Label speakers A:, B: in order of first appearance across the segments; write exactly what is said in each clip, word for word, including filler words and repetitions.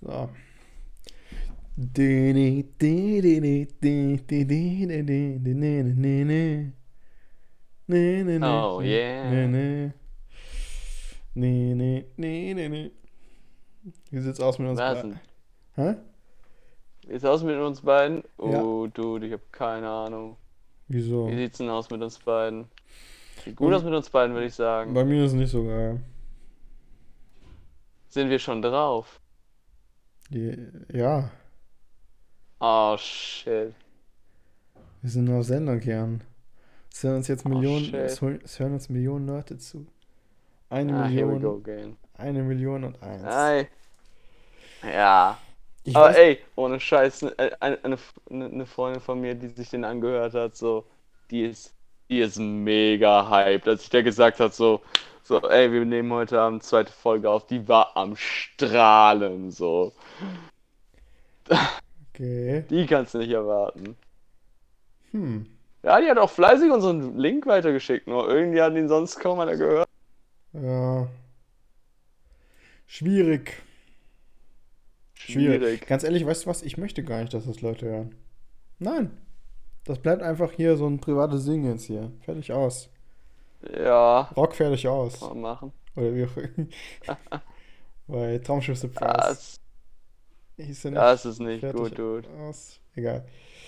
A: So.
B: Oh yeah.
A: Wie sieht's aus mit uns
B: Was
A: beiden?
B: denn?
A: Hä?
B: Wie sieht's aus mit uns beiden?
A: Ja.
B: Oh, Dude, ich hab keine Ahnung. Wie
A: Wieso?
B: sieht's denn aus mit uns beiden? Sieht gut
A: Bei,
B: aus mit uns beiden, würde ich sagen.
A: bei mir ist es nicht so geil.
B: Sind wir schon drauf?
A: Die, ja,
B: Oh shit.
A: wir sind auf Sendung, Jan. Es hören uns jetzt
B: Oh
A: Millionen, es
B: shit.
A: hören es hören uns Millionen Leute zu. Eine
B: Ah, here we go
A: Million,
B: again.
A: eine Million und eins.
B: Ei. Ja.
A: Ich
B: Aber
A: weiß,
B: ey, ohne Scheiß, ne- äh, eine, eine, eine eine Freundin von mir, die sich den angehört hat, so, die ist, die ist mega hyped. Als ich der gesagt hat, so, so, ey, wir nehmen heute Abend zweite Folge auf, die war am Strahlen, so.
A: okay.
B: Die kannst du nicht erwarten.
A: Hm.
B: Ja, die hat auch fleißig unseren Link weitergeschickt, nur irgendwie hat ihn sonst kaum einer gehört.
A: Ja, schwierig. Schwierig.
B: Schwierig.
A: Ganz ehrlich, weißt du was? Ich möchte gar nicht, dass das Leute hören. Nein. Das bleibt einfach hier so ein privates Ding jetzt hier. Fertig aus.
B: Ja,
A: Rock fertig
B: kann
A: aus.
B: man machen.
A: Oder wie auch immer. Bei Traumschiff Surprise.
B: Das,
A: Hieß er
B: das
A: nicht
B: ist nicht
A: fertig
B: gut, Dude.
A: aus. Egal.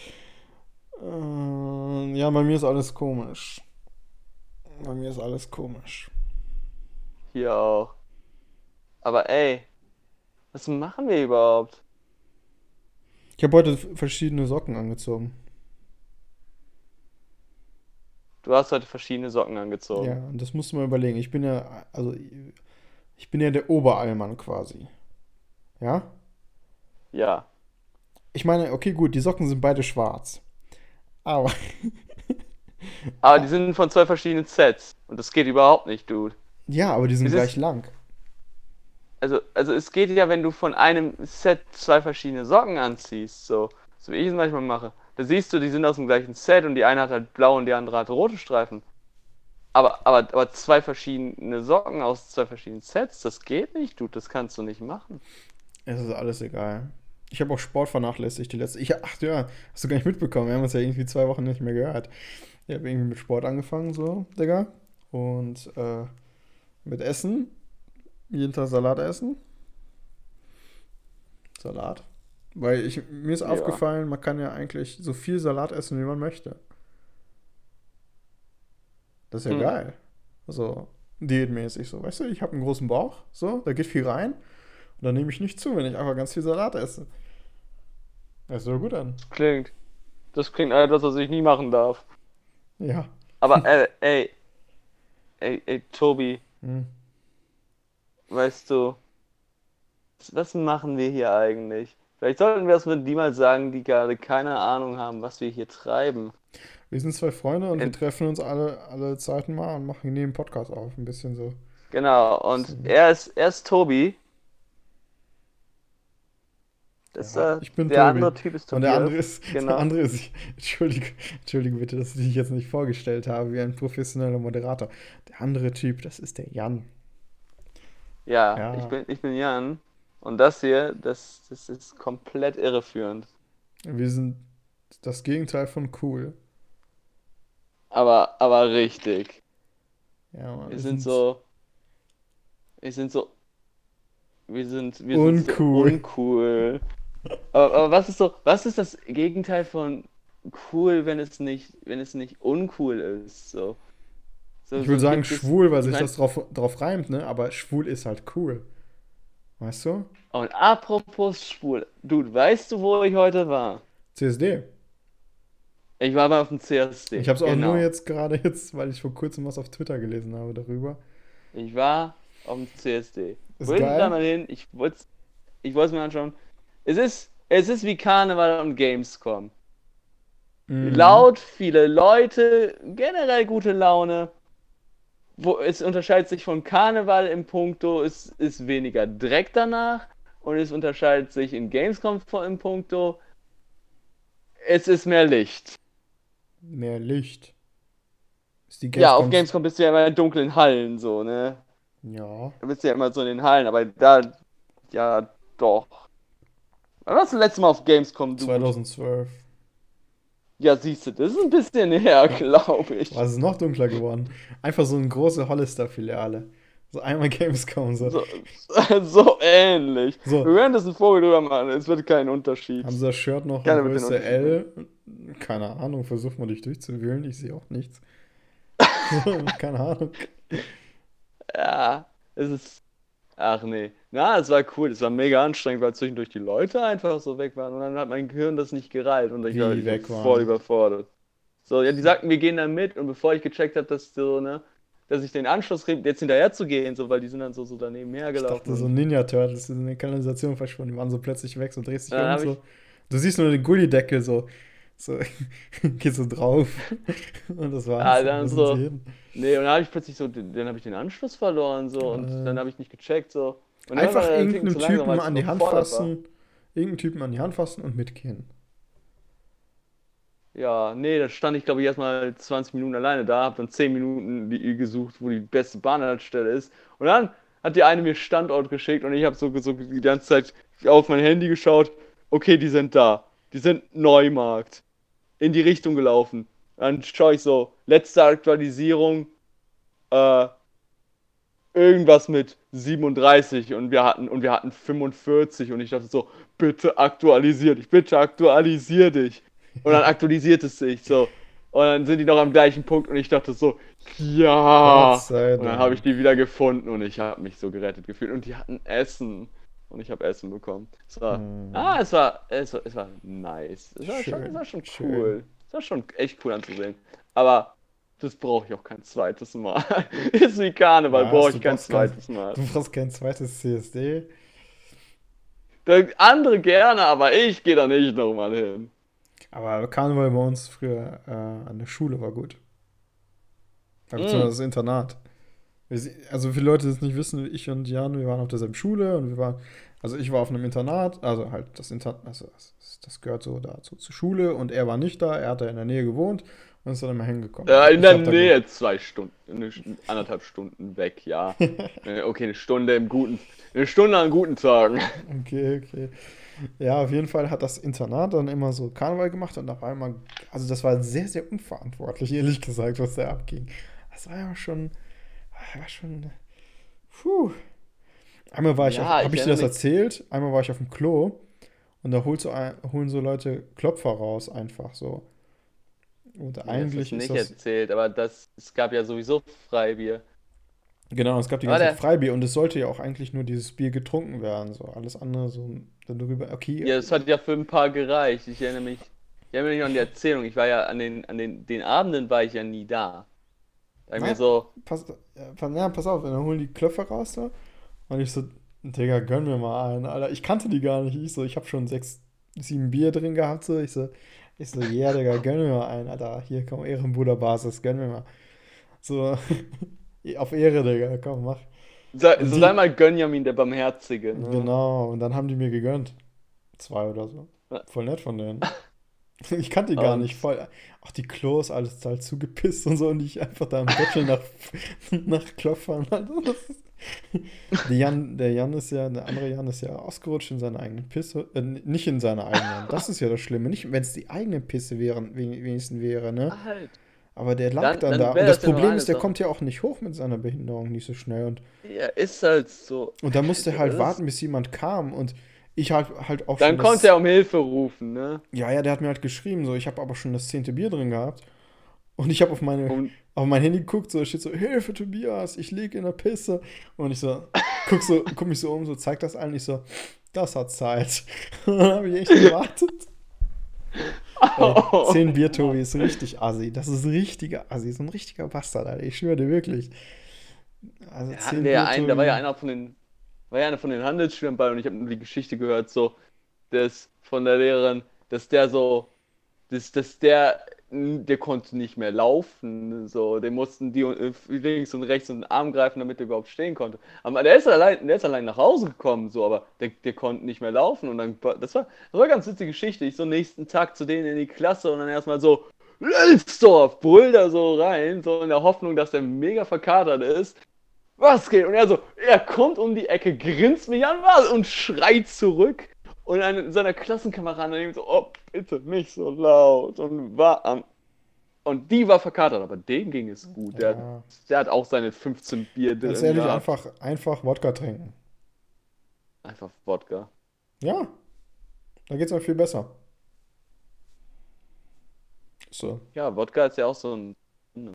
A: Ähm, ja, bei mir ist alles komisch. Bei mir ist alles komisch.
B: Hier auch. Aber ey, was machen wir überhaupt?
A: Ich habe heute verschiedene Socken angezogen.
B: Du hast heute verschiedene Socken
A: Ja,
B: angezogen.
A: und das musst du mal überlegen. Ich bin ja, also, ich bin ja der Oberallmann quasi. Ja?
B: Ja.
A: Ich meine, okay, gut, die Socken sind beide schwarz. Aber,
B: Aber die
A: ah,
B: sind von zwei verschiedenen Sets. Und das geht überhaupt nicht, Dude.
A: ja, aber die sind
B: Es
A: gleich
B: ist,
A: lang.
B: also, also es geht ja, wenn du von einem Set zwei verschiedene Socken anziehst, so, so wie ich es manchmal mache. Da siehst du, die sind aus dem gleichen Set und die eine hat halt blau und die andere hat rote Streifen. Aber, aber, aber zwei verschiedene Socken aus zwei verschiedenen Sets, das geht nicht, Dude, das kannst du nicht machen.
A: Es ist alles egal. Ich habe auch Sport vernachlässigt die letzte. Ich, ach ja, hast du gar nicht mitbekommen. Wir haben uns ja irgendwie zwei Wochen nicht mehr gehört. Ich habe irgendwie mit Sport angefangen, so, Digga. Und äh, mit Essen. Jeden Tag Salat essen. Salat. Weil ich, mir ist
B: Ja.
A: aufgefallen, man kann ja eigentlich so viel Salat essen, wie man möchte. Das ist ja
B: Hm.
A: geil. So, diätmäßig so. Weißt du, ich habe einen großen Bauch, so, da geht viel rein. Und dann nehme ich nicht zu, wenn ich einfach ganz viel Salat esse. Das hört doch gut an.
B: Das klingt, das klingt etwas, was ich nie machen darf.
A: Ja.
B: Aber äh, ey, ey, ey, Tobi,
A: Hm.
B: weißt du, was machen wir hier eigentlich? Vielleicht sollten wir es mit die mal sagen, die gerade keine Ahnung haben, was wir hier treiben.
A: Wir sind zwei Freunde und wir
B: Und,
A: treffen uns alle, alle Zeiten mal und machen nehmen Podcast auf. Ein bisschen so.
B: genau, und
A: Bisschen,
B: er ist, er ist Tobi. Das,
A: ja,
B: äh,
A: ich bin
B: der
A: Tobi.
B: andere Typ ist
A: Und der andere
B: Tobias.
A: ist, der
B: Genau.
A: andere ist, entschuldige, entschuldige bitte, dass ich dich jetzt nicht vorgestellt habe wie ein professioneller Moderator. Der andere Typ, das ist der Jan.
B: Ja, ich
A: Ja,
B: bin, ich bin Jan. Und das hier, das, das ist komplett irreführend.
A: wir sind das Gegenteil von cool.
B: Aber, aber richtig.
A: Ja, Mann,
B: Wir
A: wir
B: sind
A: sind
B: so, wir sind so, wir sind, wir sind so
A: uncool.
B: uncool. Aber, aber was ist so, was ist das Gegenteil von cool, wenn es nicht, wenn es nicht uncool ist? So, so,
A: Ich würde
B: so
A: sagen
B: gibt es,
A: schwul, weil
B: ich
A: sich
B: meine,
A: das drauf, drauf reimt, ne? Aber schwul ist halt cool. Weißt du?
B: und apropos schwul, Dude, weißt du, wo ich heute war?
A: C S D.
B: Ich war mal auf dem
A: Ich
B: C S D,
A: habe es auch nur
B: genau.
A: jetzt gerade jetzt, weil ich vor kurzem was auf Twitter gelesen habe darüber.
B: Ich war auf dem C S D.
A: Ist
B: Wollte da
A: geil.
B: mal hin, ich wollte ich wollte es mir anschauen. Es ist, es ist wie Karneval und Gamescom.
A: Mhm.
B: Laut, viele Leute, generell gute Laune. Wo, es unterscheidet sich von Karneval im Punkto, es ist weniger Dreck danach. Und es unterscheidet sich in Gamescom im Punkto, es ist mehr Licht.
A: Mehr Licht. Ist die
B: Ja, auf
A: Gamescoms.
B: Gamescom bist du ja immer in dunklen Hallen, so, ne?
A: Ja.
B: Da bist du ja immer so in den Hallen, aber da, ja, doch. Wann warst du das letzte Mal auf Gamescom, du?
A: zweitausendzwölf.
B: Ja, siehst du, das ist ein bisschen her, glaube ich.
A: War es noch dunkler geworden. Einfach so eine große Hollister-Filiale. So einmal Gamescom, so.
B: So, so ähnlich.
A: So,
B: Wir werden das ein Vogel drüber machen, es wird kein Unterschied.
A: haben sie das Shirt noch in
B: Keiner wird den
A: Größe
B: Unterschied
A: L? Keine Ahnung, versuch mal dich durchzuwühlen, ich sehe auch nichts. Keine Ahnung.
B: Ja, es ist. Ach nee. Na, es war cool. Es war mega anstrengend, weil zwischendurch die Leute einfach so weg waren. Und dann hat mein Gehirn das nicht gereilt und ich war
A: Wie
B: ich
A: weg
B: war voll
A: waren.
B: überfordert. So, ja, die sagten, wir gehen da mit. Und bevor ich gecheckt habe, dass so, ne, dass ich den Anschluss kriege, jetzt hinterher zu gehen, so, weil die sind dann so, so daneben
A: Ich
B: hergelaufen.
A: dachte so
B: Und
A: Ninja Turtles sind in der Kanalisation verschwunden, die waren so plötzlich weg, so drehst dich
B: dann
A: um,
B: habe
A: so.
B: ich.
A: Du siehst nur den Gullideckel, so. So, geht so drauf. Und das
B: Ah,
A: war's. Wo
B: dann
A: sind sie
B: so.
A: hin?
B: Nee, und dann habe ich plötzlich so, dann habe ich den Anschluss verloren, so. Und dann
A: Äh,
B: habe ich nicht gecheckt, so. Und dann war
A: einfach
B: der Ticken
A: irgendeinem
B: zu langsam,
A: Typen
B: weil ich
A: an die Hand
B: überfordert war.
A: fassen, irgendeinen Typen an die Hand fassen und mitgehen.
B: Ja, nee, da stand ich glaube ich erstmal zwanzig Minuten alleine da, hab dann zehn Minuten die, gesucht, wo die beste Bahnhaltestelle ist. Und dann hat die eine mir Standort geschickt und ich habe so, so die ganze Zeit auf mein Handy geschaut. Okay, die sind da. Die sind Neumarkt. In die Richtung gelaufen. Dann schaue ich so, letzte Aktualisierung, äh, irgendwas mit siebenunddreißig und wir hatten und wir hatten fünfundvierzig und ich dachte so, bitte aktualisier dich, bitte aktualisier dich. Und dann aktualisiert es sich so. Und dann sind die noch am gleichen Punkt und ich dachte so,
A: Gott
B: ja.
A: sei
B: Und dann habe ich
A: Dank.
B: die wieder gefunden und ich habe mich so gerettet gefühlt. Und die hatten Essen. Und ich habe Essen bekommen. Es war,
A: Hm,
B: ah, es war, es war, es war nice. Es war schon, es
A: schön,
B: war schon
A: schön.
B: cool. Es war schon echt cool anzusehen. Aber das brauche ich auch kein zweites Mal. Ist wie Karneval, brauche
A: Was? Du
B: ich kein
A: brauchst kein,
B: zweites Mal.
A: du brauchst kein zweites C S D?
B: Der andere gerne, aber ich gehe da nicht nochmal hin.
A: Aber Karneval bei uns früher äh, an der Schule war gut. Ja, beziehungsweise
B: Mm.
A: das Internat. Wir sie- Also viele Leute, die es nicht wissen, ich und Jan, wir waren auf derselben Schule und wir waren, also ich war auf einem Internat, also halt das Internat, also das, das gehört so dazu zur Schule und er war nicht da, er hat da in der Nähe gewohnt und ist dann immer hingekommen.
B: Ja,
A: Und
B: in
A: ich
B: der
A: habe da ge
B: Nähe zwei Stunden, eine, St- anderthalb Stunden weg, ja. Äh, Okay, eine Stunde im guten, eine Stunde an guten Tagen.
A: Okay, okay. Ja, auf jeden Fall hat das Internat dann immer so Karneval gemacht und auf einmal, also das war sehr, sehr unverantwortlich, ehrlich gesagt, was da abging. Das war ja schon, war schon, puh. Einmal war ich auf,
B: Ja,
A: habe
B: ich
A: ich dir
B: erinnere
A: das
B: mich.
A: erzählt? Einmal war ich auf dem Klo und da holt so ein, holen so Leute Klopfer raus, einfach so. Und
B: Nee, das hast
A: eigentlich
B: du
A: ist
B: nicht
A: das,
B: erzählt, aber das, es gab ja sowieso Freibier.
A: genau, es gab die
B: Aber
A: ganze Zeit
B: der,
A: Freibier und es sollte ja auch eigentlich nur dieses Bier getrunken werden, so. Alles andere so darüber, okay,
B: ja, es hat ja für ein paar gereicht. Ich erinnere mich, ich erinnere mich noch an die Erzählung. Ich war ja an den, an den, den Abenden war ich ja nie da. Da hab ich mir
A: nein,
B: so,
A: pass, ja, pass, ja, pass auf, dann holen die Klopfer raus da und ich so, Digga, gönn mir mal einen, Alter. Ich kannte die gar nicht. Ich so, ich habe schon sechs, sieben Bier drin gehabt, so. Ich so, ich so, yeah, Digga, gönn mir mal einen, Alter. Hier, komm, Ehrenbruder Basis, gönn mir mal. So, auf Ehre, Digga, komm, mach.
B: sei,
A: Und
B: so sei
A: die,
B: mal Gönjamin der Barmherzige, ne?
A: genau, und dann haben die mir gegönnt. Zwei oder so. Voll nett von denen. Ich kannte die gar
B: Und
A: nicht, voll. Auch die Klos, alles halt zugepisst und so und ich einfach da im Betteln nach, nach Klopfern. Also das ist, der Jan, der Jan ist ja, der andere Jan ist ja ausgerutscht in seiner eigenen Pisse. Äh, nicht in seiner eigenen. Das ist ja das Schlimme. Nicht, wenn es die eigene Pisse wären, wen- wenigstens wäre, ne?
B: halt,
A: Aber der lag
B: dann,
A: dann da.
B: dann
A: Und
B: wäre
A: das
B: das ja noch
A: Problem
B: eine
A: ist, der
B: Sache.
A: kommt ja auch nicht hoch mit seiner Behinderung, nicht so schnell. Und,
B: Ja, ist halt so.
A: und da musste er
B: Das
A: halt
B: ist,
A: warten, bis jemand kam. Und ich halt, halt auch schon
B: dann konnte er
A: das.
B: um Hilfe rufen, ne?
A: Ja, ja, der hat mir halt geschrieben, so, ich habe aber schon das zehnte Bier drin gehabt. Und ich habe auf meine,
B: Und
A: auf mein Handy geguckt, so steht so, Hilfe, Tobias, ich liege in der Pisse. Und ich so, guck so, guck mich so um, so, zeig das allen. Ich so, das hat Zeit. Und dann habe ich echt gewartet. Ey,
B: oh,
A: zehn Bier, Tobi,
B: Mann.
A: ist richtig assi. Das ist richtiger Assi, so ein richtiger Bastard, Alter. Ich schwöre dir wirklich. Also
B: Da hatten
A: zehn
B: wir ja
A: Bier,
B: einen, da war ja
A: Tobi.
B: einer von den, war ja einer von den Handelsschülern bei und ich habe nur die Geschichte gehört, so, dass von der Lehrerin, dass der so, dass, dass der, der konnte nicht mehr laufen, so, den mussten die äh, links und rechts in den Arm greifen, damit er überhaupt stehen konnte. Aber der ist allein, der ist allein nach Hause gekommen, so, aber der, der konnte nicht mehr laufen und dann, das war, das war eine ganz witzige Geschichte. Ich so nächsten Tag zu denen in die Klasse und dann erstmal so, Lelsdorf, brüllt da so rein, so in der Hoffnung, dass der mega verkatert ist. Was geht? Und er so, er kommt um die Ecke, grinst mich an was und schreit zurück. und eine seiner Klassenkameraden ihm so, oh, bitte nicht so laut und war am und die war verkatert, aber dem ging es gut. Der,
A: Ja.
B: der hat auch seine fünfzehn Bier
A: Ganz
B: drin
A: ehrlich,
B: gehabt.
A: einfach, einfach Wodka trinken.
B: Einfach Wodka.
A: Ja, da geht's auch viel besser. So.
B: Ja, Wodka ist ja auch so ein.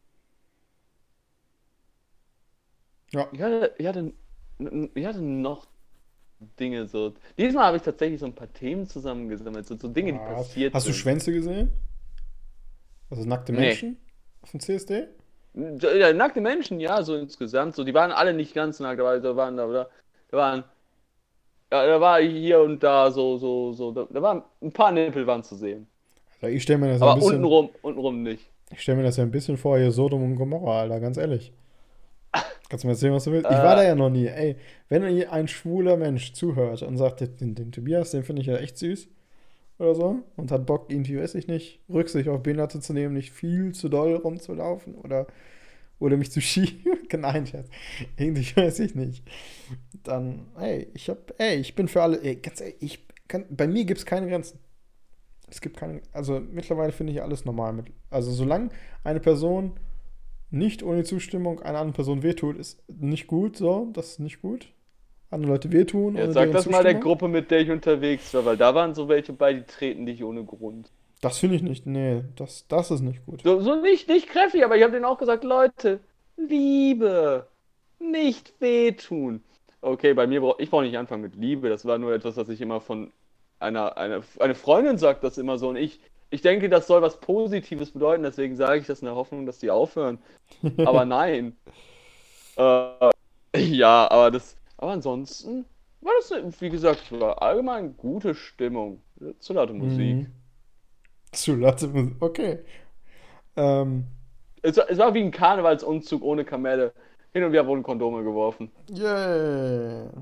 A: Ja.
B: Ich hatte, ich hatte, ich hatte noch Dinge so. Diesmal habe ich tatsächlich so ein paar Themen zusammengesammelt, so, so Dinge, die
A: Was?
B: passiert
A: Hast du
B: sind.
A: Schwänze gesehen? Also nackte
B: Nee.
A: Menschen? Auf dem C S D?
B: Ja, nackte Menschen, ja, so insgesamt. So, die waren alle nicht ganz nackt, aber da waren da, oder? Da waren, ja, da war hier und da so, so, so, da, da waren ein paar Nippel waren zu sehen.
A: Also ich stelle mir das ja ein
B: Aber
A: bisschen,
B: untenrum, untenrum nicht.
A: ich stelle mir das ja ein bisschen vor, hier Sodom und Gomorra, Alter, ganz ehrlich. Kannst du mir erzählen, was du willst? Ich war
B: Äh,
A: da ja noch nie. Ey, wenn ihr ein schwuler Mensch zuhört und sagt, den, den Tobias, den finde ich ja echt süß oder so und hat Bock, irgendwie, weiß ich nicht, Rücksicht auf Behinderte zu nehmen, nicht viel zu doll rumzulaufen oder, oder mich zu schieben. Nein, Schatz. Irgendwie weiß ich nicht. Dann, ey, ich hab, ey, ich bin für alle, ey, ganz ehrlich, ich kann, bei mir gibt es keine Grenzen. Es gibt keine, also mittlerweile finde ich alles normal mit. Also solange eine Person nicht ohne Zustimmung einer anderen Person wehtut, ist nicht gut, so, das ist nicht gut. Andere Leute wehtun
B: ja,
A: ohne
B: sag
A: deren
B: das mal der
A: Zustimmung.
B: Gruppe, mit der ich unterwegs war, weil da waren so welche bei, die treten dich ohne Grund.
A: Das finde ich nicht, nee, das, das ist nicht gut.
B: So, so nicht, nicht kräftig, aber ich habe denen auch gesagt, Leute, Liebe, nicht wehtun. Okay, bei mir, brauch, ich brauche nicht anfangen mit Liebe, das war nur etwas, was ich immer von einer, einer eine Freundin sagt das immer so und ich, ich denke, das soll was Positives bedeuten, deswegen sage ich das in der Hoffnung, dass die aufhören. Aber nein. Äh, ja, aber das, aber ansonsten war das, wie gesagt, war allgemein gute Stimmung. Zu laute Musik.
A: Mhm. Zu laute Musik, okay. Ähm,
B: Es, war- es war wie ein Karnevalsumzug ohne Kamelle. Hin und wieder wurden Kondome geworfen.
A: yeah.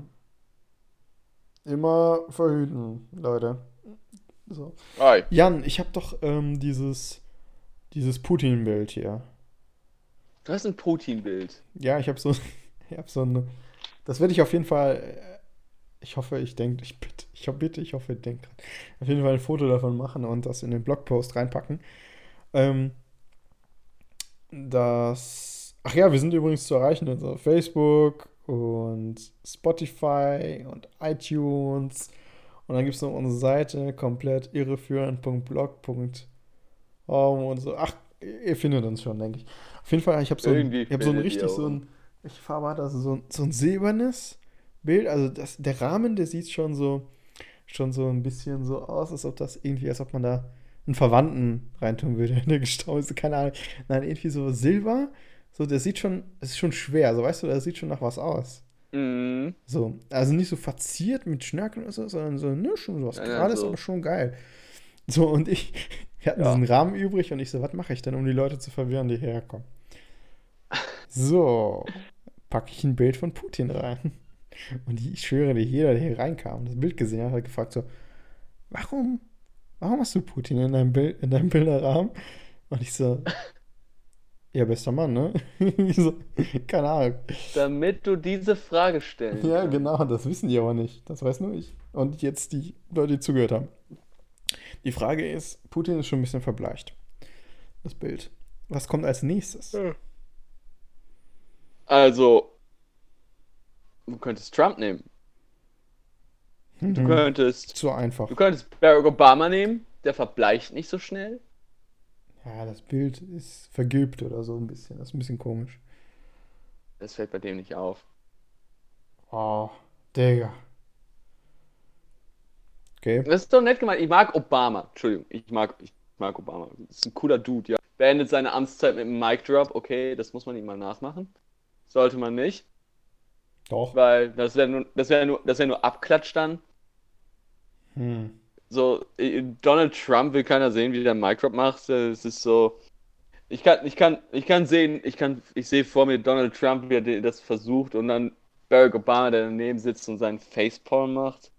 A: Immer verhüten, Leute. So.
B: Ei.
A: Jan, ich habe doch ähm, dieses, dieses Putin-Bild hier.
B: Du hast ein Putin-Bild.
A: Ja, ich habe so, ich habe so ein, das werde ich auf jeden Fall, äh, ich hoffe, ich denke, ich bitte, ich hoffe, bitte, ich hoffe, ich denke dran. Auf jeden Fall ein Foto davon machen und das in den Blogpost reinpacken. Ähm, das, ach ja, wir sind übrigens zu erreichen also auf Facebook und Spotify und iTunes. Und dann gibt es noch unsere Seite, komplett irreführend.blog.com und so. Ach, ihr findet uns schon, denke ich. Auf jeden Fall, ich habe so ein,
B: Irgendwie
A: ich habe so ein
B: findet ihr
A: richtig so
B: uns.
A: ein, welche Farbe hat das? So ein, so ein silbernes Bild. Also das, der Rahmen, der sieht schon so, schon so ein bisschen so aus, als ob das irgendwie, als ob man da einen Verwandten reintun würde in der Gestalt. Keine Ahnung. Nein, irgendwie so Silber. So, der sieht schon, es ist schon schwer. So, weißt du, der sieht schon nach was aus.
B: Mhm.
A: So, also nicht so verziert mit Schnörkeln oder so, sondern so, ne, schon so was
B: Nein, nein,
A: Gerades, aber
B: so.
A: schon geil. So, und ich, wir hatten
B: Ja.
A: diesen Rahmen übrig und ich so, was mache ich denn, um die Leute zu verwirren, die hierher kommen? So, packe ich ein Bild von Putin rein. Und ich schwöre dir, jeder, der hier reinkam und das Bild gesehen hat, hat gefragt so, warum, warum hast du Putin in deinem Bild, in deinem Bilderrahmen? Und ich so, ja, bester Mann, ne? Ich so, keine Ahnung.
B: Damit du diese Frage stellen
A: Ja,
B: kannst.
A: genau, das wissen die aber nicht. Das weiß nur ich. Und jetzt die Leute, die zugehört haben. Die Frage ist, Putin ist schon ein bisschen verbleicht. Das Bild. Was kommt als nächstes?
B: Also, du könntest Trump nehmen. Du
A: Mhm.
B: könntest,
A: Zu einfach.
B: du könntest Barack Obama nehmen. Der verbleicht nicht so schnell.
A: Ja, das Bild ist vergilbt oder so ein bisschen. Das ist ein bisschen komisch.
B: Das fällt bei dem nicht auf.
A: Oh, Digga. Okay.
B: Das ist doch nett gemeint. Ich mag Obama. Entschuldigung, ich mag, ich mag Obama. Das ist ein cooler Dude, ja. Beendet seine Amtszeit mit einem Mic Drop. Okay, das muss man ihm mal nachmachen. Sollte man nicht.
A: Doch.
B: Weil das wäre nur, das wäre nur, das wäre nur Abklatsch dann.
A: Hm.
B: So, äh, Donald Trump will keiner sehen, wie der einen Mic Drop macht. Es ist so. Ich kann, ich kann, ich kann sehen, ich kann, ich sehe vor mir Donald Trump, wie er das versucht und dann Barack Obama, der daneben sitzt und seinen Facepalm macht.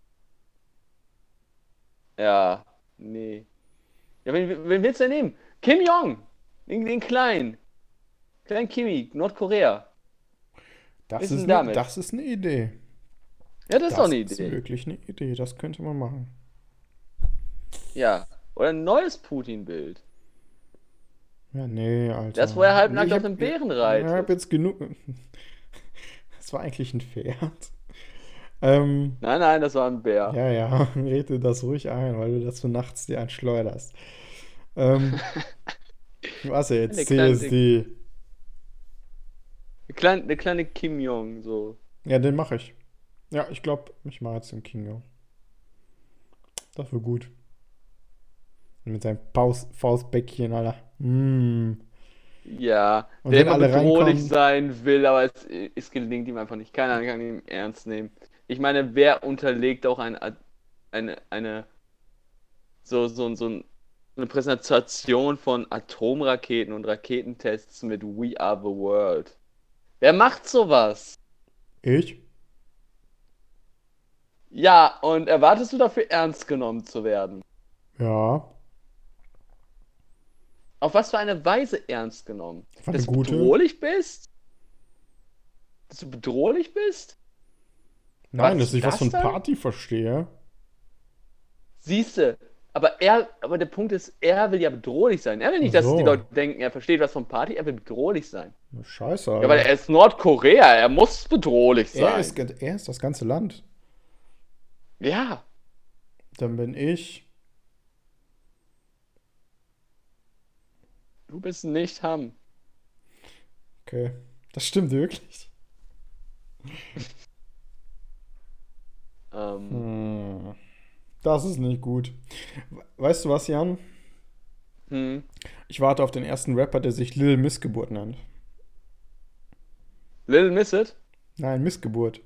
B: Ja, nee. Ja, wen, wen willst du denn nehmen? Kim Jong! Den, den Kleinen. Klein Kimi, Nordkorea.
A: Das
B: Was ist
A: ist,
B: denn
A: ne,
B: damit?
A: das ist eine Idee.
B: Ja, das ist doch
A: Das
B: eine
A: ist
B: Idee.
A: wirklich eine Idee, das könnte man machen.
B: Ja. Oder ein neues Putin-Bild.
A: Ja, nee,
B: Das,
A: Alter.
B: wo er
A: Nee,
B: halbnackt
A: ich
B: auf
A: hab,
B: dem
A: ja,
B: Bären
A: ich hab
B: reitet.
A: jetzt genug. Das war eigentlich ein Pferd. Ähm,
B: Nein, nein, das war ein Bär.
A: ja, ja, rede das ruhig ein, weil du das so nachts dir einschleuderst. Ähm, was
B: Eine
A: jetzt?
B: kleine,
A: C S D.
B: eine kleine, eine kleine Kim Jong, so.
A: Ja, den mache ich. Ja, ich glaube, ich mache jetzt den Kingo. Das wird gut. Mit seinem Paus Faustbäckchen, Alter. Mm.
B: Ja,
A: Und
B: der
A: wenn
B: immer
A: alle
B: bedrohlich
A: reinkommen,
B: sein will, aber es, es gelingt ihm einfach nicht. Keiner kann ihn ernst nehmen. Ich meine, wer unterlegt auch ein, eine, eine, so, so, so ein- eine Präsentation von Atomraketen und Raketentests mit We Are the World? Wer macht sowas?
A: ich?
B: Ja, und erwartest du dafür ernst genommen zu werden?
A: Ja,
B: Auf was für eine Weise ernst genommen?
A: war eine
B: Dass du
A: gute.
B: bedrohlich bist? Dass du bedrohlich bist?
A: Nein, dass
B: Erwartest du
A: ich was
B: das
A: von
B: dann?
A: Party verstehe.
B: Siehste, aber er, aber der Punkt ist, er will ja bedrohlich sein. Er will
A: Ach
B: nicht, dass die
A: so.
B: Leute denken, er versteht was von Party, er will bedrohlich sein.
A: Scheiße,
B: Ja, weil
A: Alter.
B: er ist Nordkorea, er muss bedrohlich
A: Er ist,
B: sein.
A: ge- er ist das ganze Land.
B: Ja,
A: Dann bin ich.
B: du bist nicht Ham.
A: Okay. Das stimmt wirklich.
B: Ähm,
A: Hm. Das ist nicht gut. We- Weißt du was, Jan?
B: hm,
A: Ich warte auf den ersten Rapper, der sich Lil Missgeburt nennt.
B: Little Miss It?
A: Nein, Missgeburt.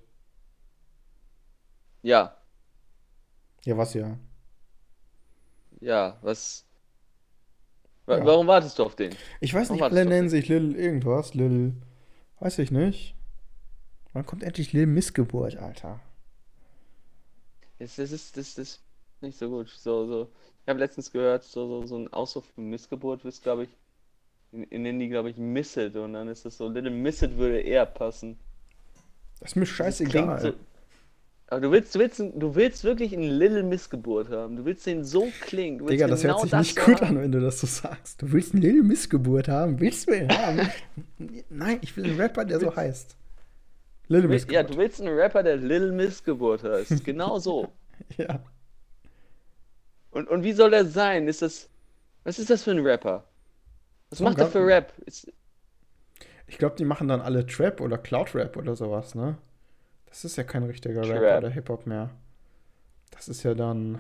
B: Ja,
A: Ja, was ja?
B: ja, was, wa-
A: Ja.
B: warum wartest du auf den?
A: Ich weiß
B: Warum
A: nicht,
B: wartest
A: alle
B: du auf
A: nennen
B: den?
A: sich Lil irgendwas. Lil. Weiß ich nicht. Wann kommt endlich Lil Missgeburt, Alter?
B: Das, das ist, das, das ist nicht so gut. So, so. Ich habe letztens gehört, so, so, so ein Ausruf für Missgeburt ist, glaube ich, in, in nennen die, glaube ich, Miss It und dann ist das so, Little Miss It würde eher passen.
A: Das ist mir
B: Das klingt so.
A: scheißegal.
B: Aber du willst, du willst, du willst wirklich einen Little Missgeburt haben. Du willst den so klingen. Du willst
A: Digga, das hört
B: genau
A: sich
B: das
A: nicht
B: so
A: gut an,
B: haben.
A: wenn du das so sagst. Du willst eine Lil Missgeburt haben? Willst du ihn haben? Nein, ich will einen Rapper, der
B: Du
A: so
B: willst,
A: heißt. Lil
B: du willst, ja, du
A: Missgeburt.
B: willst einen Rapper, der Little Missgeburt heißt. Genau so.
A: Ja.
B: Und, und wie soll der sein? Ist das. Was ist das für ein Rapper? Was macht er für
A: Soundgarden.
B: Rap? Ist
A: Ich glaube, die machen dann alle Trap oder Cloud-Rap oder sowas, ne? Das ist ja kein richtiger Rap oder
B: Trap.
A: Hip-Hop mehr. Das ist ja dann.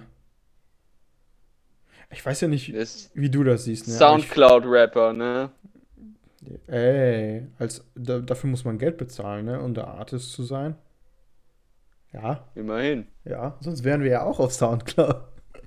A: Ich weiß ja nicht,
B: Das
A: wie du das siehst, ne? Aber ich.
B: Soundcloud-Rapper, ne?
A: Ey, als, da, dafür muss man Geld bezahlen, ne? Um der Artist zu sein. Ja,
B: Immerhin.
A: ja. Sonst wären wir ja auch auf Soundcloud.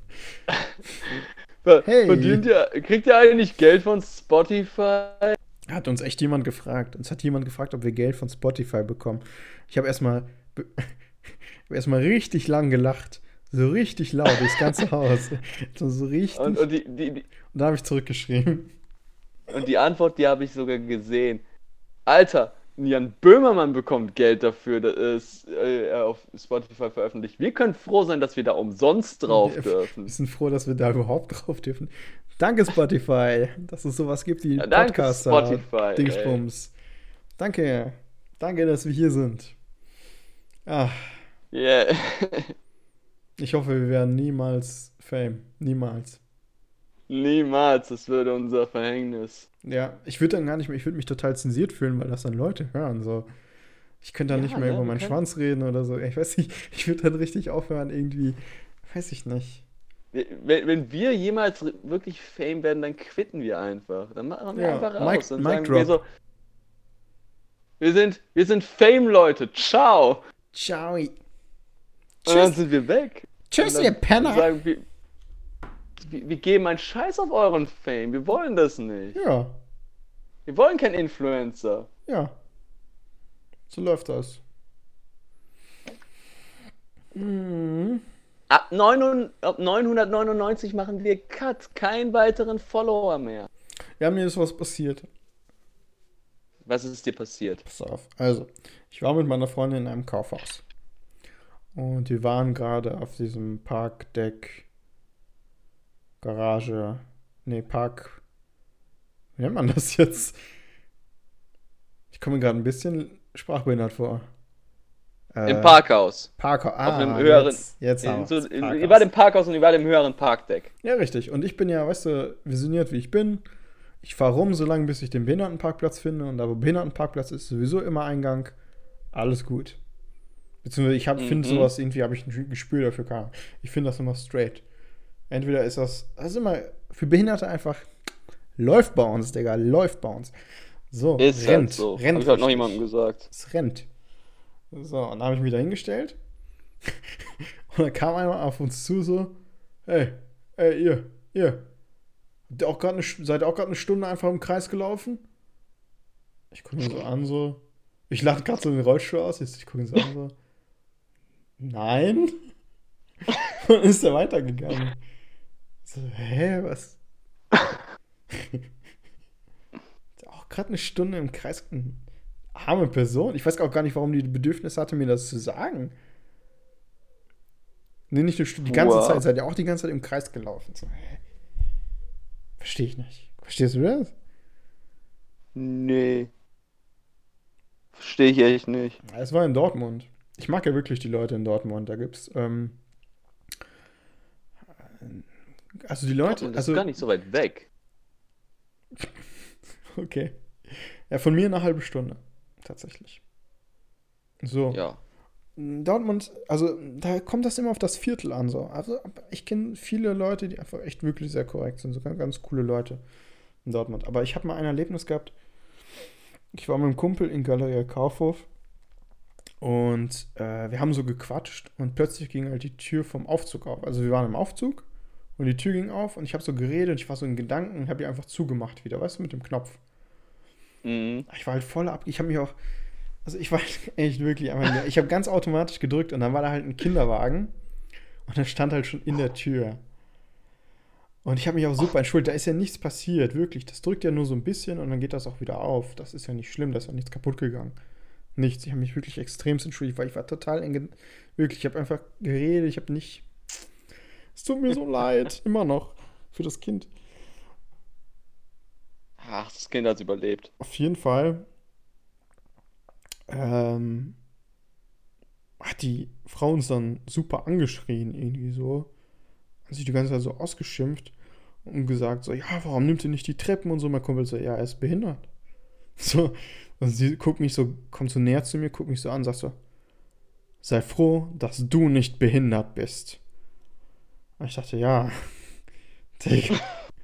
B: Ver- Verdient
A: Hey!
B: ihr, kriegt ihr eigentlich Geld von Spotify?
A: Hat uns echt jemand gefragt. Uns hat jemand gefragt, ob wir Geld von Spotify bekommen. Ich habe erstmal erstmal richtig lang gelacht. So richtig laut, durchs ganze Haus. So, so richtig.
B: Und,
A: Und
B: und, die, die, die,
A: da habe ich zurückgeschrieben.
B: und die Antwort, die habe ich sogar gesehen. Alter, Jan Böhmermann bekommt Geld dafür, dass äh, er auf Spotify veröffentlicht. Wir können froh sein, dass wir da umsonst drauf
A: Wir
B: dürfen.
A: sind froh, dass wir da überhaupt drauf dürfen. Danke, Spotify, dass es sowas gibt wie
B: Ja, danke
A: Podcaster,
B: Spotify, ey.
A: Dingsbums. Danke. Danke, dass wir hier sind. Ah,
B: Yeah.
A: ich hoffe, wir werden niemals Fame. Niemals.
B: Niemals, das würde unser Verhängnis.
A: Ja, ich würde dann gar nicht mehr, ich würde mich total zensiert fühlen, weil das dann Leute hören. So. Ich könnte dann nicht
B: Ja,
A: mehr
B: ne,
A: über
B: wir
A: meinen
B: können.
A: Schwanz reden oder so. Ich weiß nicht, ich würde dann richtig aufhören, irgendwie. Weiß ich nicht.
B: Wenn, wenn wir jemals r- wirklich Fame werden, dann quitten wir einfach. Dann machen wir
A: Ja,
B: einfach
A: Mic,
B: raus. Dann
A: Mic
B: sagen wir
A: Drop.
B: so, wir sind, wir sind Fame-Leute, ciao.
A: Ciao.
B: Und dann
A: Tschüss.
B: sind wir weg. Und
A: Tschüss, ihr
B: dann
A: Penner.
B: sagen wir, wir, wir geben einen Scheiß auf euren Fame. Wir wollen das nicht.
A: Ja,
B: Wir wollen keinen Influencer.
A: ja. So läuft das. Mhm.
B: Ab, neun, ab neunhundertneunundneunzig machen wir Cut. Keinen weiteren Follower mehr.
A: Ja, mir ist was passiert.
B: Was ist dir passiert?
A: Pass auf. Also, ich war mit meiner Freundin in einem Kaufhaus. Und wir waren gerade auf diesem Parkdeck, Garage, nee, Park, wie nennt man das jetzt? Ich komme mir gerade ein bisschen sprachbehindert vor.
B: Im
A: Äh,
B: Parkhaus.
A: Parkhaus,
B: Auf einem
A: ah,
B: höheren.
A: jetzt, jetzt haben
B: In
A: wir
B: so,
A: es,
B: in, ihr wart
A: Parkhaus.
B: im Parkhaus und ihr wart im höheren Parkdeck.
A: Ja, richtig. Und ich bin ja, weißt du, visioniert wie ich bin. Ich fahre rum, solange bis ich den Behindertenparkplatz finde. Und da, wo Behindertenparkplatz ist, sowieso immer Eingang. Alles gut. Beziehungsweise ich finde
B: Mhm.
A: sowas, irgendwie habe ich ein Gespür dafür. Keine Ahnung. Ich finde das immer straight. Entweder ist das, das ist immer für Behinderte einfach, läuft bei uns, Digga, läuft bei uns. So,
B: Ist halt
A: rennt,
B: so. Habe
A: rennt
B: ich heute noch jemandem
A: richtig.
B: gesagt.
A: Es rennt. So, und da habe ich mich da hingestellt. Und dann kam einer auf uns zu, so, hey, ey, ihr, ihr, habt ihr auch grad eine, seid ihr auch gerade eine Stunde einfach im Kreis gelaufen? Ich gucke ihn so an, so, ich lache gerade so den Rollstuhl aus, jetzt ich gucke ihn so an, so, nein. Und ist er weitergegangen. So, hä, was? Auch gerade eine Stunde im Kreis. Arme Person. Ich weiß auch gar nicht, warum die Bedürfnis hatte, mir das zu sagen. Nee, nicht eine Stunde, die ganze Zeit,
B: Wow.
A: seid ihr auch die ganze Zeit im Kreis gelaufen. So, hä? Verstehe ich nicht. Verstehst du das?
B: Nee. Verstehe ich echt nicht.
A: Ja, es war in Dortmund. Ich mag ja wirklich die Leute in Dortmund. Da gibt's, ähm, also die Leute,
B: Dortmund ist
A: also,
B: gar nicht so weit weg.
A: okay. Ja, von mir eine halbe Stunde. Tatsächlich. So.
B: Ja.
A: Dortmund, also da kommt das immer auf das Viertel an. So. Also ich kenne viele Leute, die einfach echt wirklich sehr korrekt sind. So ganz, ganz coole Leute in Dortmund. Aber ich habe mal ein Erlebnis gehabt. Ich war mit einem Kumpel in Galeria Kaufhof und äh, wir haben so gequatscht und plötzlich ging halt die Tür vom Aufzug auf. Also wir waren im Aufzug und die Tür ging auf und ich habe so geredet und ich war so in Gedanken und habe die einfach zugemacht wieder, weißt du, mit dem Knopf.
B: Mhm.
A: Ich war halt voll ab. Ich habe mich auch. Also ich war echt wirklich einfach. Ich habe ganz automatisch gedrückt und dann war da halt ein Kinderwagen und der stand halt schon in der Tür. Und ich habe mich auch super entschuldigt. Da ist ja nichts passiert, wirklich. Das drückt ja nur so ein bisschen und dann geht das auch wieder auf. Das ist ja nicht schlimm, da ist ja nichts kaputt gegangen. Nichts. Ich habe mich wirklich extrem entschuldigt, weil ich war total eng. Wirklich, ich habe einfach geredet. Ich habe nicht. Es tut mir so leid. Immer noch. Für das Kind.
B: Ach, das Kind hat's überlebt.
A: Auf jeden Fall. Ähm, hat die Frau uns dann super angeschrien, irgendwie so. Hat sich die ganze Zeit so ausgeschimpft und gesagt, so, ja, warum nimmt ihr nicht die Treppen und so? Mein Kumpel so, ja, er ist behindert. So, und sie guckt mich so, kommt so näher zu mir, guckt mich so an, sagt so, sei froh, dass du nicht behindert bist. Und ich dachte, ja, Digga.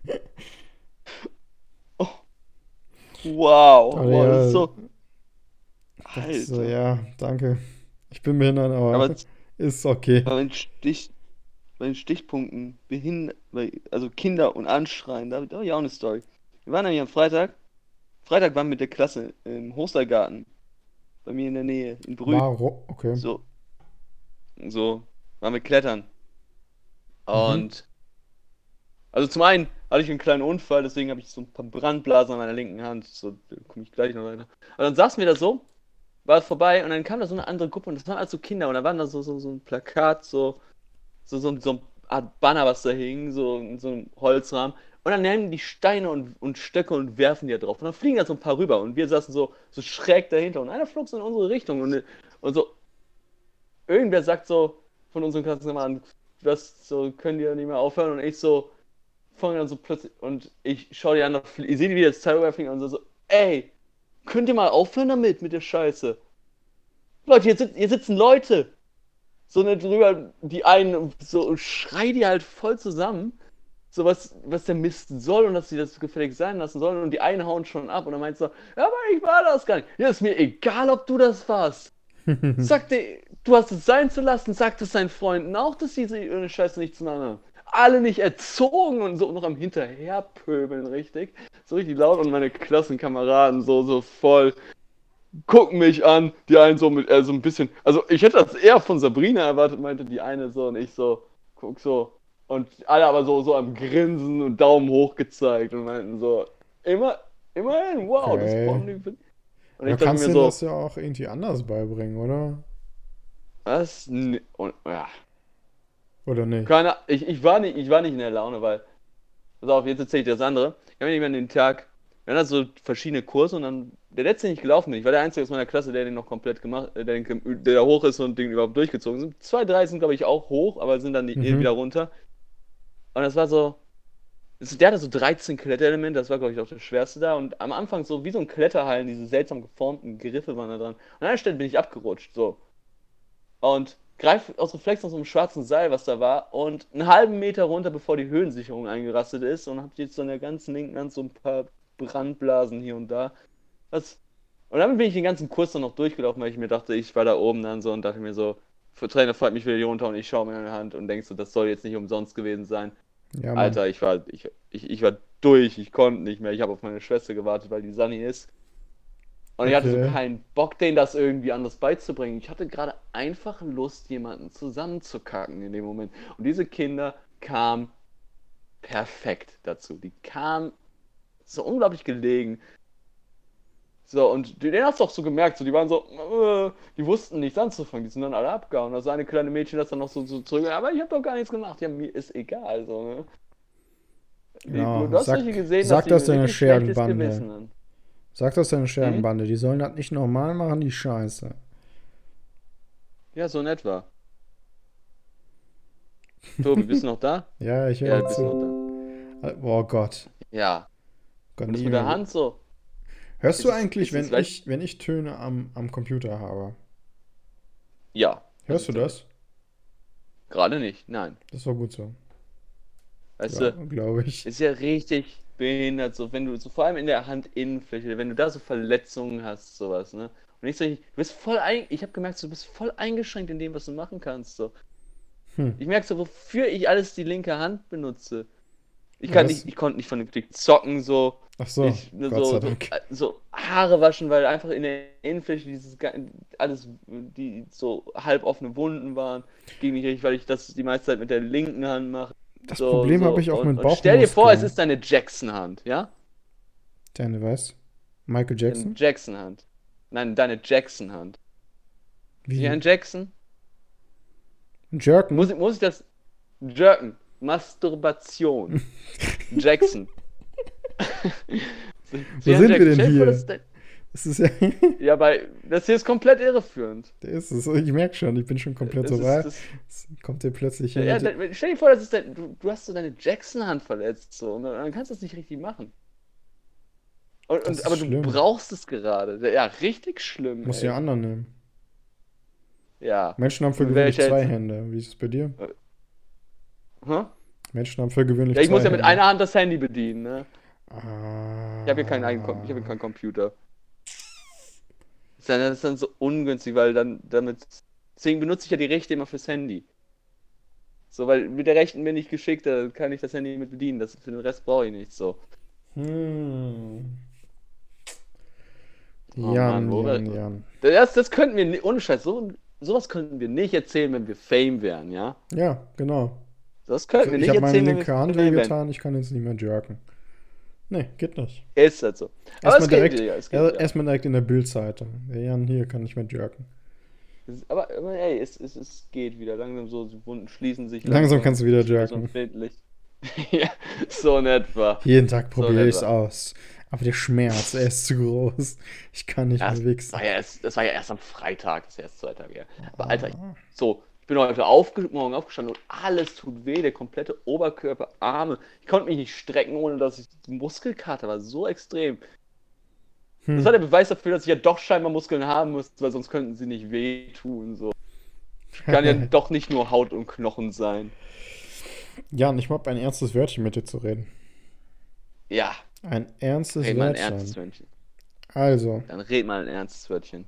B: Oh, wow.
A: Aber
B: Wow, das ist
A: ja,
B: so.
A: ich dachte so,
B: Alter.
A: ja, danke. Ich bin behindert, aber
B: Aber,
A: ist okay.
B: aber in Stich, bei den Stichpunkten, behindert, also Kinder und Anschreien, da, da habe ich auch eine Story. Wir waren nämlich am Freitag. Freitag waren wir mit der Klasse im Hostergarten. Bei mir in der Nähe, in Brühl.
A: Warum? Okay.
B: So, so, waren wir klettern.
A: Mhm.
B: Und, also zum einen hatte ich einen kleinen Unfall, deswegen habe ich so ein paar Brandblasen an meiner linken Hand. So, da komme ich gleich noch weiter. Aber dann saßen wir da so, war es vorbei und dann kam da so eine andere Gruppe und das waren also Kinder und da waren da so, so, so ein Plakat, so, so, so, so eine Art Banner, was da hing, so in so einem Holzrahmen. Und dann nehmen die Steine und, und Stöcke und werfen die da drauf. Und dann fliegen da so ein paar rüber und wir saßen so, so schräg dahinter und einer flog so in unsere Richtung und, und so, irgendwer sagt so von unseren Klassenkameraden, was so, können die ja nicht mehr aufhören und ich so, fange dann so plötzlich und ich schaue die an, ich sehe die wieder das Teil rüberfliegen und so, so, ey, könnt ihr mal aufhören damit, mit der Scheiße? Leute, hier, sit hier sitzen Leute. So nicht drüber, die einen, so schrei die halt voll zusammen, so was, was der Mist soll und dass sie das gefällig sein lassen sollen und die einen hauen schon ab und dann meinst du, ja, aber ich war das gar nicht. Ja, ist mir egal, ob du das warst. Sag dir, du hast es sein zu lassen, sagt es seinen Freunden auch, dass sie ihre Scheiße nicht zueinander haben. Alle nicht erzogen und so noch am Hinterherpöbeln, richtig. So richtig laut und meine Klassenkameraden so, so voll gucken mich an, die einen so mit, äh, so ein bisschen, also ich hätte das eher von Sabrina erwartet, meinte die eine so und ich so, guck so. Und alle aber so, so am Grinsen und Daumen hoch gezeigt und meinten so, immer, immerhin, wow, das
A: Okay.
B: brauchen die. Und
A: Ja,
B: ich
A: du
B: dachte
A: kannst
B: mir
A: denen das
B: so,
A: ja auch irgendwie anders beibringen, oder?
B: Was? Nee. Und, ja.
A: Oder nicht?
B: Keine, ich, ich, war nicht, ich war nicht in der Laune, weil. Pass auf, jetzt erzähle ich dir das andere. Ich habe nämlich an den Tag. Wir hatten so verschiedene Kurse und dann. Der letzte, den ich gelaufen bin, ich war der Einzige aus meiner Klasse, der den noch komplett gemacht, äh, der, den, der da hoch ist und den überhaupt durchgezogen sind. Zwei, drei sind, glaube ich, auch hoch, aber sind dann nicht, eh wieder
A: Mhm.
B: runter. Und das war so. Das- Der hatte so dreizehn Kletterelemente, das war, glaube ich, auch das schwerste da. Und am Anfang so wie so ein Kletterhallen, diese seltsam geformten Griffe waren da dran. Und an einer Stelle bin ich abgerutscht, so. Und greif aus Reflex nach so einem schwarzen Seil, was da war, und einen halben Meter runter, bevor die Höhensicherung eingerastet ist. Und hab jetzt so an der ganzen linken Hand so ein paar Brandblasen hier und da. Was? Und dann bin ich den ganzen Kurs dann noch durchgelaufen, weil ich mir dachte, ich war da oben dann so und dachte mir so, der Trainer freut mich wieder hier runter und ich schaue mir in die Hand und denkst so, das soll jetzt nicht umsonst gewesen sein.
A: Ja, Mann.
B: Alter, ich war, ich, ich, ich war durch, ich konnte nicht mehr. Ich habe auf meine Schwester gewartet, weil die Sunny ist. Und ich hatte so
A: Okay.
B: keinen Bock, denen das irgendwie anders beizubringen. Ich hatte gerade einfach Lust, jemanden zusammenzukacken in dem Moment. Und diese Kinder kamen perfekt dazu. Die kamen so unglaublich gelegen. So, und denen hast du auch so gemerkt, so, die waren so, äh, die wussten nichts anzufangen, die sind dann alle abgehauen. Das eine kleine Mädchen, das dann noch so, so zurück, aber ich habe doch gar nichts gemacht. Ja, mir ist egal, so, ne? Die, du,
A: Ja,
B: du hast
A: sag,
B: richtig gesehen, dass
A: sag
B: die
A: das
B: ein
A: deine
B: wirklich schlechtes
A: Schergenbande.
B: Gewissen haben.
A: Sag das deine
B: Hm?
A: Schergenbande. Die sollen das nicht normal machen, die Scheiße.
B: Ja, so in etwa. Tobi, bist du noch da?
A: Ja, ich höre
B: Ja,
A: dir
B: bist du noch
A: zu.
B: da.
A: Oh Gott.
B: Ja.
A: Gott,
B: Und das
A: nie
B: mit der
A: mehr.
B: Hand so.
A: Hörst
B: Es
A: du
B: ist,
A: eigentlich,
B: es ist,
A: wenn
B: weißt
A: ich, wenn ich Töne am, am Computer habe?
B: ja, das
A: Hörst du
B: ist so.
A: das?
B: Gerade nicht, nein.
A: Das war gut so.
B: Weißt
A: Ja,
B: du,
A: glaube ich.
B: ist ja richtig behindert, so wenn du, so vor allem in der Handinnenfläche, wenn du da so Verletzungen hast, sowas, ne? Und nicht so, richtig- du bist voll ein, ich habe gemerkt, so, du bist voll eingeschränkt in dem, was du machen kannst, so.
A: Hm.
B: Ich merke so, wofür ich alles die linke Hand benutze. Ich kann
A: Was?
B: nicht, ich konnte nicht vernünftig zocken, so.
A: Ach so,
B: Ich, ne,
A: Gott sei
B: so, so,
A: Dank.
B: äh, so Haare waschen, weil einfach in der Innenfläche dieses, ga- alles, die so halb offene Wunden waren. Ging nicht richtig, weil ich das die meiste Zeit mit der linken Hand mache.
A: Das
B: So,
A: Problem habe
B: so.
A: ich auch
B: Und,
A: mit
B: und stell dir vor, es
A: Bauchmuskeln.
B: ist deine Jackson-Hand, ja?
A: Deine was? Michael
B: Deine
A: Jackson?
B: Jackson-Hand. Nein, deine Jackson-Hand. Ist nicht
A: Wie?
B: ein Jackson? Muss
A: Jerken?
B: ich, muss ich das jerken? Masturbation. Jackson.
A: Wo
B: Sie ein
A: sind wir
B: Jackson.
A: denn
B: Stell dir vor, das
A: hier?
B: ist dein.
A: Das ist ja.
B: Ja, bei. Das hier ist komplett irreführend.
A: Der ist es. Ich merke schon, ich bin schon komplett
B: Das
A: so
B: ist.
A: weit.
B: Das,
A: Jetzt kommt der plötzlich hier
B: ja,
A: mit.
B: da- stell dir vor, das ist dein, du, du hast so deine Jackson-Hand verletzt. So, und dann, dann kannst du das nicht richtig machen. Und,
A: Das
B: und,
A: ist
B: aber du
A: schlimm.
B: brauchst es gerade. Ja, richtig schlimm,
A: Muss die
B: ey.
A: anderen nehmen.
B: Ja.
A: Menschen haben für
B: Mit
A: gewöhnlich
B: welcher
A: zwei
B: jetzt.
A: Hände. Wie ist es bei dir?
B: Äh, hä?
A: Menschen haben für
B: Ja,
A: gewöhnlich
B: ich muss
A: zwei
B: ja mit
A: Hände.
B: einer Hand das Handy bedienen, ne? Ich habe hier keinen eigenen, Kom- ich habe hier
A: Ah.
B: keinen Computer. Das ist dann, das ist dann so ungünstig, weil dann damit. Deswegen benutze ich ja die rechte immer fürs Handy. So, weil mit der rechten bin ich geschickt, da kann ich das Handy mit bedienen. Das, für den Rest brauche ich nicht so.
A: Hm.
B: Oh Mann,
A: Jan,
B: wo wir.
A: Jan, Jan.
B: Das, das könnten wir nicht, ohne Scheiß, so, sowas könnten wir nicht erzählen, wenn wir Fame wären, ja?
A: Ja, genau.
B: Das
A: So,
B: könnten wir
A: ich
B: nicht
A: habe meine
B: erzählen, wenn wir
A: linke Hand
B: Fame wären.
A: wehgetan, ich kann jetzt nicht mehr jerken. Nee, geht nicht.
B: Ist halt so. Aber
A: Erstmal
B: es geht
A: direkt,
B: wieder, es geht
A: er,
B: wieder.
A: erstmal direkt in der Bildzeitung. Der Jan hier kann nicht mehr jerken.
B: Es- Aber, aber ey, es, es, es geht wieder. Langsam so, die Wunden schließen sich
A: Langsam
B: langsam.
A: kannst du wieder
B: Ich bin so
A: jerken.
B: empfindlich. Ja, so in etwa.
A: Jeden Tag
B: So in
A: probiere ich es
B: etwa.
A: aus. Aber der Schmerz, er ist zu groß. Ich kann nicht
B: Ja,
A: mehr
B: das
A: wichsen.
B: war ja erst, das war ja erst am Freitag, das ist ja erst zwei Tage her. Aber Alter, ich,
A: Ah.
B: so, ich bin heute aufge morgen aufgestanden und alles tut weh, der komplette Oberkörper, Arme. Ich konnte mich nicht strecken, ohne dass ich Muskelkater war, so extrem. Das war
A: Hm.
B: der Beweis dafür, dass ich ja doch scheinbar Muskeln haben müsste, weil sonst könnten sie nicht wehtun. So. Kann ja doch nicht nur Haut und Knochen sein.
A: Jan, ich habe ein ernstes Wörtchen mit dir zu reden.
B: Ja,
A: Ein ernstes
B: red mal ein ernstes
A: Wörtchen.
B: Wörtchen.
A: Also,
B: Dann red mal ein ernstes Wörtchen.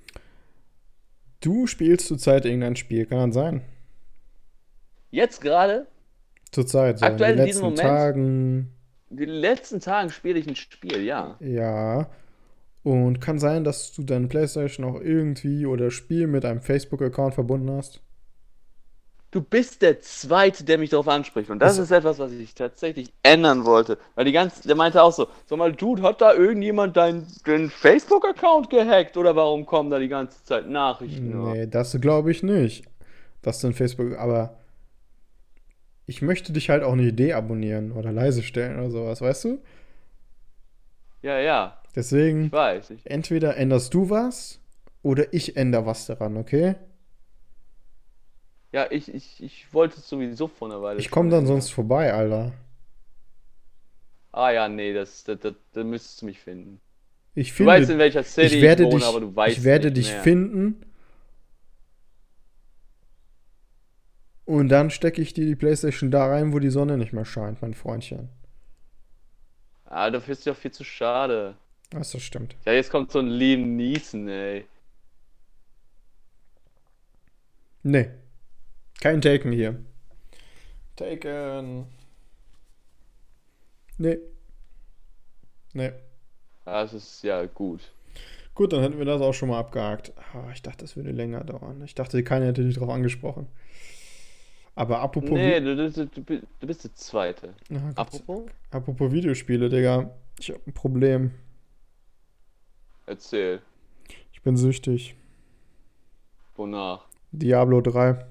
A: du spielst zurzeit irgendein Spiel, kann das sein?
B: Jetzt gerade,
A: Zurzeit, so in
B: aktuell
A: den
B: in diesem
A: letzten
B: Moment,
A: Tagen.
B: in den letzten Tagen spiele ich ein Spiel, ja.
A: Ja. Und kann sein, dass du deine PlayStation auch irgendwie oder Spiel mit einem Facebook-Account verbunden hast?
B: du bist der Zweite, der mich darauf anspricht. Und das
A: Es-
B: ist etwas, was ich tatsächlich ändern wollte. Weil die ganze, der meinte auch so, sag mal, Dude, hat da irgendjemand deinen deinen Facebook-Account gehackt? Oder warum kommen da die ganze Zeit Nachrichten nur?
A: Nee, das glaube ich nicht. Dass du in Facebook, aber ich möchte dich halt auch nicht deabonnieren oder leise stellen oder sowas, weißt du?
B: Ja, ja, ich
A: Deswegen,
B: weiß. Ich,
A: entweder änderst du was oder ich ändere was daran, okay?
B: ja, ich, ich, ich wollte es sowieso vor einer Weile
A: Ich
B: schon
A: komme dann
B: ändern.
A: sonst vorbei, Alter.
B: Ah ja, nee, das, das, das, da müsstest du mich finden.
A: Ich
B: Du weißt,
A: finde,
B: in welcher
A: ich
B: City ich
A: werde
B: wohne, aber
A: dich,
B: du
A: ich
B: weißt
A: werde
B: nicht
A: dich
B: mehr.
A: finden und dann stecke ich dir die PlayStation da rein, wo die Sonne nicht mehr scheint, mein Freundchen.
B: Ah, dafür ist ja viel zu schade.
A: Was, das stimmt.
B: Ja, jetzt kommt so ein Liam Neeson, ey.
A: Nee, kein Taken hier. Taken. Nee, nee.
B: Das ist ja gut.
A: Gut, dann hätten wir das auch schon mal abgehakt. Ah, ich dachte, das würde länger dauern. Ich dachte, keiner hätte dich drauf angesprochen. Aber apropos,
B: Nee,
A: Vi
B: du, du, du, du bi- du bist der Zweite.
A: ah, Gott sei
B: Apropos?
A: Dank. Apropos Videospiele, Digga. Ich habe ein Problem.
B: Erzähl.
A: Ich bin süchtig.
B: Wonach?
A: Diablo drei.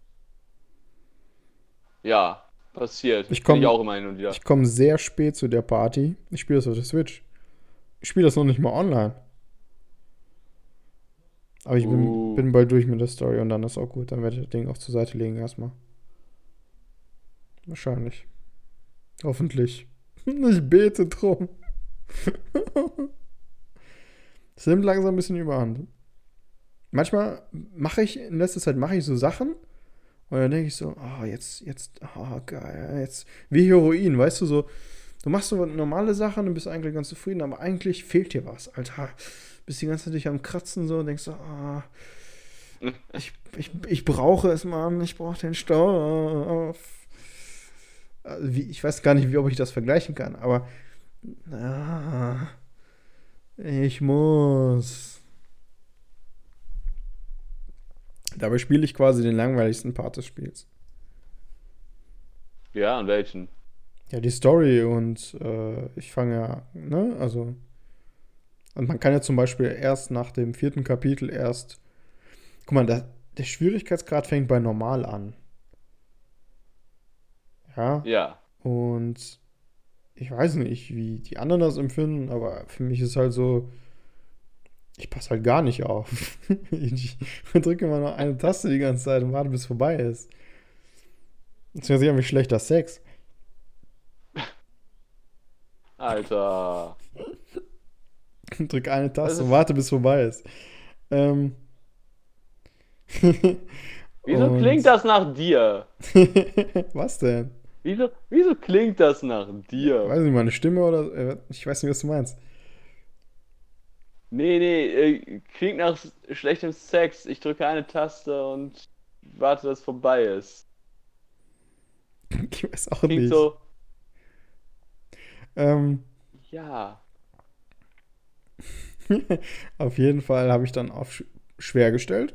B: Ja, passiert.
A: Ich
B: Bin ich
A: komme
B: auch immer hin und wieder.
A: ich komm sehr spät zu der Party. Ich spiele das auf der Switch. Ich spiele das noch nicht mal online. Aber ich bin,
B: Uh.
A: bin bald durch mit der Story und dann ist auch gut. Dann werde ich das Ding auch zur Seite legen erstmal. Wahrscheinlich. Hoffentlich. Ich bete drum. Es nimmt langsam ein bisschen überhand. Manchmal mache ich, in letzter Zeit mache ich so Sachen und dann denke ich so, oh, jetzt, jetzt, oh, geil, jetzt, wie Heroin, weißt du, so, du machst so normale Sachen und bist eigentlich ganz zufrieden, aber eigentlich fehlt dir was, Alter. Bist die ganze Zeit dich am Kratzen so und denkst so, ah, ich, ich, ich brauche es, Mann, ich brauche den Stoff. Also wie, ich weiß gar nicht, wie, ob ich das vergleichen kann, aber ah, ich muss. Dabei spiele ich quasi den langweiligsten Part des Spiels.
B: Ja, an welchen?
A: Ja, die Story und äh, ich fange ja, ne, also. Und man kann ja zum Beispiel erst nach dem vierten Kapitel erst. Guck mal, der, der Schwierigkeitsgrad fängt bei normal an. Ja.
B: Ja.
A: Und ich weiß nicht, wie die anderen das empfinden, aber für mich ist halt so, ich passe halt gar nicht auf. Ich drücke immer nur eine Taste die ganze Zeit und warte, bis es vorbei ist. Beziehungsweise habe ich schlechter Sex.
B: Alter.
A: Drücke eine
B: Das
A: Taste und
B: ist.
A: warte, bis es vorbei ist. Ähm.
B: Wieso
A: Und.
B: klingt das nach dir?
A: Was denn?
B: Wieso, wieso klingt das nach dir?
A: Weiß nicht, meine Stimme oder. Äh, ich weiß nicht, was du meinst.
B: Nee, nee, äh, klingt nach s- schlechtem Sex. Ich drücke eine Taste und warte, dass vorbei ist.
A: Ich weiß auch
B: Klingt
A: nicht.
B: so,
A: Ähm,
B: ja.
A: auf jeden Fall habe ich dann auf sch schwer gestellt.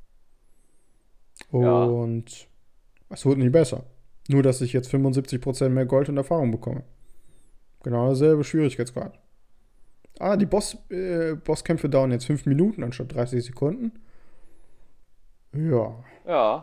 B: Ja.
A: Und es wurde nicht besser. Nur, dass ich jetzt fünfundsiebzig Prozent mehr Gold und Erfahrung bekomme. Genau derselbe Schwierigkeitsgrad. Ah, die Boss, äh, Bosskämpfe dauern jetzt fünf Minuten anstatt dreißig Sekunden. Ja.
B: Ja.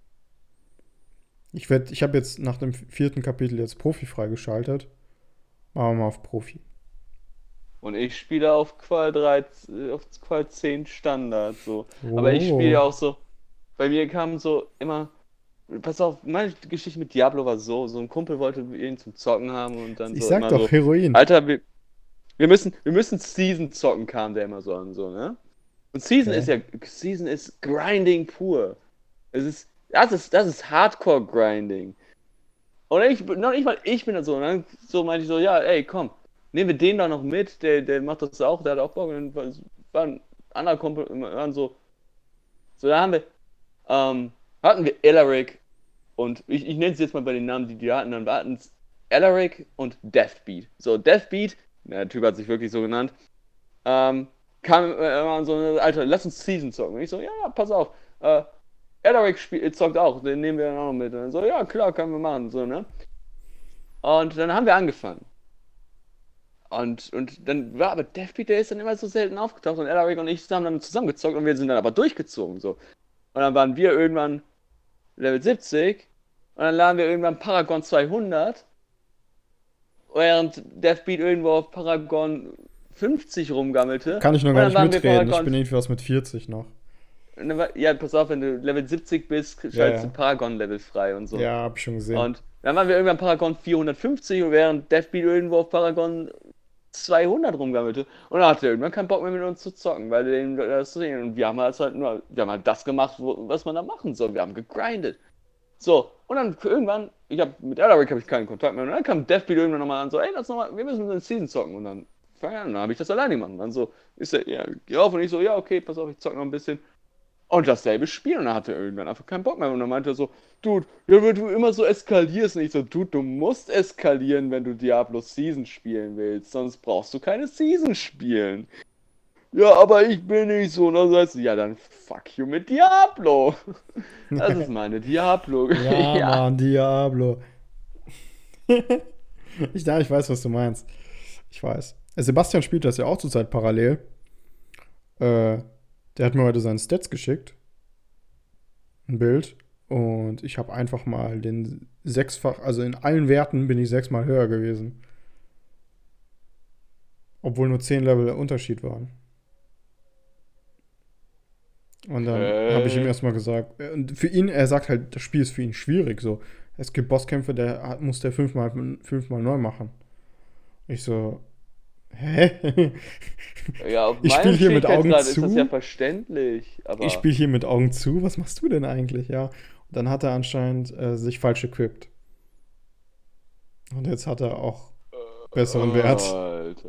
A: Ich, werd- ich habe jetzt nach dem vierten Kapitel jetzt Profi freigeschaltet. Machen wir mal auf Profi.
B: Und ich spiele auf Qual drei, auf Qual zehn Standard, so. Aber ich spiele
A: Oh.
B: auch so, bei mir kam so immer, pass auf, meine Geschichte mit Diablo war so, so ein Kumpel wollte ihn zum Zocken haben und dann
A: Ich
B: so
A: sag
B: immer
A: doch,
B: so,
A: Heroin.
B: Alter, wir, wir müssen, wir müssen Season zocken, kam der immer so an, so, ne? Und Season ist
A: Okay.
B: ja, Season ist Grinding pur. Es ist, das ist, das ist Hardcore-Grinding. Und ich, noch nicht mal ich bin da so, und dann so meinte ich so, ja, ey, komm, nehmen wir den da noch mit, der, der macht das auch, der hat auch Bock. Und dann war, war ein anderer Kumpel, wir waren so, so, da haben wir, ähm, hatten wir Elaric und ich, ich nenne es jetzt mal bei den Namen, die die hatten, dann hatten es Elaric und Deathbeat. So, Deathbeat, der Typ hat sich wirklich so genannt, ähm, kam immer so, Alter, lass uns Season zocken. Und ich so, ja, pass auf, äh, Alaric spielt, zockt auch, den nehmen wir dann auch noch mit. Und dann so, ja klar, können wir machen, so, ne? Und dann haben wir angefangen. Und, und dann war aber Deathbeat, der ist dann immer so selten aufgetaucht und Alaric und ich haben dann zusammengezockt und wir sind dann aber durchgezogen, so. Und dann waren wir irgendwann Level siebzig und dann laden wir irgendwann Paragon zweihundert, während Deathbeat irgendwo auf Paragon fünfzig rumgammelte.
A: Kann ich noch
B: Und
A: gar
B: dann
A: nicht
B: waren wir
A: mitreden. Ich
B: Paragon.
A: bin irgendwie was mit vierzig noch.
B: Und dann war, ja, pass auf, wenn du Level siebzig bist,
A: Ja,
B: schaltest du
A: ja.
B: Paragon-Level frei und so.
A: Ja, hab ich schon gesehen.
B: Und dann waren wir irgendwann Paragon vierhundertfünfzig und während Deathbeat irgendwo auf Paragon zweihundert rumgammelte. Und dann hatte er irgendwann keinen Bock mehr mit uns zu zocken, weil den, das sehen. Und wir haben halt, halt nur, wir haben halt das gemacht, wo, was man da machen soll. Wir haben gegrindet. So, und dann irgendwann, ich habe mit Alaric habe ich keinen Kontakt mehr. Und dann kam Deathbeat irgendwann nochmal an, so, ey, lass noch mal, wir müssen eine Season zocken. Und dann, fang an, dann habe ich das alleine gemacht. Und dann so, ist er, ja, geh auf. Und ich so, ja, okay, pass auf, ich zock noch ein bisschen. Und dasselbe Spiel. Und dann hatte er irgendwann einfach keinen Bock mehr. Und dann meinte er so, Dude, ja, wenn du immer so eskalierst. Und ich so, Dude, du musst eskalieren, wenn du Diablo Season spielen willst. Sonst brauchst du keine Season spielen. Ja, aber ich bin nicht so. Und dann sagst du, ja, dann fuck you mit Diablo. Das ist meine Diablo.
A: Ja,
B: Ja.
A: Mann, Diablo. Ich, ja, ich weiß, was du meinst. Ich weiß. Äh, Sebastian spielt das ja auch zurzeit parallel. Äh, der hat mir heute seine Stats geschickt. Ein Bild. Und ich habe einfach mal den sechsfach, also in allen Werten bin ich sechsmal höher gewesen. Obwohl nur zehn Level Unterschied waren. Und dann habe ich ihm
B: Okay.
A: erstmal gesagt, äh, und für ihn, er sagt halt, das Spiel ist für ihn schwierig. So, es gibt Bosskämpfe, der hat- muss der fünfmal, fünfmal neu machen. Ich so, hä?
B: Ja, auf
A: Ich spiele
B: meinem
A: hier mit Augen
B: Schwierigkeitsgrad ist das ja
A: zu.
B: verständlich.
A: Ich
B: Aber,
A: spiele hier mit Augen zu. Was machst du denn eigentlich? Ja. Und dann hat er anscheinend äh, sich falsch equipped. Und jetzt hat er auch besseren Wert.
B: Alter.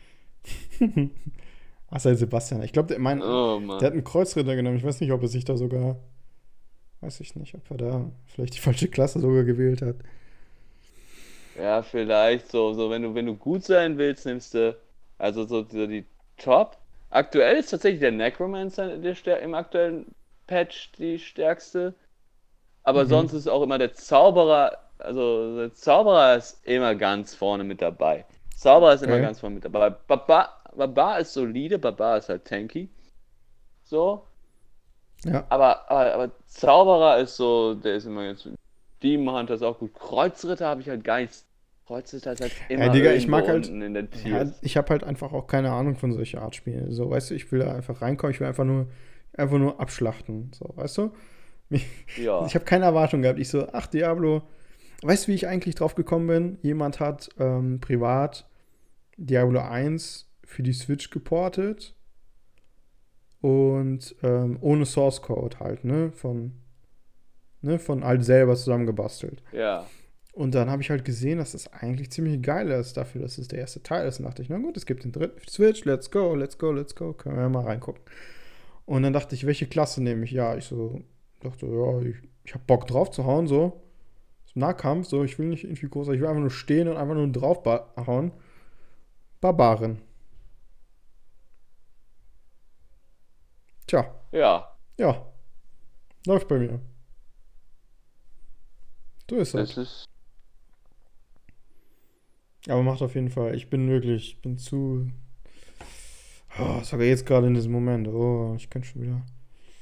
A: Ach, sei Sebastian. Ich glaube, der, mein,
B: Oh
A: der hat
B: Mann.
A: einen Kreuzritter genommen. Ich weiß nicht, ob er sich da sogar, weiß ich nicht, ob er da vielleicht die falsche Klasse sogar gewählt hat.
B: Ja, vielleicht so, so wenn du, wenn du gut sein willst, nimmst du, also so, so die Top. Aktuell ist tatsächlich der Necromancer der stär im aktuellen Patch die stärkste. Aber sonst
A: Mhm.
B: ist auch immer der Zauberer, also der Zauberer ist immer ganz vorne mit dabei. Zauberer ist immer
A: Okay.
B: ganz vorne mit dabei. Barbar, Barbar ist solide, Barbar ist halt tanky. So.
A: Ja.
B: Aber, aber, aber Zauberer ist so, der ist immer jetzt. Demon Hunter ist auch gut. Kreuzritter habe ich halt gar nichts. Kreuzritter ist halt
A: Ja,
B: immer
A: Digga, ich
B: irgendwo
A: mag halt,
B: unten in den
A: ja,
B: Tiers.
A: ich habe halt einfach auch keine Ahnung von solcher Art Spielen. So, weißt du, ich will da einfach reinkommen, ich will einfach nur, einfach nur abschlachten. So, weißt du? Ich
B: Ja.
A: habe keine Erwartung gehabt. Ich so, ach, Diablo. Weißt du, wie ich eigentlich drauf gekommen bin? Jemand hat ähm, privat Diablo eins für die Switch geportet und ähm, ohne Source Code halt, ne? Von, ne? Von halt selber zusammengebastelt.
B: Ja.
A: Und dann habe ich halt gesehen, dass das eigentlich ziemlich geil ist dafür, dass es der erste Teil ist. Und dachte ich, na gut, es gibt den dritten für die Switch, let's go, let's go, let's go. Können wir ja mal reingucken. Und dann dachte ich, welche Klasse nehme ich? Ja, ich so, dachte, ja, ich, ich habe Bock drauf zu hauen, so. So Nahkampf, so, ich will nicht irgendwie groß, ich will einfach nur stehen und einfach nur drauf hauen. Barbaren. Tja,
B: Ja.
A: ja, läuft bei mir. So ist das.
B: Das ist.
A: Aber macht auf jeden Fall, ich bin wirklich, ich bin zu. Oh, sogar jetzt gerade in diesem Moment. Oh, ich kann schon wieder.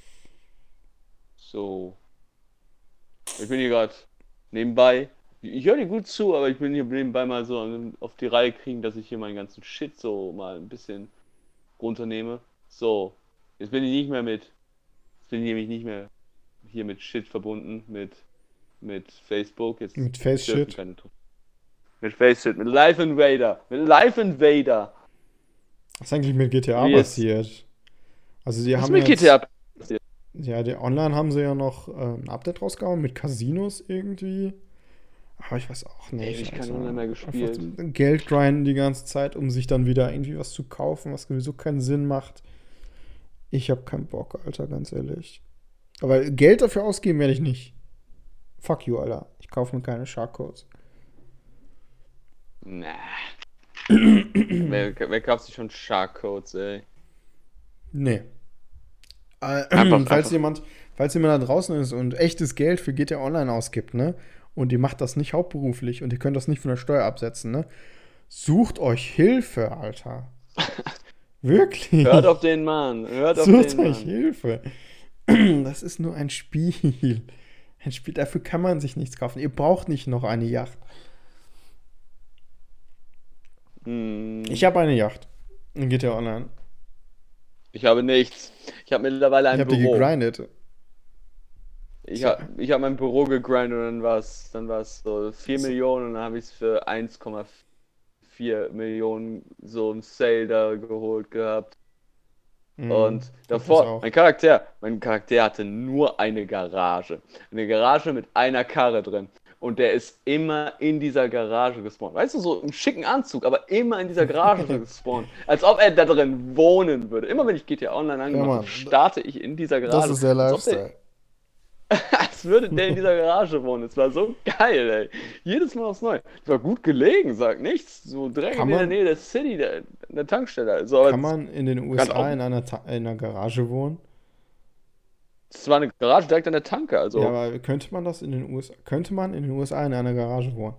B: So. Ich bin hier gerade nebenbei. Ich höre dir gut zu, aber ich bin hier nebenbei mal so an- auf die Reihe kriegen, dass ich hier meinen ganzen Shit so mal ein bisschen runternehme. So. Jetzt bin ich nicht mehr mit. Jetzt bin ich nämlich nicht mehr hier mit Shit verbunden, mit, mit Facebook. Jetzt
A: Mit Face
B: dürfen
A: Shit.
B: keine. Mit Face Shit, mit Live Invader. Mit Live Invader.
A: Was ist eigentlich mit G T A
B: Wie jetzt.
A: passiert? Also, die
B: Was ist
A: haben
B: mit
A: jetzt.
B: G T A passiert?
A: Ja, die online haben sie ja noch äh, ein Update rausgehauen mit Casinos irgendwie. Aber ich weiß auch
B: Ey,
A: nicht.
B: ich kann
A: Alter.
B: online mehr
A: Einfach
B: gespielt.
A: so Geld grinden die ganze Zeit, um sich dann wieder irgendwie was zu kaufen, was sowieso keinen Sinn macht. Ich habe keinen Bock, Alter, ganz ehrlich. Aber Geld dafür ausgeben werde ich nicht. Fuck you, Alter. Ich kaufe mir keine Shark Codes.
B: Nah. wer, wer kauft sich schon Shark Codes, ey?
A: Nee. Äh,
B: Einfach,
A: falls
B: einfach.
A: jemand, falls jemand da draußen ist und echtes Geld für G T A Online ausgibt, ne? Und ihr macht das nicht hauptberuflich und ihr könnt das nicht von der Steuer absetzen, ne? Sucht euch Hilfe, Alter.
B: Hört auf
A: Wirklich.
B: den Mann, hört auf
A: Sucht
B: den
A: euch
B: Mann.
A: Hilfe. Das ist nur ein Spiel. Ein Spiel, dafür kann man sich nichts kaufen. Ihr braucht nicht noch eine Yacht. Ich
B: Hm,
A: habe eine Yacht. In G T A Online.
B: ich habe nichts. Ich habe mittlerweile
A: Ich
B: ein
A: habe die
B: Büro.
A: gegrindet.
B: Ich
A: Tja.
B: habe ich hab mein Büro gegrindet und dann war es dann war's so vier
A: So.
B: Millionen und dann habe ich es für eins Komma vier Millionen so im Sale da geholt gehabt.
A: Mhm.
B: Und
A: Ich hab das
B: davor,
A: auch.
B: mein Charakter, mein Charakter hatte nur eine Garage. Eine Garage mit einer Karre drin. Und der ist immer in dieser Garage gespawnt. Weißt du, so im schicken Anzug, aber immer in dieser Garage gespawnt. Als ob er da drin wohnen würde. Immer wenn ich G T A Online
A: Ja,
B: angemacht habe,
A: Mann.
B: starte ich in dieser
A: Das
B: Garage.
A: ist der
B: Als ob der,
A: Lifestyle.
B: als würde der in dieser Garage wohnen. Es war so geil, ey. Jedes Mal aufs Neue. Es war gut gelegen, sagt nichts. So direkt
A: Kann
B: in der
A: man,
B: Nähe der City, der, der Tankstelle. Also, aber
A: kann
B: es
A: man in den
B: kann
A: U S A
B: auch.
A: in einer, Ta in einer Garage wohnen?
B: Es war eine Garage direkt an der Tanke,
A: Ja,
B: also.
A: aber könnte man das in den U S A, könnte man in den U S A in einer Garage wohnen?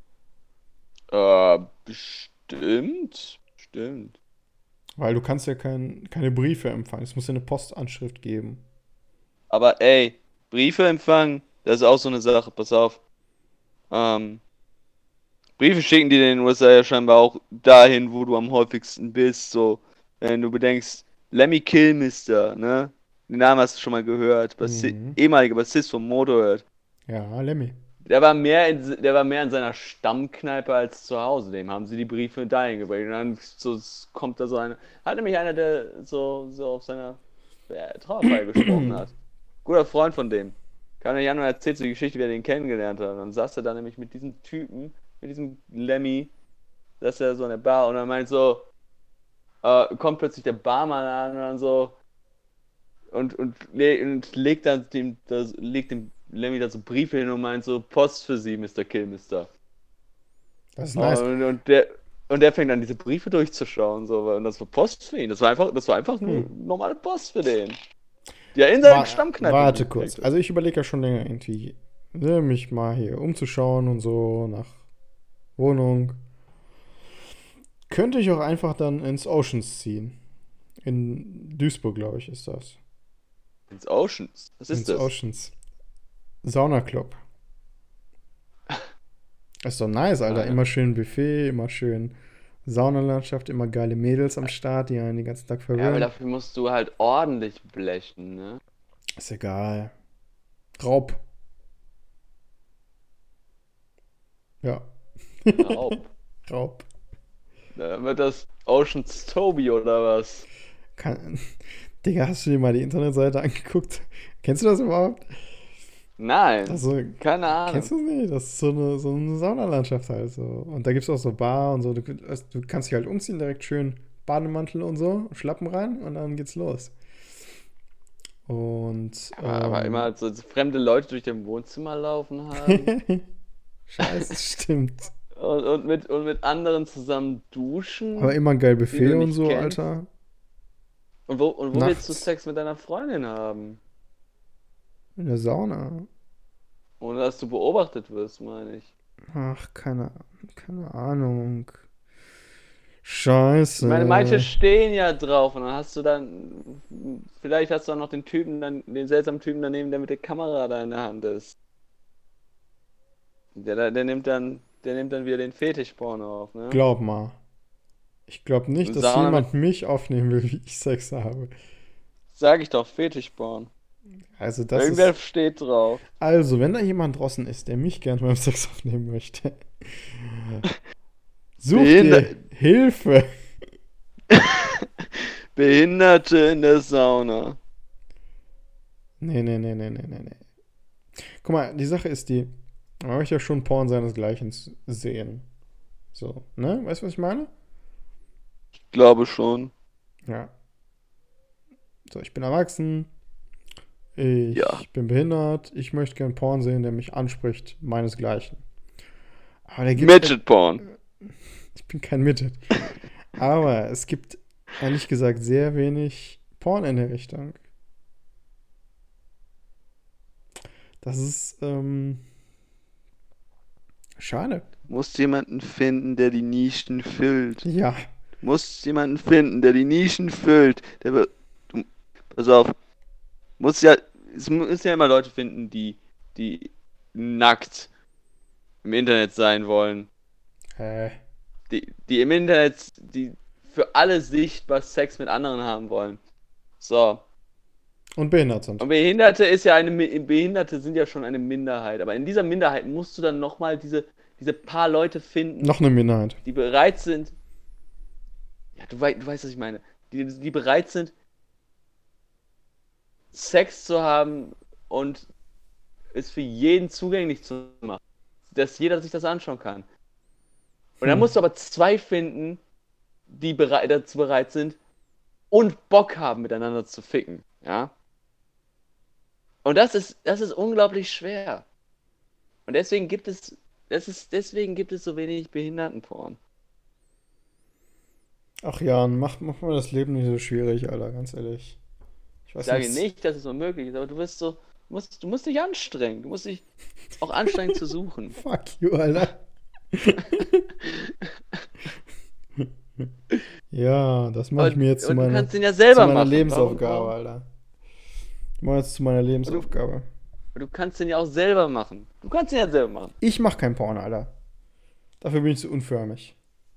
B: Äh, bestimmt. Stimmt.
A: Weil du kannst ja kein, keine Briefe empfangen. Es muss ja eine Postanschrift geben.
B: Aber ey, Briefe empfangen, das ist auch so eine Sache, pass auf. Ähm, Briefe schicken die in den U S A ja scheinbar auch dahin, wo du am häufigsten bist. So, wenn du bedenkst, Lemmy Kilmister, ne? Den Namen hast du schon mal gehört. Bassi
A: Mhm.
B: ehemaliger Bassist von Motorhead.
A: Ja, Lemmy.
B: Der war mehr in, der war mehr in seiner Stammkneipe als zu Hause. Dem haben sie die Briefe dahin gebracht. Und dann so, kommt da so einer. Hat nämlich einer, der so, so auf seiner äh, Trauerfeier gesprochen hat. Guter Freund von dem. Kam der Januar erzählt so die Geschichte, wie er den kennengelernt hat. Und dann saß er da nämlich mit diesem Typen, mit diesem Lemmy, saß er so in der Bar und er meint so, äh, kommt plötzlich der Barmann an und dann so und, und, le und legt dann dem, das, legt dem Lemmy da so Briefe hin und meint so, Post für Sie, Mister Killmister.
A: Das ist nice.
B: Und, und der und der fängt dann diese Briefe durchzuschauen, so, und das war Post für ihn. Das war einfach, das war einfach
A: Hm.
B: nur normale Post für den. Die er in seine
A: Wa
B: Stammkneipe
A: warte
B: gekriegt
A: kurz.
B: hat.
A: Also ich überlege ja schon länger irgendwie, ne, mich mal hier umzuschauen und so nach Wohnung. Könnte ich auch einfach dann ins Oceans ziehen. In Duisburg, glaube ich, ist das.
B: Ins Oceans. Was ist
A: Ins
B: das?
A: Oceans. Saunaclub. Ist doch nice, Alter.
B: Ah,
A: Immer schön Buffet, immer schön Saunalandschaft, immer geile Mädels am Start, die einen den ganzen Tag
B: ja, aber
A: verwöhnen.
B: dafür musst du halt ordentlich blechen, ne?
A: Ist egal. Raub. Ja.
B: Raub.
A: Raub.
B: Dann wird das Oceans Toby oder was?
A: Kann, Digga, hast du dir mal die Internetseite angeguckt? Kennst du das überhaupt?
B: Nein,
A: Also,
B: keine
A: kennst
B: Ahnung.
A: du es nicht? Das ist so eine, so eine Saunalandschaft halt so. Und da gibt es auch so Bar und so. Du, also, du kannst dich halt umziehen, direkt schön Bademantel und so, Schlappen rein und dann geht's los. Und,
B: Aber, aber
A: ähm,
B: immer so fremde Leute durch dein Wohnzimmer laufen haben
A: Scheiße, stimmt.
B: und, und, mit, und mit anderen zusammen
A: Aber
B: duschen,
A: immer geil
B: die du
A: Buffet und
B: nicht
A: so,
B: kennst.
A: Alter.
B: Und wo, und wo willst du
A: Nachts
B: Sex mit deiner Freundin haben?
A: in der Sauna.
B: Ohne dass du beobachtet wirst, meine ich.
A: Ach, keine, keine Ahnung.
B: Ich meine, manche
A: Scheiße.
B: stehen ja drauf und dann hast du dann, vielleicht hast du auch noch den Typen, dann, den seltsamen Typen daneben, der mit der Kamera da in der Hand ist. Der, der, der nimmt dann, der nimmt dann wieder den Fetischporno auf, ne?
A: Glaub mal. Ich glaube nicht, dass
B: Sauna mit,
A: jemand mich aufnehmen will, wie ich Sex habe.
B: sag ich doch, Fetischporn.
A: Also das
B: Irgendwer
A: ist.
B: steht drauf.
A: Also, wenn da jemand draußen ist, der mich gern beim Sex aufnehmen möchte, such
B: Behinder
A: dir Hilfe.
B: Behinderte in der Sauna.
A: Nee, nee, nee, nee, nee, nee, nee. Guck mal, die Sache ist die, man möchte ja schon Porn seinesgleichen sehen. So, ne? Weißt du, was ich meine?
B: Glaube schon.
A: Ja. So, ich bin erwachsen,
B: Ja.
A: ich bin behindert, ich möchte gern Porn sehen, der mich anspricht, meinesgleichen. Aber da gibt's halt,
B: Midget Porn.
A: ich bin kein Midget. Aber es gibt, ehrlich gesagt, sehr wenig Porn in der Richtung. Das ist, ähm, schade.
B: Musst jemanden finden, der die Nischen füllt.
A: Ja.
B: Du musst jemanden finden, der die Nischen füllt. Der wird. Du, pass auf. Muss ja. Es müssen ja immer Leute finden, die, die nackt im Internet sein wollen.
A: Äh,
B: Die, die im Internet, die für alle sichtbar Sex mit anderen haben wollen. So.
A: und behindert sind.
B: Und Behinderte ist ja eine Mi- Behinderte sind ja schon eine Minderheit. Aber in dieser Minderheit musst du dann nochmal diese, diese paar Leute finden,
A: Noch eine Minderheit.
B: die bereit sind. Ja, du, wei du weißt, was ich meine. Die, die bereit sind, Sex zu haben und es für jeden zugänglich zu machen. Dass jeder sich das anschauen kann. Und dann
A: Hm.
B: musst du aber zwei finden, die bereit, dazu bereit sind und Bock haben, miteinander zu ficken. Ja? Und das ist, das ist unglaublich schwer. Und deswegen gibt es, das ist, deswegen gibt es so wenig Behindertenporn.
A: Ach Jan, mach, mach mal das Leben nicht so schwierig, Alter, ganz ehrlich. Ich
B: Ich
A: weiß
B: sage
A: nicht.
B: nicht, dass es unmöglich ist, aber du wirst so, du musst, du musst dich anstrengen. Du musst dich auch anstrengen zu suchen.
A: Fuck you, Alter. Ja, das mache ich
B: Und,
A: mir jetzt zu
B: und du
A: meiner,
B: kannst den ja
A: zu
B: selber
A: meiner
B: machen.
A: Lebensaufgabe,
B: Warum, warum?
A: Alter. Ich mache jetzt zu meiner Lebensaufgabe.
B: Du kannst den ja auch selber machen. Du kannst den ja selber machen.
A: Ich mache kein Porn, Alter. Dafür bin ich zu unförmig.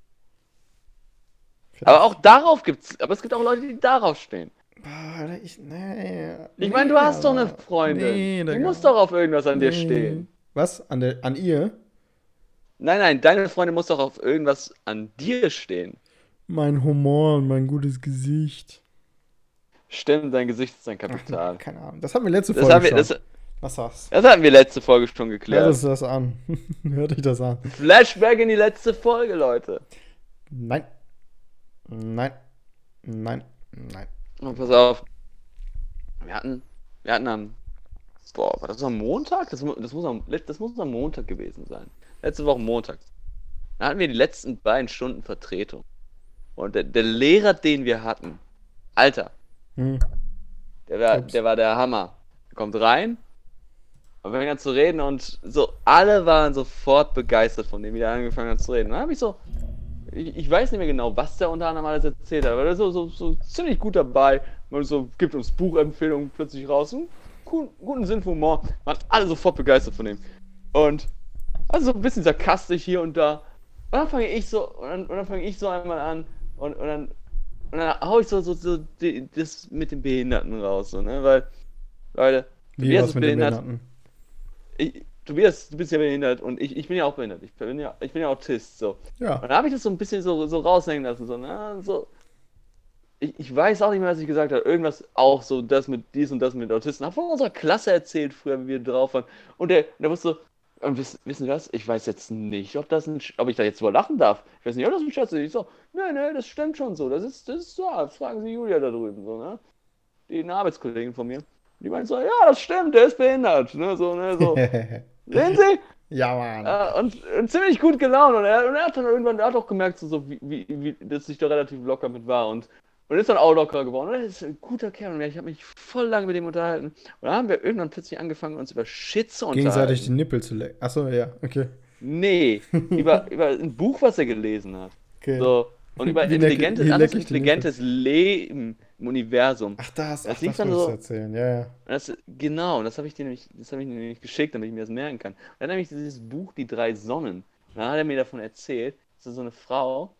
B: Aber auch darauf gibt's, aber es gibt auch Leute, die darauf stehen.
A: Boah, Alter, ich, nee.
B: Ich
A: nee,
B: meine, du hast doch eine
A: Alter.
B: Freundin.
A: Nee,
B: Die
A: Digga.
B: muss doch auf irgendwas an dir
A: Nee.
B: stehen.
A: Was? An, der, an ihr?
B: Nein, nein, deine Freundin muss doch auf irgendwas an dir stehen.
A: Mein Humor und mein gutes Gesicht.
B: Stimmt, dein Gesicht ist dein
A: Ach,
B: Kapital.
A: keine Ahnung. Das haben wir letzte
B: Das
A: Folge
B: haben wir,
A: schon.
B: das,
A: Was sagst
B: das hatten wir letzte Folge schon
A: Hört
B: geklärt.
A: uns das an. Hört euch das an.
B: Flashback in die letzte Folge, Leute.
A: Nein. Nein. Nein. Nein.
B: Und pass auf. Wir hatten, wir hatten am, boah, war das am Montag? Das, mu- das, muss am, das muss am Montag gewesen sein. Letzte Woche Montag. Da hatten wir die letzten beiden Stunden Vertretung. Und der, der Lehrer, den wir hatten, Alter,
A: Hm.
B: der war,
A: Ups.
B: der war der Hammer. Er kommt rein und fängt an zu reden und so, alle waren sofort begeistert von dem, wie der angefangen hat zu reden. Und dann habe ich so, ich, ich weiß nicht mehr genau, was der unter anderem alles erzählt hat, aber der ist so, so, so ziemlich gut dabei. Man so gibt uns Buchempfehlungen plötzlich raus. Einen guten, guten Sinn für Humor. Waren alle sofort begeistert von dem. Und also so ein bisschen sarkastisch hier und da. Und dann fange ich so, und dann, und dann fange ich so einmal an und, und dann und dann hau ich so, so, so die, das mit den Behinderten raus, so, ne? Weil, Leute,
A: Wie
B: Tobias
A: was
B: ist
A: mit den
B: behindert.
A: Behinderten?
B: Ich, Tobias, du bist ja behindert und ich, ich bin ja auch behindert. Ich bin ja, ich bin ja Autist, so.
A: Ja.
B: Und dann habe ich das so ein bisschen so, so raushängen lassen, so, na, so. Ich, ich weiß auch nicht mehr, was ich gesagt habe. Irgendwas auch so, das mit dies und das mit Autisten. Hab von unserer Klasse erzählt früher, wie wir drauf waren. Und der, der wusste so, und wissen, wissen Sie was? Ich weiß jetzt nicht, ob das ein, Sch- ob ich da jetzt drüber lachen darf. Ich weiß nicht, ob das ein Scherz ist. Ich so, nee, nee, das stimmt schon so. Das ist, das ist so. Fragen Sie Julia da drüben, so, ne? Die eine Arbeitskollegin von mir. Die meint so, ja, das stimmt, der ist behindert, ne? So, ne, so. Sehen Sie?
A: Ja, Mann.
B: Äh, und, und ziemlich gut gelaunt. Und er, und er hat dann irgendwann, er hat auch gemerkt, so, so wie, wie, wie, dass ich da relativ locker mit war. Und, und ist dann auch locker geworden. Und er ist ein guter Kerl. Und ich habe mich voll lange mit ihm unterhalten. Und dann haben wir irgendwann plötzlich angefangen, uns über Shit zu
A: Gegenseitig
B: unterhalten.
A: die Nippel zu lecken. Achso, ja, okay.
B: Nee, über, über ein Buch, was er gelesen hat.
A: okay.
B: So. Und über
A: Wie leck-
B: intelligentes,
A: wie
B: anderes
A: leck ich die
B: intelligentes Leben im Universum.
A: Ach, das,
B: Das
A: ach,
B: lief
A: das
B: dann
A: wolltest
B: so-
A: du erzählen. Ja, ja.
B: Und Das, genau, und das habe ich dir nämlich, das habe ich dir nämlich geschickt, damit ich mir das merken kann. Und dann habe ich dieses Buch, Die drei Sonnen. Und dann hat er mir davon erzählt, dass so eine Frau,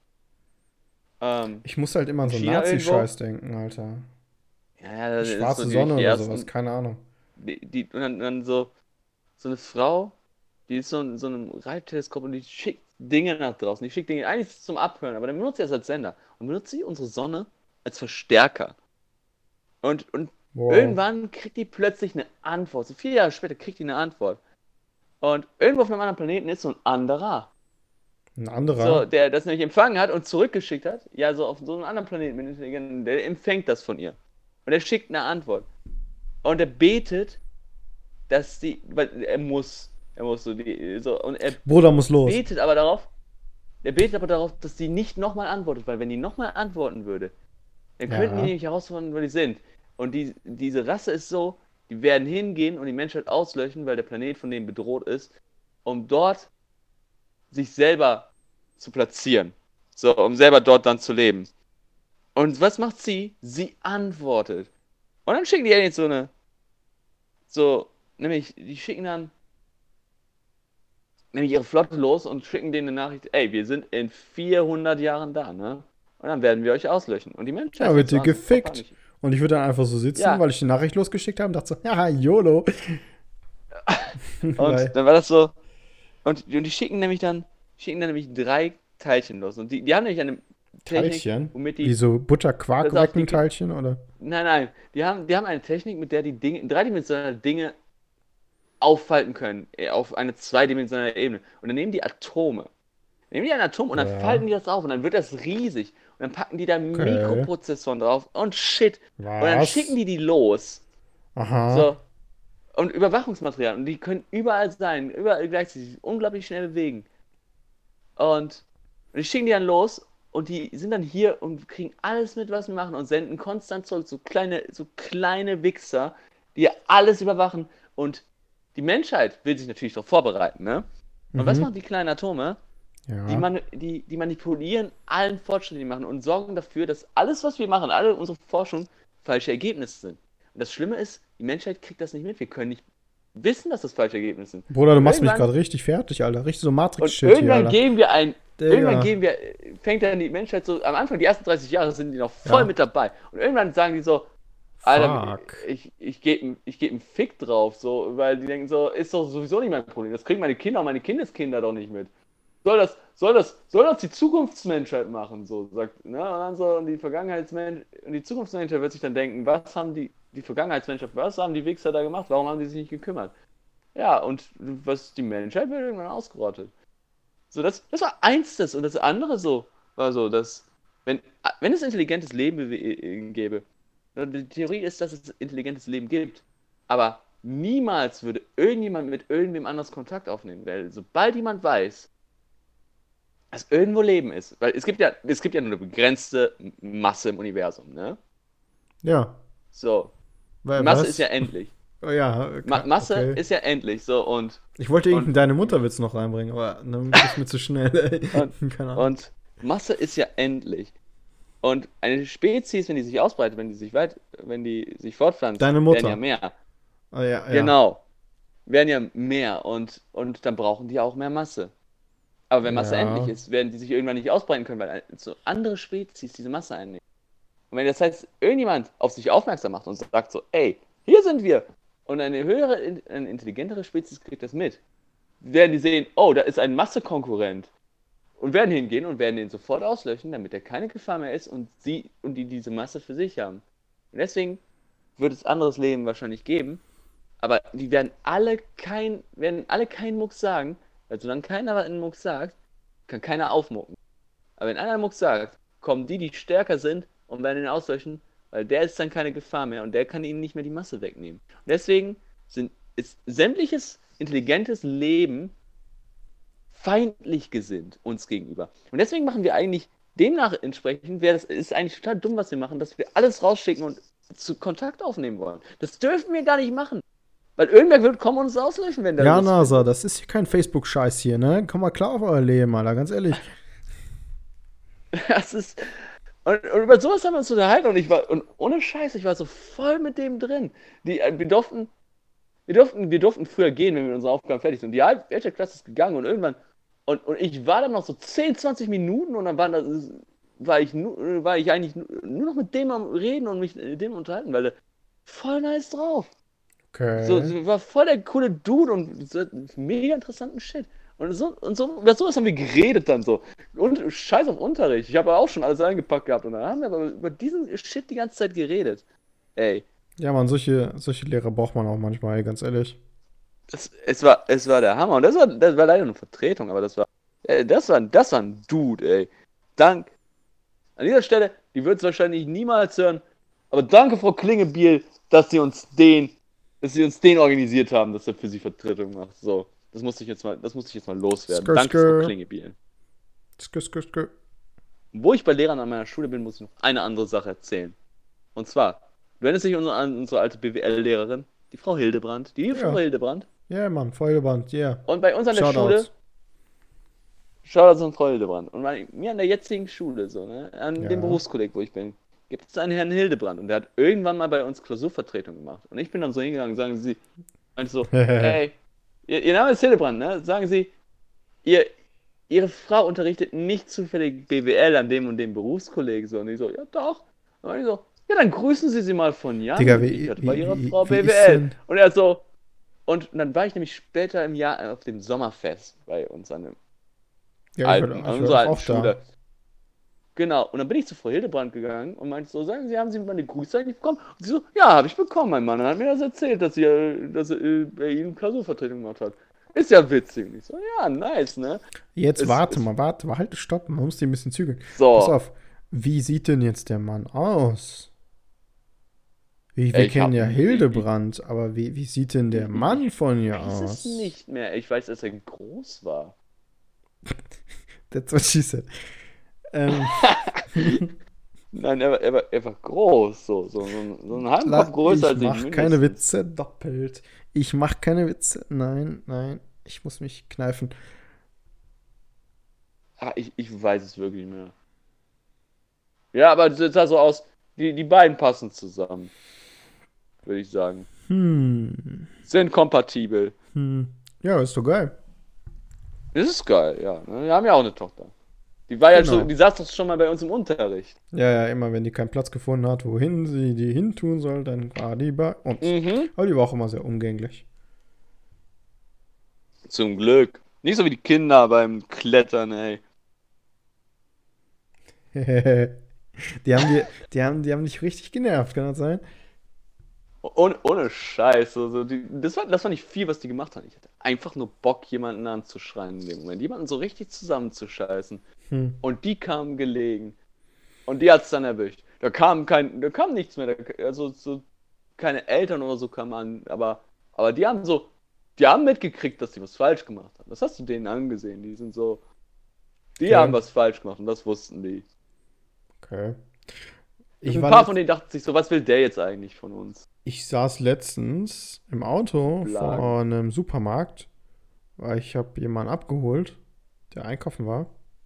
B: ähm,
A: Ich muss halt immer an so
B: China
A: Nazi-Scheiß denken, Alter.
B: ja, ja, das ist
A: Schwarze
B: so die,
A: Sonne
B: die
A: oder
B: ersten,
A: sowas, keine Ahnung.
B: die, die, und dann, dann so, so eine Frau, die ist so in so einem Reitteleskop und die schickt Dinge nach draußen. Die schickt Dinge eigentlich zum Abhören, aber dann benutzt sie das als Sender. Und benutzt sie unsere Sonne als Verstärker. Und, und
A: Wow.
B: irgendwann kriegt die plötzlich eine Antwort. So vier Jahre später kriegt die eine Antwort. Und irgendwo auf einem anderen Planeten ist so ein anderer.
A: Ein anderer.
B: So, der das nämlich empfangen hat und zurückgeschickt hat. Ja, so auf so einem anderen Planeten mit Intelligenz, der empfängt das von ihr. Und er schickt eine Antwort. Und er betet, dass sie, weil er muss, er muss so die, so, und er
A: Bruder muss los.
B: betet aber darauf, er betet aber darauf, dass sie nicht nochmal antwortet, weil wenn die nochmal antworten würde, dann könnten
A: Ja.
B: die nämlich herausfinden, wo die sind. Und die, diese Rasse ist so, Die werden hingehen und die Menschheit auslöschen, weil der Planet von denen bedroht ist, um dort sich selber zu platzieren. So, um selber dort dann zu leben. Und was macht sie? Sie antwortet. Und dann schicken die Aliens so eine, so, nämlich, die schicken dann, nämlich ihre Flotte los und schicken denen eine Nachricht, ey, wir sind in vierhundert Jahren da, ne? Und dann werden wir euch auslöschen. Und die Menschheit
A: Ja, wird
B: ist
A: dir
B: so,
A: gefickt. Und ich würde dann einfach so sitzen,
B: Ja.
A: weil ich die Nachricht losgeschickt habe und dachte so, ja, YOLO.
B: Und
A: Weil-
B: dann war das so, und, und die schicken nämlich dann, schicken dann nämlich drei Teilchen los. Und die, die haben nämlich eine Technik,
A: Teilchen?
B: womit die,
A: Wie so Butter-Quark
B: Pass auf, die-
A: Teilchen oder?
B: nein, nein, die haben, die haben eine Technik, mit der die Dinge, dreidimensionale Dinge auffalten können, äh, auf eine zweidimensionale Ebene. Und dann nehmen die Atome. Nehmen die ein Atom und dann
A: Ja.
B: falten die das auf und dann wird das riesig. Und dann packen die da
A: Okay.
B: Mikroprozessoren drauf und shit. Und dann
A: Was?
B: schicken die die los.
A: Aha.
B: So. Und Überwachungsmaterial. Und die können überall sein, überall gleichzeitig, sich unglaublich schnell bewegen. Und, und die schicken die dann los und die sind dann hier und kriegen alles mit, was wir machen und senden konstant zurück. So kleine, so kleine Wichser, die alles überwachen. Und die Menschheit will sich natürlich darauf vorbereiten, ne? Und
A: Mhm.
B: was machen die kleinen Atome?
A: Ja.
B: Die, mani die, die manipulieren allen Fortschritt, die machen und sorgen dafür, dass alles, was wir machen, alle unsere Forschung, falsche Ergebnisse sind. Und das Schlimme ist, die Menschheit kriegt das nicht mit. Wir können nicht wissen, dass das falsche Ergebnisse sind.
A: Bruder, du machst mich
B: irgendwann-
A: gerade richtig fertig, Alter. Richtig so
B: Und
A: Matrix-Shit hier,
B: irgendwann
A: Alter.
B: geben wir ein,
A: Digga.
B: irgendwann geben wir, fängt dann die Menschheit so, am Anfang, die ersten dreißig Jahre sind die noch voll
A: Ja.
B: mit dabei. Und irgendwann sagen die so, Alter,
A: Fuck.
B: ich, ich gebe ich geb einen Fick drauf, so, weil die denken so, ist doch sowieso nicht mein Problem. Das kriegen meine Kinder und meine Kindeskinder doch nicht mit. Soll das, soll das, soll das die Zukunftsmenschheit machen, so, sagt, ne, und dann so, und die Vergangenheitsmensch, und die Zukunftsmenschheit wird sich dann denken, was haben die, die Vergangenheitsmenschheit, was haben die Wichser da gemacht, warum haben die sich nicht gekümmert? Ja, und was die Menschheit wird irgendwann ausgerottet. So, das, das war eins das, und das andere so, war so, dass, wenn, wenn es intelligentes Leben bewe- gäbe, die Theorie ist, dass es intelligentes Leben gibt, aber niemals würde irgendjemand mit irgendwem anders Kontakt aufnehmen, weil sobald jemand weiß, dass irgendwo Leben ist, weil es gibt ja, es gibt ja nur eine begrenzte Masse im Universum, ne?
A: Ja.
B: So,
A: Weil,
B: die Masse
A: was?
B: ist ja endlich.
A: Oh, ja.
B: Ma
A: okay.
B: Masse ist ja endlich, so, und,
A: Ich wollte
B: und-
A: irgendeinen deine Mutterwitz noch reinbringen, aber dann ist mir zu schnell, ey. Keine Ahnung.
B: und Masse ist ja endlich. Und eine Spezies, wenn die sich ausbreitet, wenn die sich weit, wenn die sich fortpflanzt,
A: Deine Mutter.
B: werden ja mehr.
A: Oh, ja, ja.
B: Genau. Werden ja mehr und, und dann brauchen die auch mehr Masse. Aber wenn Masse
A: Ja.
B: endlich ist, werden die sich irgendwann nicht ausbreiten können, weil so andere Spezies diese Masse einnehmen. Und wenn das heißt, irgendjemand auf sich aufmerksam macht und sagt so, ey, hier sind wir, und eine höhere, eine intelligentere Spezies kriegt das mit, werden die sehen, oh, da ist ein Massekonkurrent. Und werden hingehen und werden den sofort auslöschen, damit er keine Gefahr mehr ist und sie und die diese Masse für sich haben. Und deswegen wird es anderes Leben wahrscheinlich geben, aber die werden alle kein, werden alle keinen Mucks sagen, weil solange keiner einen Mucks sagt, kann keiner aufmucken. Aber wenn einer einen Mucks sagt, kommen die, die stärker sind und werden ihn auslöschen, weil der ist dann keine Gefahr mehr und der kann ihnen nicht mehr die Masse wegnehmen. Und deswegen sind, ist sämtliches intelligentes Leben feindlich gesinnt uns gegenüber. Und deswegen machen wir eigentlich demnach entsprechend, wäre das ist eigentlich total dumm, was wir machen, dass wir alles rausschicken und zu Kontakt aufnehmen wollen. Das dürfen wir gar nicht machen. Weil irgendwer wird kommen und uns auslöschen, wenn der
A: Ja,
B: das
A: NASA, das ist hier kein Facebook-Scheiß hier, ne? Komm mal klar auf euer Leben, Alter, ganz ehrlich.
B: Das ist. Und, und über sowas haben wir uns unterhalten und ich war, und ohne Scheiß, ich war so voll mit dem drin. Die, äh, wir durften, wir durften, wir durften früher gehen, wenn wir mit unseren Aufgaben fertig sind. Die halbe Klasse ist gegangen und irgendwann, und, und ich war dann noch so zehn, zwanzig Minuten und dann war, das, war, ich, nu- war ich eigentlich nu- nur noch mit dem am Reden und mich mit dem unterhalten, weil der voll nice drauf.
A: Okay.
B: So, so war voll der coole Dude und so, mega interessanten Shit. Und so, und so, über sowas haben wir geredet dann so. Und scheiß auf Unterricht. Ich habe auch schon alles eingepackt gehabt und dann haben wir aber über diesen Shit die ganze Zeit geredet. Ey,
A: Ja, man, solche, solche Lehrer braucht man auch manchmal, ey, ganz ehrlich.
B: das, es, war, es war der Hammer. Und das war, das war leider eine Vertretung, aber das war, ey, das war, das war ein Dude, ey. Dank. An dieser Stelle, die wird es wahrscheinlich niemals hören, aber danke, Frau Klingebiel, dass sie uns den, dass sie uns den organisiert haben, dass er für sie Vertretung macht. So. Das musste ich jetzt mal, das musste ich jetzt mal loswerden.
A: Skr,
B: Danke,
A: skr.
B: Frau Klingebiel.
A: Skr, skr, skr.
B: Wo ich bei Lehrern an meiner Schule bin, muss ich noch eine andere Sache erzählen. Und zwar, du erinnerst dich an unsere alte B W L-Lehrerin? die Frau Hildebrand, die liebe
A: Ja.
B: Frau Hildebrand.
A: Ja, yeah, Mann, Feuerband, yeah.
B: Und bei uns an der
A: Shoutouts.
B: Schule, Shoutouts an Frau Hildebrand. Und bei mir an der jetzigen Schule, so, ne, an
A: Ja.
B: dem Berufskolleg, wo ich bin, gibt es einen Herrn Hildebrand. Und der hat irgendwann mal bei uns Klausurvertretung gemacht. Und ich bin dann so hingegangen, sagen sie, meinte so, hey, ihr, ihr Name ist Hildebrand, ne? Sagen Sie, ihr, Ihre Frau unterrichtet nicht zufällig B W L an dem und dem Berufskolleg. So. Und ich so, ja doch. Und ich so, ja, dann grüßen Sie sie mal von Jan.
A: Digga, wie-
B: ich hatte bei
A: wie-
B: Ihrer
A: wie-
B: Frau
A: wie
B: B W
A: ist
B: L.
A: denn-
B: Und er so, und dann war ich nämlich später im Jahr auf dem Sommerfest bei uns an dem
A: Ja, ich
B: alten,
A: war,
B: an
A: ich war
B: unserer alten
A: auch
B: Schule.
A: da.
B: Genau, und dann bin ich zu Frau Hildebrand gegangen und meinte so, sagen Sie, haben Sie meine Grüße eigentlich bekommen? Und sie so, ja, habe ich bekommen, mein Mann hat mir das erzählt, dass, sie, äh, dass er äh, bei Ihnen Klausurvertretung gemacht hat. Ist ja witzig. Und ich so, ja, nice, ne?
A: Jetzt
B: Es-
A: warte
B: es-
A: mal, warte, mal, halt, stopp, man muss die ein bisschen zügeln.
B: So.
A: Pass auf, wie sieht denn jetzt der Mann aus? Wie, wir
B: Ey, ich
A: kennen
B: hab-
A: ja Hildebrand, aber wie, wie sieht denn der Mann von ihr
B: Ich weiß
A: aus?
B: es nicht mehr. Ich weiß, dass er groß war.
A: That's what she said. Ähm,
B: Nein, er war, er war, er war groß, so, so, so, ein- so ein halben
A: la-
B: Kopf größer als
A: ich
B: ich.
A: mach
B: mindestens.
A: keine Witze doppelt. Ich mach keine Witze. Nein, nein, ich muss mich kneifen.
B: Ah, ich, ich weiß es wirklich nicht mehr. Ja, aber es sah so aus, die, die beiden passen zusammen. Würde ich sagen.
A: Hm,
B: Sind kompatibel.
A: hm. Ja, ist doch geil.
B: Das ist geil, ja. ne? Wir haben ja auch eine Tochter. Die war ja
A: Genau.
B: schon, die saß doch schon mal bei uns im Unterricht.
A: Ja, ja, immer wenn die keinen Platz gefunden hat, wohin sie die hin tun soll, dann war die bei uns.
B: Mhm.
A: Aber die war auch immer sehr umgänglich.
B: Zum Glück. Nicht so wie die Kinder beim Klettern, ey.
A: die, haben die, die, haben, die haben dich richtig genervt, kann das sein?
B: Ohne, ohne Scheiß. So, so, die, das, war, das war nicht viel, was die gemacht haben. Ich hatte einfach nur Bock, jemanden anzuschreien in dem Moment. Jemanden so richtig zusammenzuscheißen.
A: Hm.
B: Und die kamen gelegen. Und die hat's dann erwischt. Da kam kein, da kam nichts mehr. Da, also so keine Eltern oder so kamen an. Aber, aber die haben so, die haben mitgekriegt, dass die was falsch gemacht haben. Das hast du denen angesehen. Die sind so, die
A: Okay.
B: haben was falsch gemacht und das wussten die.
A: Okay.
B: Ich
A: Ich,
B: ein
A: war
B: paar
A: letzt-
B: von denen dachten sich so, was will der jetzt eigentlich von uns?
A: ich saß letztens im Auto
B: Blagen.
A: vor einem Supermarkt, weil ich habe jemanden abgeholt, der einkaufen war.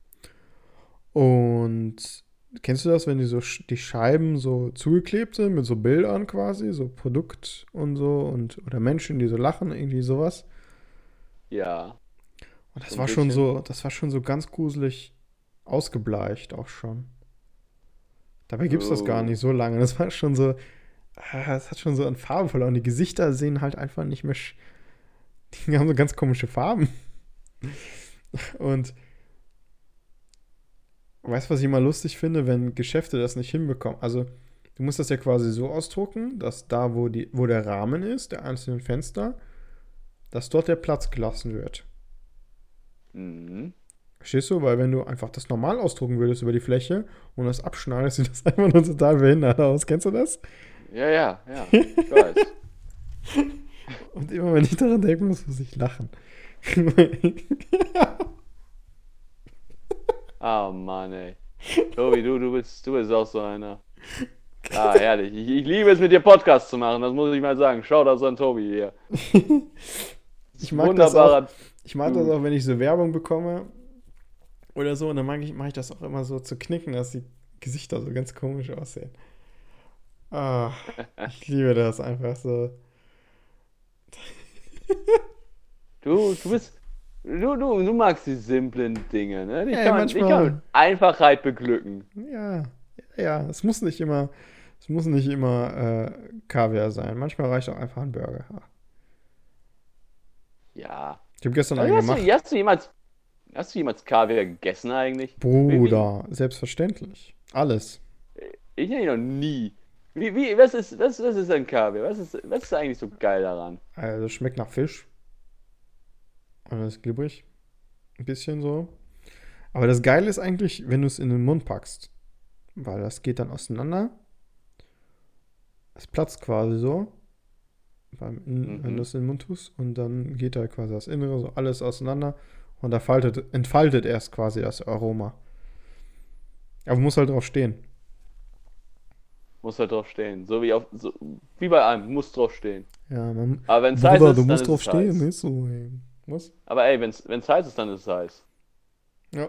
A: Und kennst du das, wenn die so sch- die Scheiben so zugeklebt sind mit so Bildern quasi, so Produkt und so und oder Menschen, die so lachen, irgendwie sowas.
B: Ja.
A: Und das
B: So ein
A: war schon
B: bisschen.
A: so, das war schon so ganz gruselig ausgebleicht auch schon. Dabei gibt es das gar
B: Oh.
A: nicht so lange. Das war schon so, ah, es hat schon so an Farben verloren. Die Gesichter sehen halt einfach nicht mehr, sch- die haben so ganz komische Farben. Und weißt du, was ich immer lustig finde, wenn Geschäfte das nicht hinbekommen? Also, du musst das ja quasi so ausdrucken, dass da, wo, die, wo der Rahmen ist, der einzelnen Fenster, dass dort der Platz gelassen wird.
B: Mhm.
A: Verstehst du? Weil wenn du einfach das normal ausdrucken würdest über die Fläche und das abschneidest, sieht das einfach nur total behindert aus. Kennst du das?
B: Ja, ja, ja. Ich weiß.
A: Und immer wenn ich daran denke, muss ich lachen.
B: Ah, Mann, ey. Tobi, du, du bist, du bist auch so einer. Ah, herrlich. Ich, ich liebe es, mit dir Podcast zu machen, das muss ich mal sagen. Schau das an Tobi hier.
A: Ich mag das auch,
B: Wunderbarer.
A: ich mag das
B: Du.
A: auch, wenn ich so Werbung bekomme oder so, und dann mag ich, mache ich das auch immer so zu knicken, dass die Gesichter so ganz komisch aussehen. Ah, ich liebe das einfach so.
B: Du, du bist. Du, du, du magst die simplen Dinge, ne? Die
A: Ey,
B: kann man, die kann
A: manchmal-
B: man mit Einfachheit beglücken.
A: Ja, ja, ja, es muss nicht immer, es muss nicht immer äh, Kaviar sein. Manchmal reicht auch einfach ein Burger.
B: Ja.
A: Ich habe gestern
B: Also,
A: einen
B: hast,
A: gemacht.
B: du, hast du jemals. Hast du jemals Kaviar gegessen eigentlich?
A: Bruder, selbstverständlich. Alles.
B: Ich habe noch nie. Wie, wie, was ist, was, was ist ein Kaviar? Was ist, was ist eigentlich so geil daran?
A: Also schmeckt nach Fisch. Und ist glibberig. Ein bisschen so. Aber das Geile ist eigentlich, wenn du es in den Mund packst. Weil das geht dann auseinander. Es platzt quasi so. Beim in,
B: Mhm.
A: Wenn du es in den Mund tust. Und dann geht da quasi das Innere, so alles auseinander. Und da faltet, entfaltet erst quasi das Aroma. Aber muss halt drauf stehen.
B: Muss halt drauf stehen. So wie auf, so, wie bei allem, muss drauf stehen.
A: Ja, man,
B: Aber wenn es heiß
A: Bruder,
B: ist,
A: du
B: dann
A: musst
B: ist
A: drauf
B: es
A: stehen,
B: heiß.
A: nicht so, ey. Was?
B: Aber ey, wenn es heiß ist, dann ist es heiß.
A: Ja.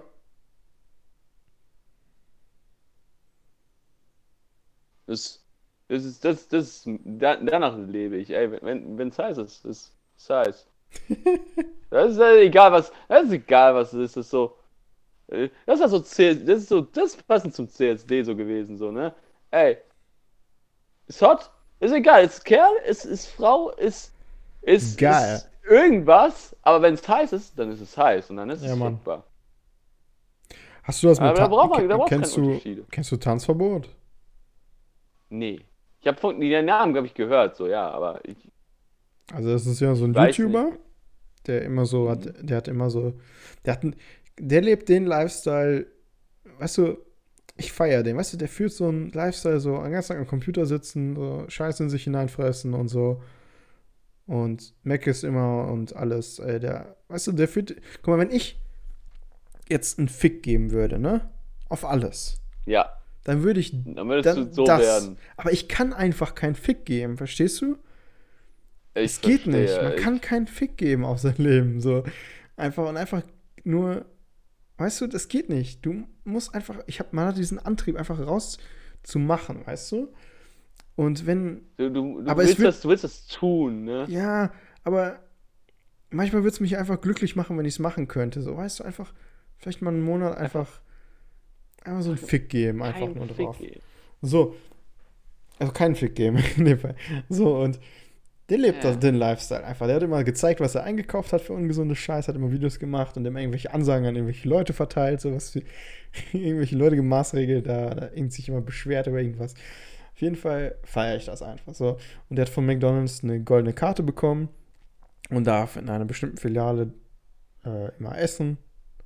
B: Das, das ist, das, das, da, danach lebe ich. Ey, wenn wenn es heiß ist, ist es heiß. Das ist äh, egal was, das ist egal was es ist, das ist so. äh, Das ist so C, das ist so, das ist passend zum C S D so gewesen, so, ne? Ey, ist hot, ist egal, ist Kerl, ist, ist Frau, ist, ist,
A: Geil.
B: ist irgendwas, aber wenn es heiß ist, dann ist es heiß und dann ist
A: Ja,
B: es
A: Mann.
B: fickbar.
A: Hast du das mit
B: Aber da
A: Ta-
B: braucht man, da
A: ke-
B: braucht
A: kennst
B: keine
A: du
B: Unterschiede.
A: kennst du Tanzverbot?
B: Nee. Ich habe von den Namen, glaube ich, gehört, so, ja, aber ich
A: Also das ist ja so ein
B: weiß
A: YouTuber,
B: nicht.
A: der immer so hat,
B: Mhm.
A: der hat immer so, der hat, ein- der lebt den Lifestyle, weißt du, ich feiere den, weißt du, der führt so einen Lifestyle, so den ganzen Tag am Computer sitzen, so Scheiße in sich hineinfressen und so und Mac ist immer und alles, ey, der, weißt du, der führt, guck mal, wenn ich jetzt einen Fick geben würde, ne, auf alles,
B: Ja,
A: dann würde ich
B: dann würdest
A: dann
B: du so
A: das,
B: werden.
A: aber ich kann einfach keinen Fick geben, verstehst du?
B: Ich
A: Es geht
B: verstehe.
A: nicht. Man
B: Ich,
A: kann keinen Fick geben auf sein Leben. So. Einfach und einfach nur. Weißt du, das geht nicht. Du musst einfach. Ich habe man hat diesen Antrieb, einfach rauszumachen, weißt du? Und wenn.
B: du, du, du,
A: Aber es
B: willst
A: wird.
B: das, du willst das tun, ne?
A: Ja, aber manchmal würde es mich einfach glücklich machen, wenn ich es machen könnte. So, weißt du, einfach. Vielleicht mal einen Monat einfach. Einfach so einen Fick geben, einfach
B: Kein
A: nur
B: Fick
A: drauf.
B: geben.
A: So. Also keinen Fick geben, in dem Fall. So, und der lebt
B: Ja.
A: das, den Lifestyle einfach. Der hat immer gezeigt, was er eingekauft hat für ungesunde Scheiß, hat immer Videos gemacht und immer irgendwelche Ansagen an irgendwelche Leute verteilt, sowas wie irgendwelche Leute gemaßregelt, da, da irgend sich immer beschwert über irgendwas. Auf jeden Fall feiere ich das einfach so. Und der hat von McDonalds eine goldene Karte bekommen und darf in einer bestimmten Filiale äh, immer essen,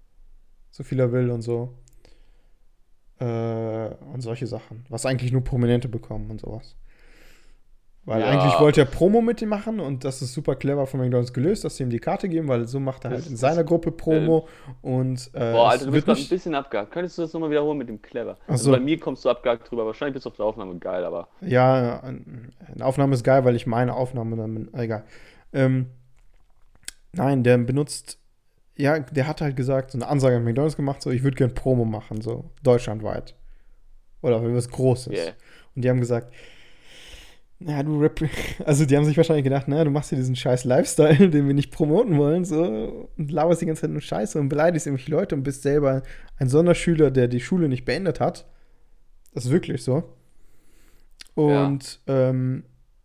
A: so viel er will und so. Äh, und solche Sachen. Was eigentlich nur Prominente bekommen und sowas. Weil
B: Ja,
A: eigentlich wollte er Promo mit ihm machen und das ist super clever von McDonalds gelöst, dass sie ihm die Karte geben, weil so macht er halt
B: Das-
A: in
B: das-
A: seiner Gruppe Promo und äh,
B: Boah,
A: es
B: Alter, du bist
A: wird
B: gerade ein
A: nicht.
B: bisschen abgehakt. Könntest du das nochmal wiederholen mit dem Clever?
A: Ach
B: Also
A: so.
B: bei mir kommst du abgehakt drüber. Wahrscheinlich bist du auf der Aufnahme geil, aber.
A: Ja, eine Aufnahme ist geil, weil ich meine Aufnahme dann bin. Egal. Ähm, nein, der benutzt. Ja, der hat halt gesagt, so eine Ansage an McDonalds gemacht, so ich würde gern Promo machen, so deutschlandweit. Oder für was Großes.
B: Yeah.
A: Und die haben gesagt, na, du Rap, also die haben sich wahrscheinlich gedacht, na, du machst hier diesen scheiß Lifestyle, den wir nicht promoten wollen, so, und laberst die ganze Zeit nur Scheiße und beleidigst irgendwelche Leute und bist selber ein Sonderschüler, der die Schule nicht beendet hat. Das ist wirklich so. Und, ähm,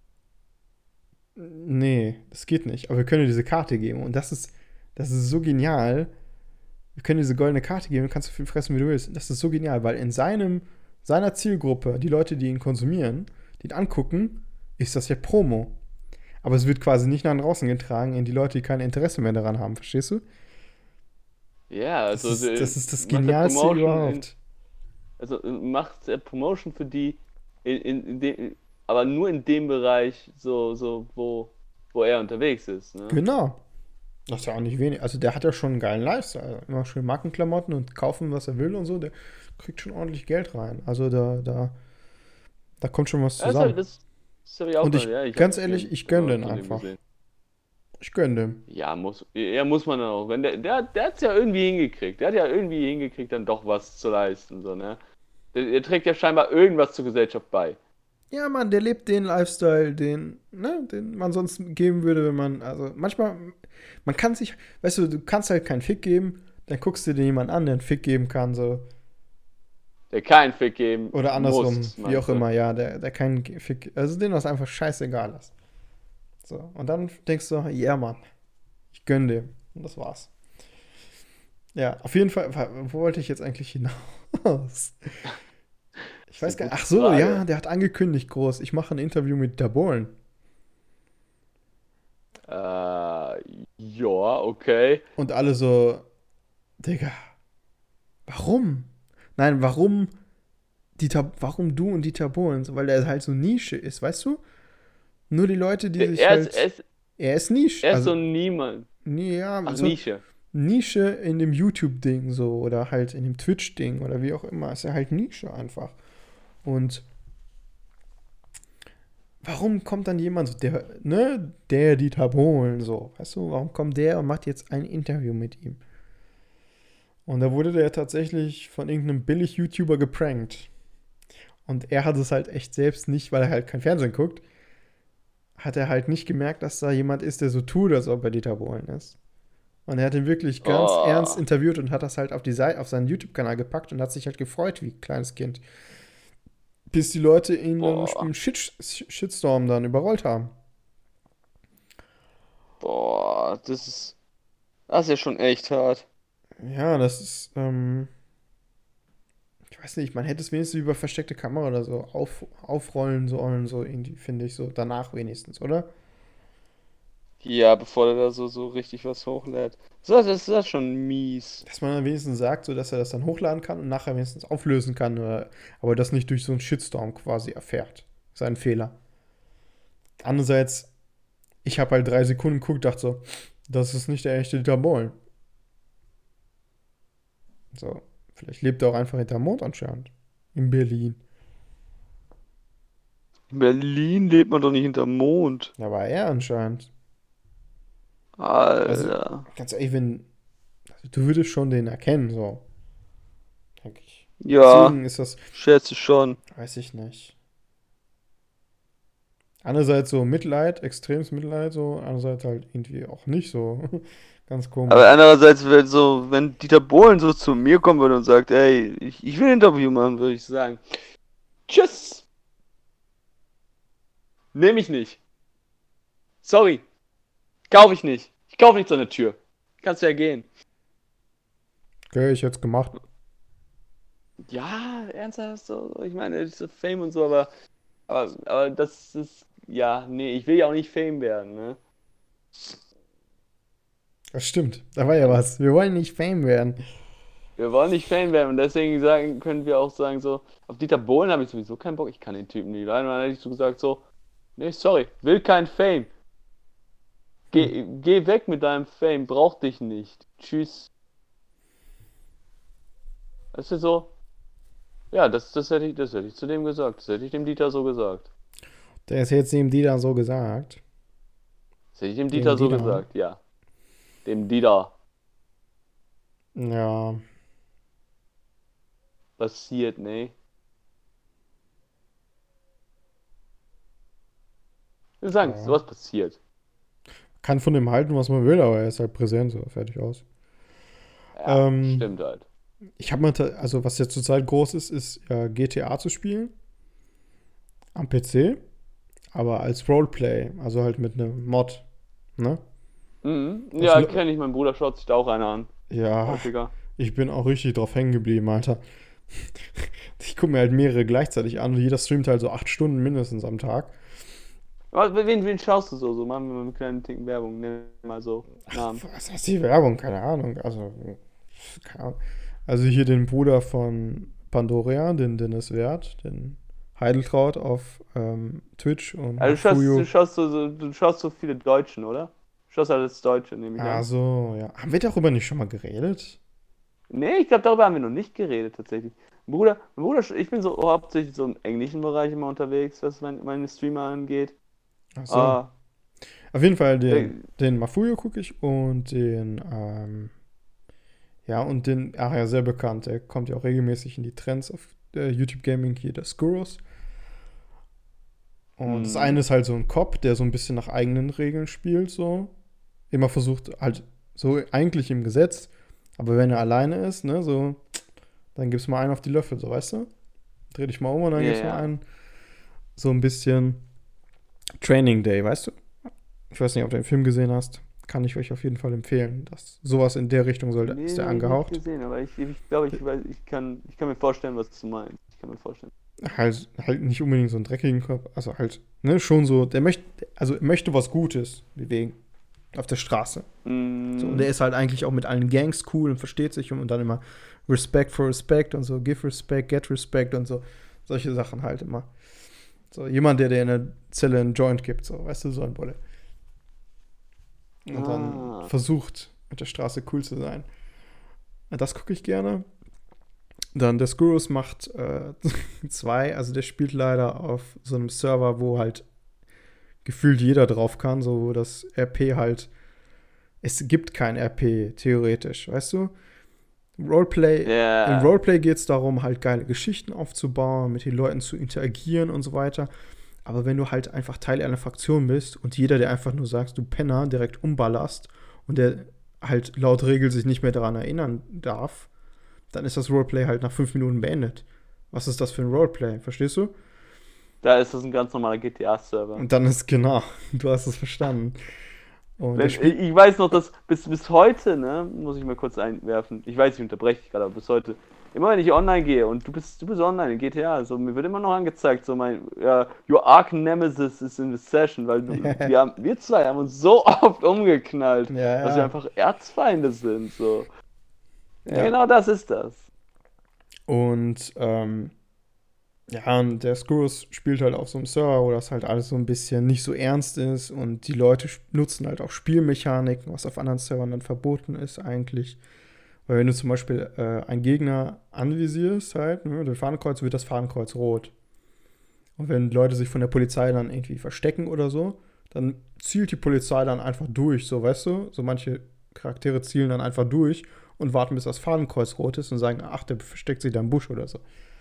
A: nee, das geht nicht. Aber wir können dir diese Karte geben und das ist, das ist so genial. Wir können dir diese goldene Karte geben, du kannst so viel fressen, wie du willst. Das ist so genial, weil in seinem, seiner Zielgruppe, die Leute, die ihn konsumieren, die ihn angucken, ist das ja Promo. Aber es wird quasi nicht nach draußen getragen in die Leute, die kein Interesse mehr daran haben, verstehst du?
B: Ja,
A: Das
B: also.
A: ist das, ist das
B: macht er
A: Genialste
B: Promotion
A: überhaupt.
B: In, also äh, macht er Promotion für die, in, in, in dem, aber nur in dem Bereich, so, so, wo, wo er unterwegs ist, ne?
A: Genau. Das ist ja auch nicht wenig. Also der hat ja schon einen geilen Lifestyle. Immer schön Markenklamotten und kaufen, was er will und so. Der kriegt schon ordentlich Geld rein. Also da, da, da kommt schon was
B: Ja, das,
A: zusammen.
B: das, das habe ich auch
A: Und ich,
B: mal, ja, ich
A: ganz
B: hab
A: ehrlich,
B: den
A: ich gönne
B: mal
A: den
B: von dem
A: einfach.
B: gesehen.
A: Ich gönne dem.
B: Ja, muss, ja, muss man dann auch. Wenn der, der, der hat es ja irgendwie hingekriegt. Der hat ja irgendwie hingekriegt, dann doch was zu leisten, so, ne? Der, der trägt ja scheinbar irgendwas zur Gesellschaft bei.
A: Ja, Mann, der lebt den Lifestyle, den, ne, den man sonst geben würde, wenn man, also manchmal, man kann sich, weißt du, du kannst halt keinen Fick geben, dann guckst du dir jemanden an, der einen Fick geben kann, so.
B: Der keinen Fick geben
A: Oder andersrum,
B: muss,
A: wie
B: meinst
A: auch
B: du?
A: immer, ja, der, der keinen Fick, also dem was einfach scheißegal ist. So, und dann denkst du, ja, Mann, ich gönn dem. Und das war's. Ja, auf jeden Fall, wo wollte ich jetzt eigentlich hinaus? Ich weiß
B: Das ist
A: gar
B: eine
A: nicht. Ach
B: gute
A: so,
B: Frage.
A: ja, der hat angekündigt groß, ich mache ein Interview mit Dabolen.
B: Äh, ja, okay.
A: Und alle so, Digga, warum? Nein, warum Dieter, warum du und Dieter Bohlen? So, weil er halt so Nische ist, weißt du? Nur die Leute, die sich
B: Er
A: halt.
B: ist, er ist,
A: er ist Nische.
B: er ist
A: also,
B: so niemand.
A: nee, ja,
B: Ach,
A: so
B: Nische.
A: Nische in dem YouTube-Ding so oder halt in dem Twitch-Ding oder wie auch immer. Ist ja halt Nische einfach. Und warum kommt dann jemand, so der, ne, der Dieter Bohlen, so, weißt du, warum kommt der und macht jetzt ein Interview mit ihm? Und da wurde der tatsächlich von irgendeinem Billig-YouTuber geprankt. Und er hat es halt echt selbst nicht, weil er halt kein Fernsehen guckt, hat er halt nicht gemerkt, dass da jemand ist, der so tut, als ob er Dieter Bohlen ist. Und er hat ihn wirklich ganz ernst
B: Oh,
A: interviewt und hat das halt auf, die Seite, auf seinen YouTube-Kanal gepackt und hat sich halt gefreut wie ein kleines Kind. Bis die Leute ihn dann
B: boah,
A: im Shit Shitstorm dann überrollt haben.
B: boah, das ist, das ist ja schon echt hart.
A: Ja, das ist, ähm, ich weiß nicht, man hätte es wenigstens über versteckte Kamera oder so auf, aufrollen sollen, so irgendwie, finde ich, so danach wenigstens, oder?
B: Ja, bevor der da so, so richtig was hochlädt. So, das ist das schon mies.
A: Dass man dann wenigstens sagt, so dass er das dann hochladen kann und nachher wenigstens auflösen kann, oder, aber das nicht durch so einen Shitstorm quasi erfährt. Sein Fehler. Andererseits, ich habe halt drei Sekunden geguckt, dachte so, das ist nicht der echte Dieter Bohlen. So, vielleicht lebt er auch einfach hinterm Mond anscheinend. In Berlin.
B: In Berlin lebt man doch nicht hinterm Mond.
A: Da war er anscheinend. Also,
B: Alter.
A: ganz ehrlich, wenn, also du würdest schon den erkennen, so, denke ich.
B: Ja,
A: Deswegen ist das,
B: schätze schon.
A: weiß ich nicht. Einerseits so Mitleid, extremes Mitleid, so, andererseits halt irgendwie auch nicht so. Ganz
B: Aber
A: komisch.
B: andererseits, wenn so, wenn Dieter Bohlen so zu mir kommen würde und sagt, ey, ich, ich will ein Interview machen, würde ich sagen, tschüss, nehme ich nicht. Sorry, kaufe ich nicht. Ich kaufe nicht so eine Tür. Kannst ja gehen.
A: Okay, ich hätte es gemacht.
B: Ja, ernsthaft so. Ich meine, das ist Fame und so, aber, aber, aber das ist, ja, nee, ich will ja auch nicht Fame werden, ne?
A: Das stimmt. Da war ja was. Wir wollen nicht Fame werden.
B: Wir wollen nicht Fan werden und deswegen sagen, können wir auch sagen so, auf Dieter Bohlen habe ich sowieso keinen Bock, ich kann den Typen nicht leiden. Und dann hätte ich so gesagt so, nee, sorry, will kein Fame.
A: Hm.
B: Geh, geh weg mit deinem Fame, brauch dich nicht. Tschüss. Weißt du so? Ja, das, das hätte ich, das hätte ich zu dem gesagt. Das hätte ich dem Dieter so gesagt.
A: Der ist jetzt dem Dieter so gesagt.
B: Das hätte ich dem
A: Dem
B: Dieter so
A: Dieter.
B: gesagt, ja. Dem Dieter
A: Ja.
B: passiert, ne? Wir sagen,
A: Ja.
B: sowas passiert.
A: Kann von dem halten, was man will, aber er ist halt präsent, so fertig aus.
B: Ja,
A: Ähm,
B: stimmt halt.
A: ich habe mal, ta- also was jetzt zurzeit groß ist, ist ja G T A zu spielen. Am P C. Aber als Roleplay. Also halt mit einem Mod. Ne?
B: Mhm.
A: Das,
B: Ja,
A: lo-
B: kenne ich, mein Bruder schaut sich da auch einer an.
A: ja,
B: Häufiger.
A: ich bin auch richtig drauf hängen geblieben, Alter. Ich gucke mir halt mehrere gleichzeitig an und jeder streamt halt so acht Stunden mindestens am Tag.
B: Was, wen, wen schaust du so? So machen wir mal einen kleinen Ticken Werbung. Nenn mal so Namen.
A: Was heißt die Werbung? Keine Ahnung. Also, keine Ahnung. Also hier den Bruder von Pandoria, den Dennis Wert, den Heidelkraut auf ähm, Twitch und
B: Also du schaust, du
A: Mafuyo.
B: schaust so, so, du schaust so viele Deutschen, oder? Du schaust alles Deutsche, nehme ich
A: Ah,
B: an.
A: so, ja. Haben wir darüber nicht schon mal geredet?
B: Nee, ich glaube, darüber haben wir noch nicht geredet, tatsächlich. Bruder, Bruder, ich bin so hauptsächlich so im englischen Bereich immer unterwegs, was mein, meine Streamer angeht.
A: Ach so.
B: Ah,
A: Auf jeden Fall
B: der,
A: den, den Mafuyo gucke ich und den, ähm, ja, und den, ach ja, sehr bekannt. Der kommt ja auch regelmäßig in die Trends auf äh, YouTube Gaming hier, der Skurrus. Und das
B: hm,
A: eine ist halt so ein Cop, der so ein bisschen nach eigenen Regeln spielt, so. Immer versucht, halt so eigentlich im Gesetz, aber wenn er alleine ist, ne, so, dann gibt's mal einen auf die Löffel, so, weißt du? Dreh dich mal um und dann
B: ja,
A: gibt's mal
B: ja.
A: einen, so ein bisschen Training Day, weißt du? Ich weiß nicht, ob du den Film gesehen hast. Kann ich euch auf jeden Fall empfehlen. Das, sowas in der Richtung soll,
B: Nee,
A: ist der
B: den habe ich nicht
A: angehaucht.
B: gesehen, aber ich, ich glaube, ich, weiß, ich, kann, ich kann mir vorstellen, was du meinst. Ich kann mir vorstellen.
A: Halt, halt nicht unbedingt so einen dreckigen Kopf, also halt, ne, schon so, der möchte, also er möchte was Gutes bewegen auf der Straße. So, und der
B: Hm,
A: ist halt eigentlich auch mit allen Gangs cool und versteht sich und, und dann immer Respect for Respect und so, give Respect, get Respect und so, solche Sachen halt immer. So, jemand, der dir in der Zelle einen Joint gibt, so, weißt du, so ein Bulle. Und dann
B: ah.
A: versucht, mit der Straße cool zu sein. Das gucke ich gerne. Dann der Skurrus macht äh, zwei, also der spielt leider auf so einem Server, wo halt gefühlt jeder drauf kann, so wo das R P halt, es gibt kein R P, theoretisch, weißt du? Roleplay, im
B: Ja,
A: Roleplay geht es darum, halt geile Geschichten aufzubauen, mit den Leuten zu interagieren und so weiter. Aber wenn du halt einfach Teil einer Fraktion bist und jeder, der einfach nur sagt, du Penner, direkt umballerst und der halt laut Regel sich nicht mehr daran erinnern darf, dann ist das Roleplay halt nach fünf Minuten beendet. Was ist das für ein Roleplay? Verstehst du?
B: da ist das ein ganz normaler G T A-Server.
A: Und dann ist genau, du hast es verstanden. Und das
B: Wenn,
A: Spiel.
B: ich weiß noch, dass bis, bis heute, ne, muss ich mal kurz einwerfen, ich weiß, ich unterbreche dich gerade, aber bis heute, immer wenn ich online gehe und du bist, du bist online in G T A, so, mir wird immer noch angezeigt, so mein, ja, your Arch Nemesis is in the session, weil du, wir, haben, wir zwei haben uns so oft umgeknallt,
A: Ja,
B: dass wir
A: ja.
B: einfach Erzfeinde sind, so. Ja,
A: Ja.
B: genau das ist das.
A: Und ähm, ja, und der Skurrus spielt halt auf so einem Server, wo das halt alles so ein bisschen nicht so ernst ist und die Leute sp- nutzen halt auch Spielmechaniken, was auf anderen Servern dann verboten ist eigentlich. Weil wenn du zum Beispiel äh, einen Gegner anvisierst, halt, ne, durch Fadenkreuz, wird das Fadenkreuz rot. Und wenn Leute sich von der Polizei dann irgendwie verstecken oder so, dann zielt die Polizei dann einfach durch, so weißt du? So manche Charaktere zielen dann einfach durch und warten, bis das Fadenkreuz rot ist und sagen, ach, der versteckt sich da im Busch oder so.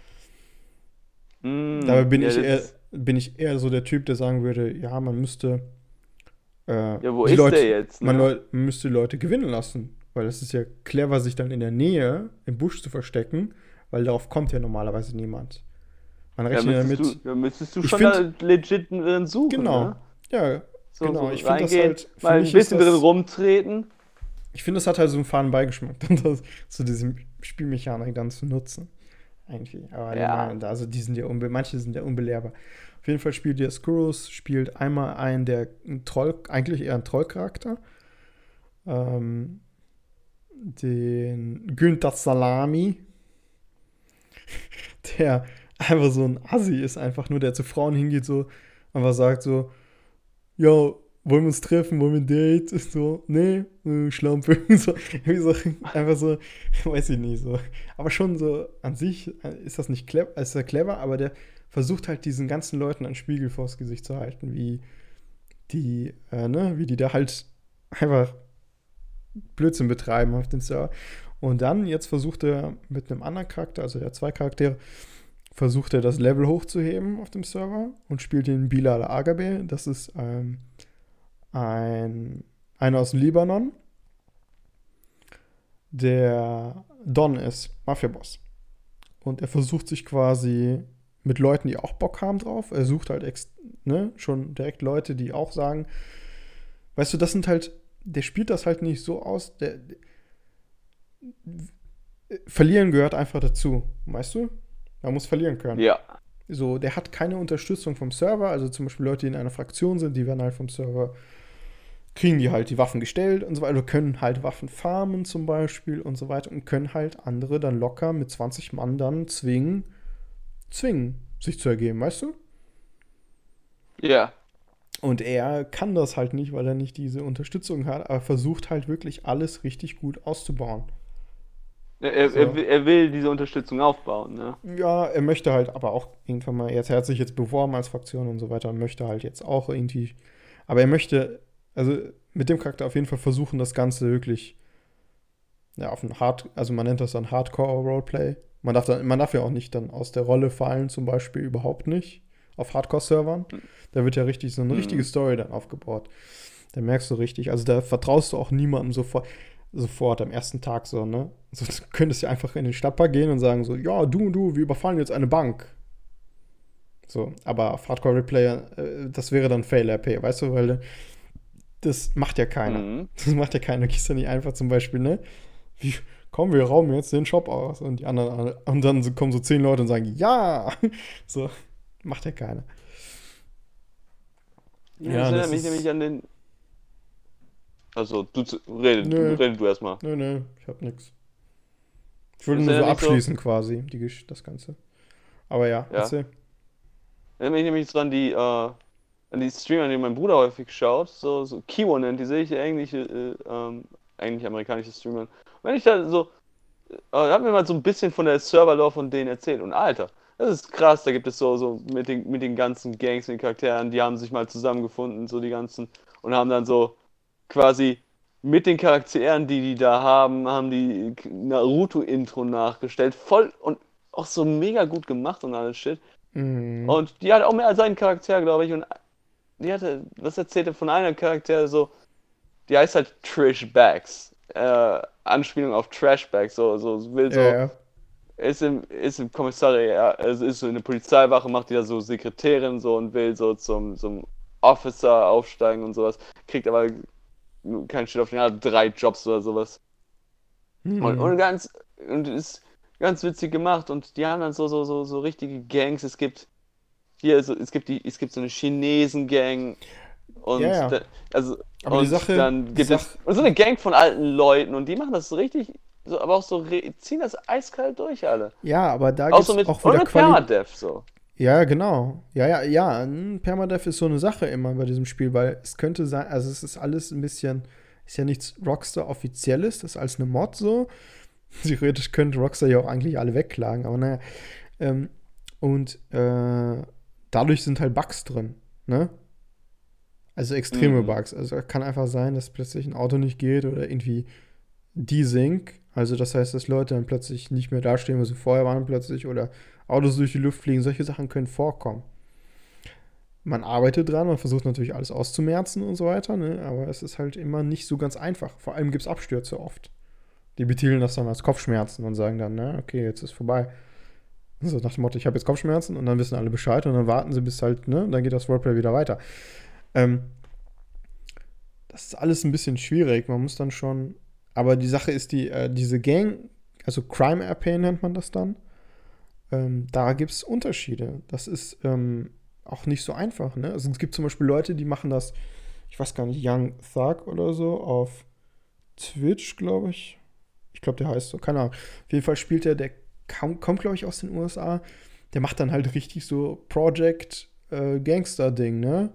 A: Dabei
B: Mm,
A: bin
B: ja,
A: ich
B: das
A: eher,
B: ist,
A: bin ich eher so der Typ, der sagen würde, ja, man müsste äh,
B: ja, wo
A: die
B: ist der
A: Leute,
B: jetzt,
A: man,
B: ne?
A: Leu man müsste die Leute gewinnen lassen. Weil es ist ja clever, sich dann in der Nähe im Busch zu verstecken, weil darauf kommt ja normalerweise niemand. Man
B: Da
A: rechnet
B: müsstest du,
A: damit.
B: da müsstest du
A: Ich
B: schon da
A: finde,
B: legit drin suchen,
A: genau,
B: ne?
A: ja,
B: So,
A: genau.
B: so
A: Ich finde das
B: reingehen,
A: halt, für
B: mal ein
A: mich ist
B: bisschen drin
A: das,
B: rumtreten.
A: ich finde, das hat halt so einen faden Beigeschmack, dann das, zu diesem Spielmechanik dann zu nutzen. Eigentlich. Aber die,
B: Ja.
A: meinen- also die sind ja unbe manche sind ja unbelehrbar. Auf jeden Fall spielt der Skurrus, spielt einmal einen, der ein Troll, eigentlich eher ein Trollcharakter. Ähm, den Günther Salami, der einfach so ein Assi ist, einfach nur, der zu Frauen hingeht, so, einfach sagt so, yo, wollen wir uns treffen, wollen wir ein Date? Ist so, nee, äh, Schlampe. So, irgendwie so, einfach so, weiß ich nicht, so. Aber schon so an sich äh, ist das nicht clever, ist er clever, aber der versucht halt diesen ganzen Leuten einen Spiegel vors Gesicht zu halten, wie die, äh, ne, wie die da halt einfach Blödsinn betreiben auf dem Server. Und dann, jetzt versucht er mit einem anderen Charakter, also der zwei Charaktere, versucht er das Level hochzuheben auf dem Server und spielt den Bilal Agabe. Das ist ähm, ein, einer aus dem Libanon, der Don ist, Mafia-Boss. Und er versucht sich quasi mit Leuten, die auch Bock haben drauf. Er sucht halt ex ne, schon direkt Leute, die auch sagen, weißt du, das sind halt, der spielt das halt nicht so aus, der, der verlieren gehört einfach dazu, weißt du? Man muss verlieren können.
B: Ja.
A: So, der hat keine Unterstützung vom Server, also zum Beispiel Leute, die in einer Fraktion sind, die werden halt vom Server, kriegen die halt die Waffen gestellt und so weiter, können halt Waffen farmen zum Beispiel und so weiter und können halt andere dann locker mit zwanzig Mann dann zwingen, zwingen, sich zu ergeben, weißt du?
B: Ja.
A: Und er kann das halt nicht, weil er nicht diese Unterstützung hat, aber versucht halt wirklich alles richtig gut auszubauen.
B: Er, er, er
A: So.
B: will- er will diese Unterstützung aufbauen, ne?
A: Ja, er möchte halt aber auch irgendwann mal, jetzt er hat sich jetzt beworben als Fraktion und so weiter, und möchte halt jetzt auch irgendwie, aber er möchte, also mit dem Charakter auf jeden Fall versuchen, das Ganze wirklich, ja, auf ein Hard, also man nennt das dann Hardcore-Roleplay. Man darf, dann, man darf ja auch nicht dann aus der Rolle fallen, zum Beispiel überhaupt nicht, auf Hardcore-Servern. Da wird ja richtig so eine richtige
B: Mhm.
A: Story dann aufgebaut. Da merkst du richtig, also da vertraust du auch niemandem sofort, sofort am ersten Tag so, ne? So, du könntest ja einfach in den Stadtpark gehen und sagen so, ja, du und du, wir überfallen jetzt eine Bank. So, aber auf Hardcore-Replayer, äh, das wäre dann Fail-R P, weißt du, weil das macht ja keiner.
B: Mhm.
A: Das macht ja keiner. Du gehst ja nicht einfach zum Beispiel, ne? Wie, komm, wir rauben jetzt den Shop aus und die anderen, und dann so- kommen so zehn Leute und sagen, ja! So, macht ja keiner.
B: Ja,
A: Ja,
B: das
A: das
B: erinnert mich
A: ist,
B: nämlich an den. Also, du zu- rede, du,
A: nö,
B: rede du erstmal.
A: nö, nö, ich hab nix. Ich wollte
B: Das
A: nur so
B: erinnert mich so.
A: abschließen quasi, die, Gesch- das Ganze. Aber ja,
B: Ja.
A: erzähl.
B: Erinnert mich nämlich so an die, äh, an die Streamer, die mein Bruder häufig schaut. So, so Kiwo nennt die sehe ich englische, äh, ähm, eigentlich amerikanische Streamer. Wenn ich da so. Äh, hat mir mal so ein bisschen von der Server-Lore von denen erzählt. Und Alter, das ist krass, da gibt es so, so mit den, mit den ganzen Gangs, mit den Charakteren, die haben sich mal zusammengefunden, so die ganzen, und haben dann so quasi mit den Charakteren, die die da haben, haben die Naruto-Intro nachgestellt, voll und auch so mega gut gemacht und alles Shit.
A: Mhm.
B: Und die hat auch mehr als einen Charakter, glaube ich, und die hatte, was erzählte von einer Charakter so, die heißt halt Trish Bags. Äh, Anspielung auf Trashbags, so, so will
A: Ja,
B: so,
A: ja.
B: ist im, ist im Kommissariat, also ist so in der Polizeiwache, macht die da so Sekretärin so und will so zum, zum Officer aufsteigen und sowas, kriegt aber keinen Shit auf den, hat drei Jobs oder sowas. Und,
A: Mhm.
B: und ganz, und ist ganz witzig gemacht und die haben dann so, so, so, so richtige Gangs. Es gibt hier, so, es gibt die, es gibt so eine Chinesen-Gang
A: Ja,
B: und
A: ja.
B: da, also,
A: Aber die
B: und
A: Sache,
B: dann
A: die
B: gibt es
A: Sache,
B: und so eine Gang von alten Leuten und die machen das so richtig, so, aber auch so, re- ziehen das eiskalt durch alle.
A: ja, aber da
B: Auch
A: gibt
B: so
A: es
B: mit,
A: auch
B: und
A: wieder
B: mit
A: Qualität.
B: Permadeath so.
A: Ja, genau. Ja, ja, ja. ein Permadeath ist so eine Sache immer bei diesem Spiel, weil es könnte sein, also es ist alles ein bisschen, ist ja nichts Rockstar Offizielles, das ist als eine Mod so. Theoretisch könnte Rockstar ja auch eigentlich alle wegklagen, aber naja. Ähm, und äh, dadurch sind halt Bugs drin, ne? Also extreme
B: Mhm.
A: Bugs. Also kann einfach sein, dass plötzlich ein Auto nicht geht oder irgendwie Desync. Also das heißt, dass Leute dann plötzlich nicht mehr dastehen, wo sie vorher waren plötzlich oder Autos durch die Luft fliegen. Solche Sachen können vorkommen. Man arbeitet dran und versucht natürlich alles auszumerzen und so weiter, ne? Aber es ist halt immer nicht so ganz einfach. Vor allem gibt es Abstürze oft. Die betiteln das dann als Kopfschmerzen und sagen dann, na, okay, jetzt ist vorbei. So nach dem Motto, ich habe jetzt Kopfschmerzen und dann wissen alle Bescheid und dann warten sie bis halt, ne, dann geht das Roleplay wieder weiter. Ähm, das ist alles ein bisschen schwierig. Man muss dann schon. Aber die Sache ist, die, äh, diese Gang, also Crime R P nennt man das dann, ähm, da gibt es Unterschiede. Das ist ähm, auch nicht so einfach. Ne? Also es gibt zum Beispiel Leute, die machen das, ich weiß gar nicht, Young Thug oder so, auf Twitch, glaube ich. Ich glaube, der heißt so, keine Ahnung. Auf jeden Fall spielt er, der kam, kommt, glaube ich, aus den U S A. Der macht dann halt richtig so Project äh, Gangster-Ding, ne?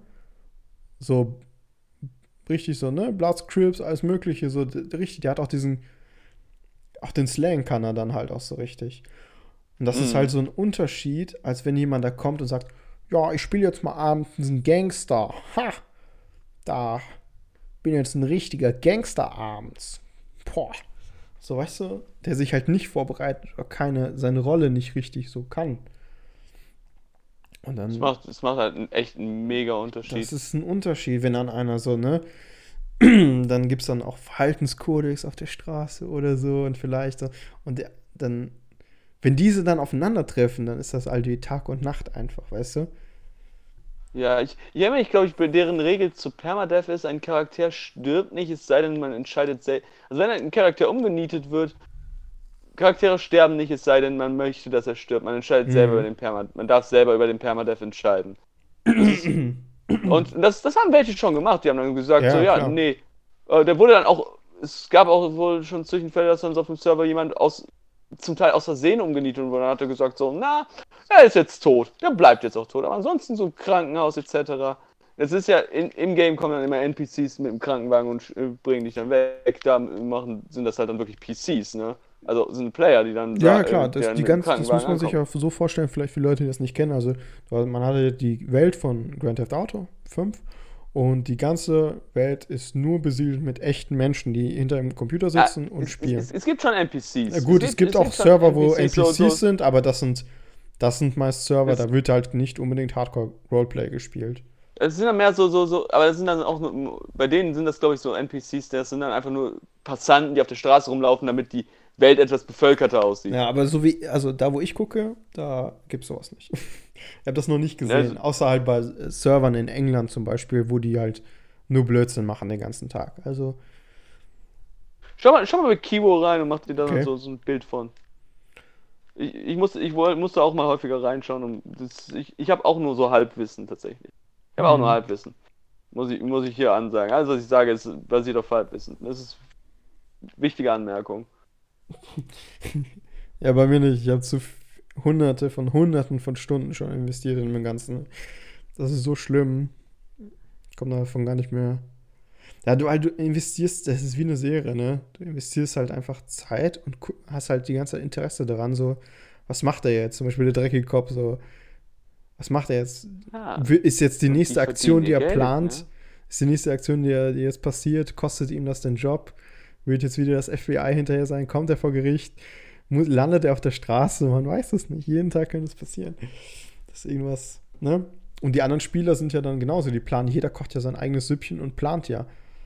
A: So richtig so, ne? Bloods, Crips, alles Mögliche, so d- richtig. Der hat auch diesen, auch den Slang kann er dann halt auch so richtig. Und das ist halt
B: Mhm.
A: so ein Unterschied, als wenn jemand da kommt und sagt, ja, ich spiele jetzt mal abends einen Gangster. Ha, da bin jetzt ein richtiger Gangster abends. Boah. So, weißt du, der sich halt nicht vorbereitet oder keine, seine Rolle nicht richtig so kann. Und
B: Es
A: dann,
B: macht, es macht halt einen, echt einen mega
A: das
B: Unterschied.
A: ist ein Unterschied, wenn dann einer so, ne, dann gibt es dann auch Verhaltenskodex auf der Straße oder so und vielleicht so. Und der, dann, wenn diese dann aufeinandertreffen, dann ist das all wie Tag und Nacht einfach, weißt du?
B: Ja, ich, ja, ich glaube, ich, bei deren Regel zu Permadeath ist, ein Charakter stirbt nicht, es sei denn, man entscheidet selbst. Also wenn ein Charakter umgenietet wird, Charaktere sterben nicht, es sei denn, man möchte, dass er stirbt. Man entscheidet selber über
A: Mhm.
B: den Permadeath. Man darf selber über den Permadeath entscheiden. Das ist, und das, das haben welche schon gemacht. Die haben dann gesagt, so,
A: Ja,
B: ja,
A: klar.
B: nee. Äh, der wurde dann auch, es gab auch wohl schon Zwischenfälle, dass dann so auf dem Server jemand aus, zum Teil aus Versehen umgenietet wurde. Dann hat er gesagt, so, na, er ist jetzt tot. Der bleibt jetzt auch tot. Aber ansonsten so Krankenhaus et cetera. Es ist ja, in, im Game kommen dann immer N P Cs mit dem Krankenwagen und äh, bringen dich dann weg. Da machen, sind das halt dann wirklich P Cs, ne? Also sind Player, die dann,
A: Ja,
B: sa-
A: ja,
B: äh,
A: klar,
B: die
A: das,
B: dann
A: die
B: mit dem
A: ganz, das muss
B: Krankenwagen
A: man sich
B: ankommen.
A: ja so vorstellen, vielleicht für Leute, die das nicht kennen. Also, man hatte die Welt von Grand Theft Auto fünf und die ganze Welt ist nur besiedelt mit echten Menschen, die hinter dem Computer
B: Ja,
A: sitzen und
B: es, es,
A: spielen.
B: es, es gibt schon
A: Na
B: N P Cs. Es
A: gut, es
B: gibt,
A: gibt
B: es
A: auch
B: gibt schon
A: Server, wo
B: N P Cs, so,
A: N P Cs
B: so,
A: sind, aber das sind, das sind meist Server,
B: es,
A: da wird halt nicht unbedingt Hardcore-Roleplay gespielt.
B: es sind dann mehr so, so, so, aber das sind dann auch nur, bei denen sind das, glaube ich, so N P Cs, das sind dann einfach nur Passanten, die auf der Straße rumlaufen, damit die Welt etwas bevölkerter aussieht.
A: Ja, aber so wie, also da, wo ich gucke, da gibt es sowas nicht. Ich habe das noch nicht
B: Ne, Also,
A: gesehen, außer halt bei äh, Servern in England zum Beispiel, wo die halt nur Blödsinn machen den ganzen Tag. Also,
B: schau mal, schau mal bei Kiwo rein und mach dir da dann
A: okay.
B: so, so ein Bild von. Ich, ich, musste, ich woll- musste auch mal häufiger reinschauen und das, ich, ich habe auch nur so Halbwissen tatsächlich. Ich habe auch nur
A: Mhm.
B: Halbwissen. Muss ich, muss ich hier ansagen. Alles, was ich sage, ist basiert auf Halbwissen. Das ist eine wichtige Anmerkung.
A: Ja, bei mir nicht. Ich habe zu f- hunderte von hunderten von Stunden schon investiert in dem Ganzen. Das ist so schlimm. Ich komme davon gar nicht mehr. Ja, du, weil du investierst, das ist wie eine Serie, ne? Du investierst halt einfach Zeit und gu- hast halt die ganze Zeit Interesse daran, so, Was macht er jetzt? Zum Beispiel der dreckige Kopf, so, was macht er jetzt?
B: Ja.
A: Ist jetzt die
B: Und die
A: nächste Aktion,
B: verdienen
A: die
B: ihr
A: er
B: Geld,
A: plant,
B: ne?
A: ist die nächste Aktion, die, er, die jetzt passiert, kostet ihm das den Job? Wird jetzt wieder das F B I hinterher sein? Kommt er vor Gericht? Muss, landet er auf der Straße? Man weiß es nicht. Jeden Tag könnte es passieren. Das ist irgendwas, ne? Und die anderen Spieler sind ja dann genauso. Die planen, jeder kocht ja sein eigenes Süppchen und plant ja.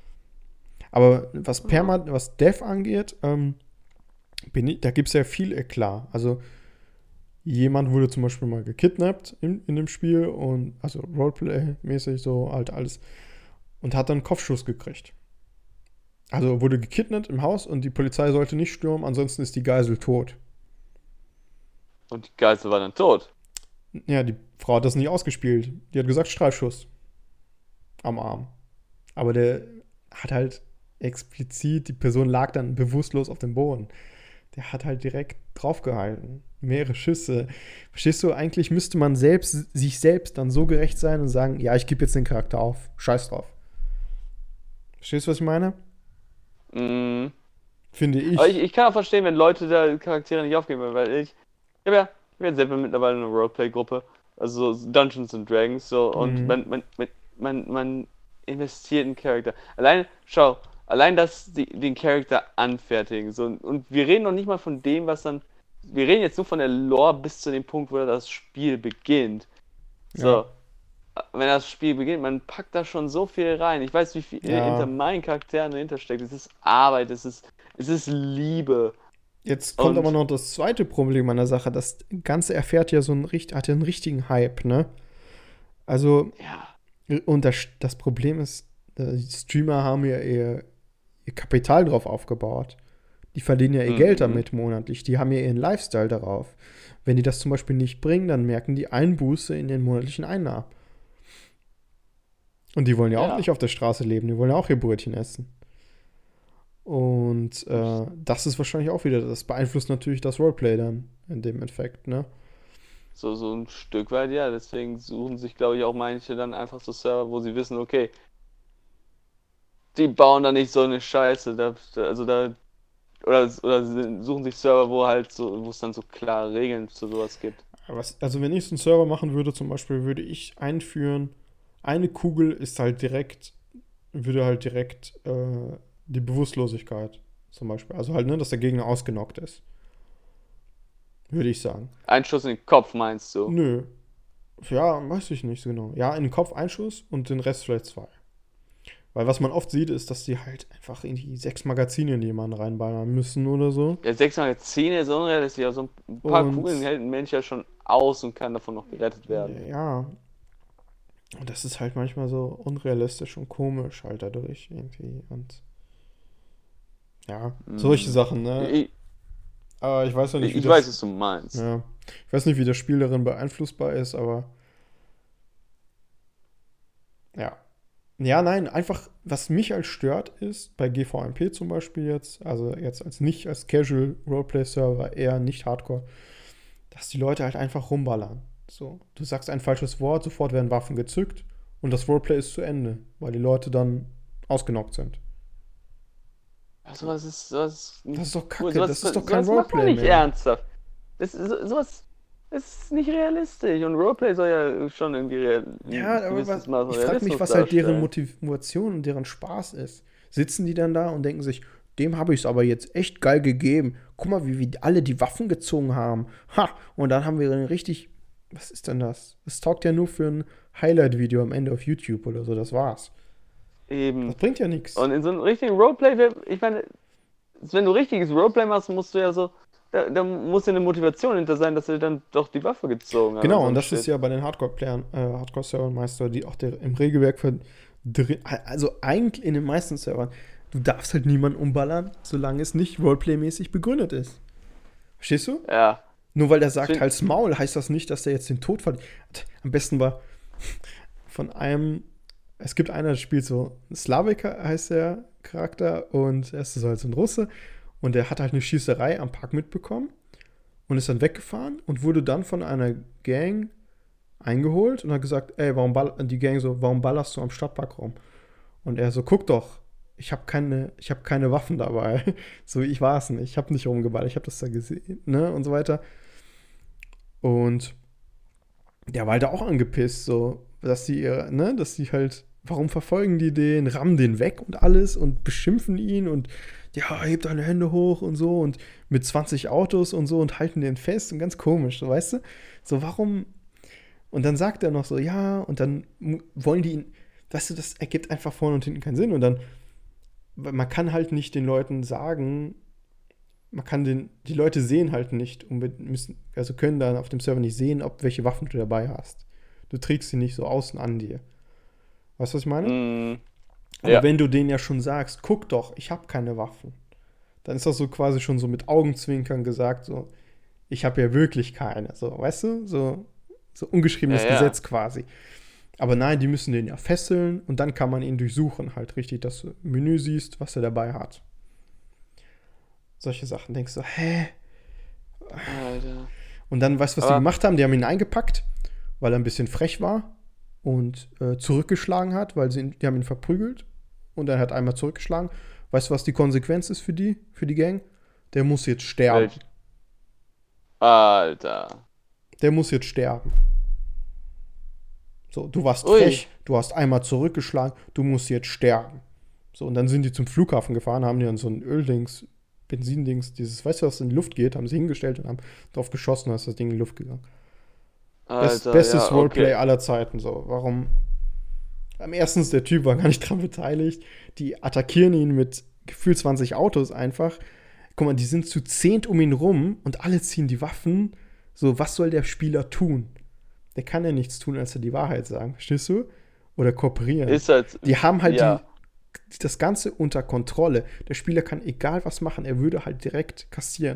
A: Aber was Perma, was Dev angeht, ähm, bin ich, da gibt es ja viel Eklat. Also jemand wurde zum Beispiel mal gekidnappt in, in dem Spiel und also Roleplay-mäßig so halt alles und hat dann einen Kopfschuss gekriegt. Also wurde gekidnappt im Haus und die Polizei sollte nicht stürmen, ansonsten ist die Geisel tot.
B: Und die Geisel war dann tot.
A: Ja, die Frau hat das nicht ausgespielt. Die hat gesagt Streifschuss am Arm. Aber der hat halt explizit, die Person lag dann bewusstlos auf dem Boden. Der hat halt direkt draufgehalten. Mehrere Schüsse. Verstehst du, eigentlich müsste man selbst, sich selbst dann so gerecht sein und sagen, ja, ich gebe jetzt den Charakter auf. Scheiß drauf. Verstehst du, was ich meine?
B: Mhm.
A: Finde ich.
B: Aber ich, ich kann auch verstehen, wenn Leute da Charaktere nicht aufgeben wollen, weil ich, ich habe ja, ich hab ja selber mittlerweile eine Roleplay-Gruppe, also so Dungeons and Dragons, so, und
A: Mhm.
B: man, man, man, man, man investiert in Charakter. Allein, schau, allein das, die, den Charakter anfertigen, so, und wir reden noch nicht mal von dem, was dann, wir reden jetzt nur von der Lore bis zu dem Punkt, wo das Spiel beginnt. So,
A: Ja.
B: wenn das Spiel beginnt, man packt da schon so viel rein. Ich weiß, wie viel
A: Ja.
B: hinter meinen Charakteren dahinter steckt. Es ist Arbeit, es ist, es ist Liebe.
A: Jetzt kommt
B: Und-
A: aber noch das zweite Problem an der Sache. Das Ganze erfährt ja so einen, richt- hat ja einen richtigen Hype, ne? Also,
B: Ja,
A: und das, das Problem ist, äh, die Streamer haben ja ihr, ihr Kapital drauf aufgebaut. Die verdienen ja ihr
B: Mhm.
A: Geld damit monatlich. Die haben ja ihren Lifestyle darauf. Wenn die das zum Beispiel nicht bringen, dann merken die Einbuße in den monatlichen Einnahmen. Und die wollen ja, auch
B: Ja.
A: nicht auf der Straße leben, die wollen ja auch ihr Brötchen essen. Und äh, das ist wahrscheinlich auch wieder, das beeinflusst natürlich das Roleplay dann in dem Effekt, ne?
B: so, so ein Stück weit, ja. Deswegen suchen sich, glaube ich, auch manche dann einfach so Server, wo sie wissen, okay, die bauen da nicht so eine Scheiße. Da, da- also da. Oder, oder sie suchen sich Server, wo halt so, wo es dann so klare Regeln zu sowas gibt.
A: Aber Was, also wenn ich so einen Server machen würde, zum Beispiel, würde ich einführen, eine Kugel ist halt direkt, würde halt direkt äh, die Bewusstlosigkeit zum Beispiel. Also halt, ne, dass der Gegner ausgenockt ist. Würde ich sagen.
B: Ein Schuss in den Kopf, meinst du?
A: Nö. Ja, weiß ich nicht so genau. Ja, in den Kopf ein Schuss und den Rest vielleicht zwei. Weil was man oft sieht, ist, dass die halt einfach irgendwie sechs Magazine in jemanden reinballern müssen oder so.
B: Ja, sechs Magazine ist unrealistisch, aber so ein paar
A: Und-
B: Kugeln hält ein Mensch ja schon aus und kann davon noch gerettet werden.
A: Ja. Und das ist halt manchmal so unrealistisch und komisch halt dadurch irgendwie. Und ja, solche Sachen, ne?
B: Ich,
A: Aber ich weiß ja nicht,
B: ich,
A: wie
B: ich
A: das,
B: weiß, was du meinst.
A: ja, ich weiß nicht, wie das Spiel darin beeinflussbar ist, aber ja. Ja, nein, einfach, was mich halt stört, ist, bei G V M P zum Beispiel jetzt, also jetzt als nicht als Casual Roleplay-Server, eher nicht Hardcore, dass die Leute halt einfach rumballern. So, du sagst ein falsches Wort, sofort werden Waffen gezückt und das Roleplay ist zu Ende, weil die Leute dann ausgenockt sind.
B: Also, was ist, was
A: Das ist doch kacke,
B: cool, sowas-
A: das ist doch kein
B: sowas macht man
A: Roleplay
B: nicht
A: mehr.
B: ernsthaft. Das ist, so- sowas das ist nicht realistisch. Und Roleplay soll ja schon irgendwie real,
A: Ja,
B: ein
A: aber
B: gewisses
A: was,
B: Maß an
A: ich frage mich,
B: Realismus
A: was halt deren
B: darstellen.
A: Motivation und deren Spaß ist. Sitzen die dann da und denken sich, dem habe ich es aber jetzt echt geil gegeben. Guck mal, wie wir alle die Waffen gezogen haben. Ha! Und dann haben wir dann richtig. Was ist denn das? Das taugt ja nur für ein Highlight-Video am Ende auf YouTube oder so. Das war's.
B: Eben.
A: Das bringt ja nichts.
B: Und in so einem richtigen Roleplay, wär- ich meine, wenn du richtiges Roleplay machst, musst du ja so, da, da muss ja eine Motivation hinter sein, dass sie dann doch die Waffe gezogen haben.
A: Genau,
B: so
A: und
B: ein
A: das
B: Shit.
A: ist ja bei den Hardcore-Playern, äh, Hardcore-Servern meister, die auch der, im Regelwerk ver drin, also eigentlich in den meisten Servern, du darfst halt niemanden umballern, solange es nicht Roleplay-mäßig begründet ist. Verstehst du?
B: Ja.
A: Nur weil der sagt,
B: Find-
A: halt's Maul, heißt das nicht, dass der jetzt den Tod verdient. Am besten war von einem, es gibt einer, der spielt so, Slavik heißt der Charakter und er ist so halt so ein Russe und der hat halt eine Schießerei am Park mitbekommen und ist dann weggefahren und wurde dann von einer Gang eingeholt und hat gesagt, ey, warum ball die Gang so, warum ballerst du am Stadtpark rum? Und er so, guck doch, ich habe keine, ich habe keine Waffen dabei. So, ich war es nicht, ich habe nicht rumgeballert, ich habe das da gesehen, ne, und so weiter. Und der war halt auch angepisst, so, dass die, äh, ne, dass die halt, warum verfolgen die den, rammen den weg und alles und beschimpfen ihn und ja, hebt deine Hände hoch und so und mit zwanzig Autos und so und halten den fest und ganz komisch, so, weißt du? So, warum? Und dann sagt er noch so, ja, und dann wollen die ihn, weißt du, das ergibt einfach vorne und hinten keinen Sinn und dann, man kann halt nicht den Leuten sagen, man kann den, die Leute sehen halt nicht und müssen, also können dann auf dem Server nicht sehen, ob welche Waffen du dabei hast. Du trägst sie nicht so außen an dir. Weißt du, was ich meine?
B: Mm,
A: Aber
B: ja.
A: wenn du denen ja schon sagst, guck doch, ich habe keine Waffen, dann ist das so quasi schon so mit Augenzwinkern gesagt, so, ich habe ja wirklich keine. So, weißt du? So, so
B: Ja,
A: ungeschriebenes
B: ja.
A: Gesetz quasi. Aber nein, die müssen den ja fesseln und dann kann man ihn durchsuchen, halt richtig, dass du im Menü siehst, was er dabei hat. Solche Sachen denkst du, hä?
B: Alter.
A: Und dann, weißt du, was die
B: Aber,
A: gemacht haben? Die haben ihn eingepackt, weil er ein bisschen frech war und äh, zurückgeschlagen hat, weil sie ihn, die haben ihn verprügelt und er hat einmal zurückgeschlagen. Weißt du, was die Konsequenz ist für die, für die Gang? Der muss jetzt sterben.
B: welch, Alter.
A: Der muss jetzt sterben. So, du warst
B: Ui.
A: frech, du hast einmal zurückgeschlagen, du musst jetzt sterben. So, und dann sind die zum Flughafen gefahren, haben die dann so ein Öldings, Benzindings, dieses, weißt du, was in die Luft geht, haben sie hingestellt und haben drauf geschossen, dann ist das Ding in die Luft gegangen. Best,
B: Alter,
A: bestes
B: ja,
A: Roleplay
B: okay.
A: aller Zeiten, so. Warum? Am erstens, der Typ war gar nicht dran beteiligt. Die attackieren ihn mit gefühlt zwanzig Autos einfach. Guck mal, die sind zu zehnt um ihn rum und alle ziehen die Waffen. So, was soll der Spieler tun? Der kann ja nichts tun, als er die Wahrheit sagen. Verstehst du? Oder kooperieren.
B: Ist halt,
A: Die haben halt die,
B: ja.
A: das Ganze unter Kontrolle. Der Spieler kann egal was machen, er würde halt direkt kassieren.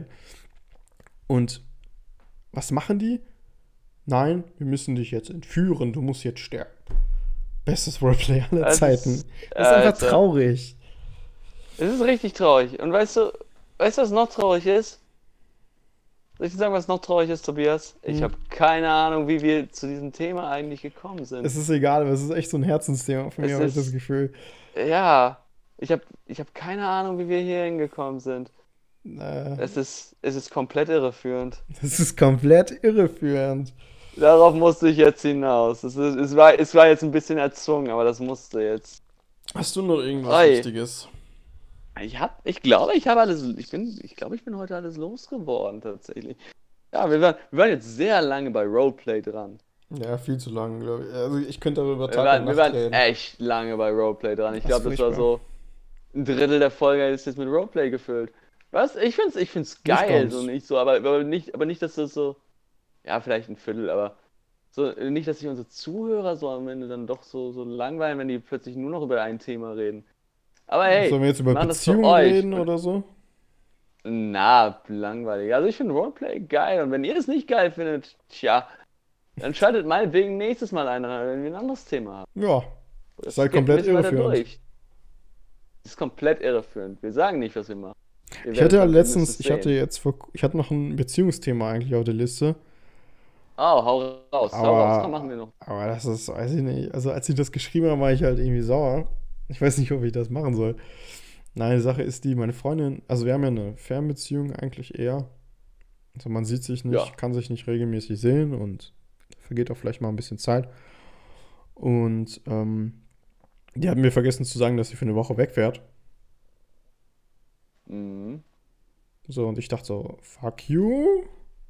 A: Und was machen die? Nein, wir müssen dich jetzt entführen, du musst jetzt sterben. Bestes Roleplay aller
B: Es
A: Zeiten.
B: ist,
A: Das ist einfach
B: Alter.
A: traurig.
B: Es ist richtig traurig. Und weißt du, weißt du, was noch traurig ist? Soll ich dir sagen, was noch traurig ist, Tobias? Ich
A: Hm.
B: habe keine Ahnung, wie wir zu diesem Thema eigentlich gekommen sind.
A: Es ist egal, aber es ist echt so ein Herzensthema von mir,
B: Es
A: habe ich das
B: ist,
A: Gefühl.
B: ja, ich habe ich hab keine Ahnung, wie wir hier hingekommen sind.
A: Äh,
B: Es ist, es ist komplett irreführend.
A: Das ist komplett irreführend.
B: Darauf musste ich jetzt hinaus. Es, ist, es, war, es war jetzt ein bisschen erzwungen, aber das musste jetzt.
A: Hast du noch irgendwas
B: Oi.
A: Wichtiges?
B: Ich hab, ich glaube, ich habe alles, ich bin, ich glaube, ich bin heute alles losgeworden, tatsächlich. Ja, wir waren, wir waren jetzt sehr lange bei Roleplay dran.
A: Ja, viel zu lang, glaube ich. Also ich könnte darüber
B: Wir
A: Tag und
B: waren, wir
A: Nacht
B: waren
A: reden.
B: echt lange bei Roleplay dran. Ich
A: Das ist
B: glaube, das war
A: furchtbar.
B: so ein Drittel der Folge ist jetzt mit Roleplay gefüllt. Was? Ich find's, ich find's
A: Nicht
B: geil, so
A: ganz.
B: nicht so, aber, aber nicht, aber nicht, dass das so, ja, vielleicht ein Viertel, aber so, nicht, dass sich unsere Zuhörer so am Ende dann doch so, so langweilen, wenn die plötzlich nur noch über ein Thema reden. Aber hey,
A: Sollen wir jetzt
B: wir
A: über
B: machen das für
A: Beziehungen
B: euch.
A: reden
B: Und
A: oder so?
B: na, langweilig. Also ich finde Roleplay geil und wenn ihr es nicht geil findet, tja, dann schaltet meinetwegen nächstes Mal ein, wenn wir ein anderes Thema haben.
A: Ja,
B: Oder
A: ist halt
B: skippt ein
A: komplett
B: bisschen weiter
A: irreführend.
B: durch. Das ist komplett irreführend. Wir sagen nicht, was wir machen. Ihr
A: Ich hatte
B: werdet
A: ja
B: dann, ihr müsst
A: letztens,
B: es
A: ich hatte
B: sehen.
A: jetzt vor, ich hatte noch ein Beziehungsthema eigentlich auf der Liste,
B: Oh, hau raus, hau raus. Komm, machen
A: aber,
B: wir noch.
A: aber das ist, weiß ich nicht. Also als ich das geschrieben habe, war ich halt irgendwie sauer. Ich weiß nicht, ob ich das machen soll. Nein, die Sache ist die, meine Freundin, also wir haben ja eine Fernbeziehung eigentlich eher. Also man sieht sich
B: Ja.
A: nicht, kann sich nicht regelmäßig sehen und vergeht auch vielleicht mal ein bisschen Zeit. Und ähm, die hat mir vergessen zu sagen, dass sie für eine Woche wegfährt.
B: Mhm.
A: So, und ich dachte so, fuck you.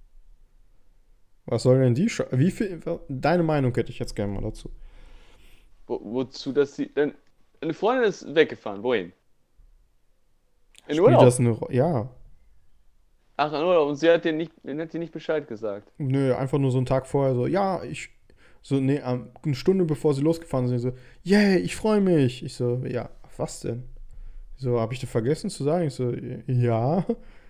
A: Was soll denn die Sche Wie viel, deine Meinung hätte ich jetzt gerne mal dazu.
B: Wo, wozu das sie. Denn eine Freundin ist weggefahren. Wohin? In
A: Spielt
B: Urlaub.
A: das eine Rolle? Ja.
B: Ach, in Urlaub. Und sie hat dir nicht, hat dir nicht Bescheid gesagt.
A: Nö, einfach nur so einen Tag vorher so, ja, ich, so, nee, ähm, eine Stunde bevor sie losgefahren sind, so, yay, ich freue mich. Ich so, ja, was denn? So, habe ich das vergessen zu sagen? Ich so, ja.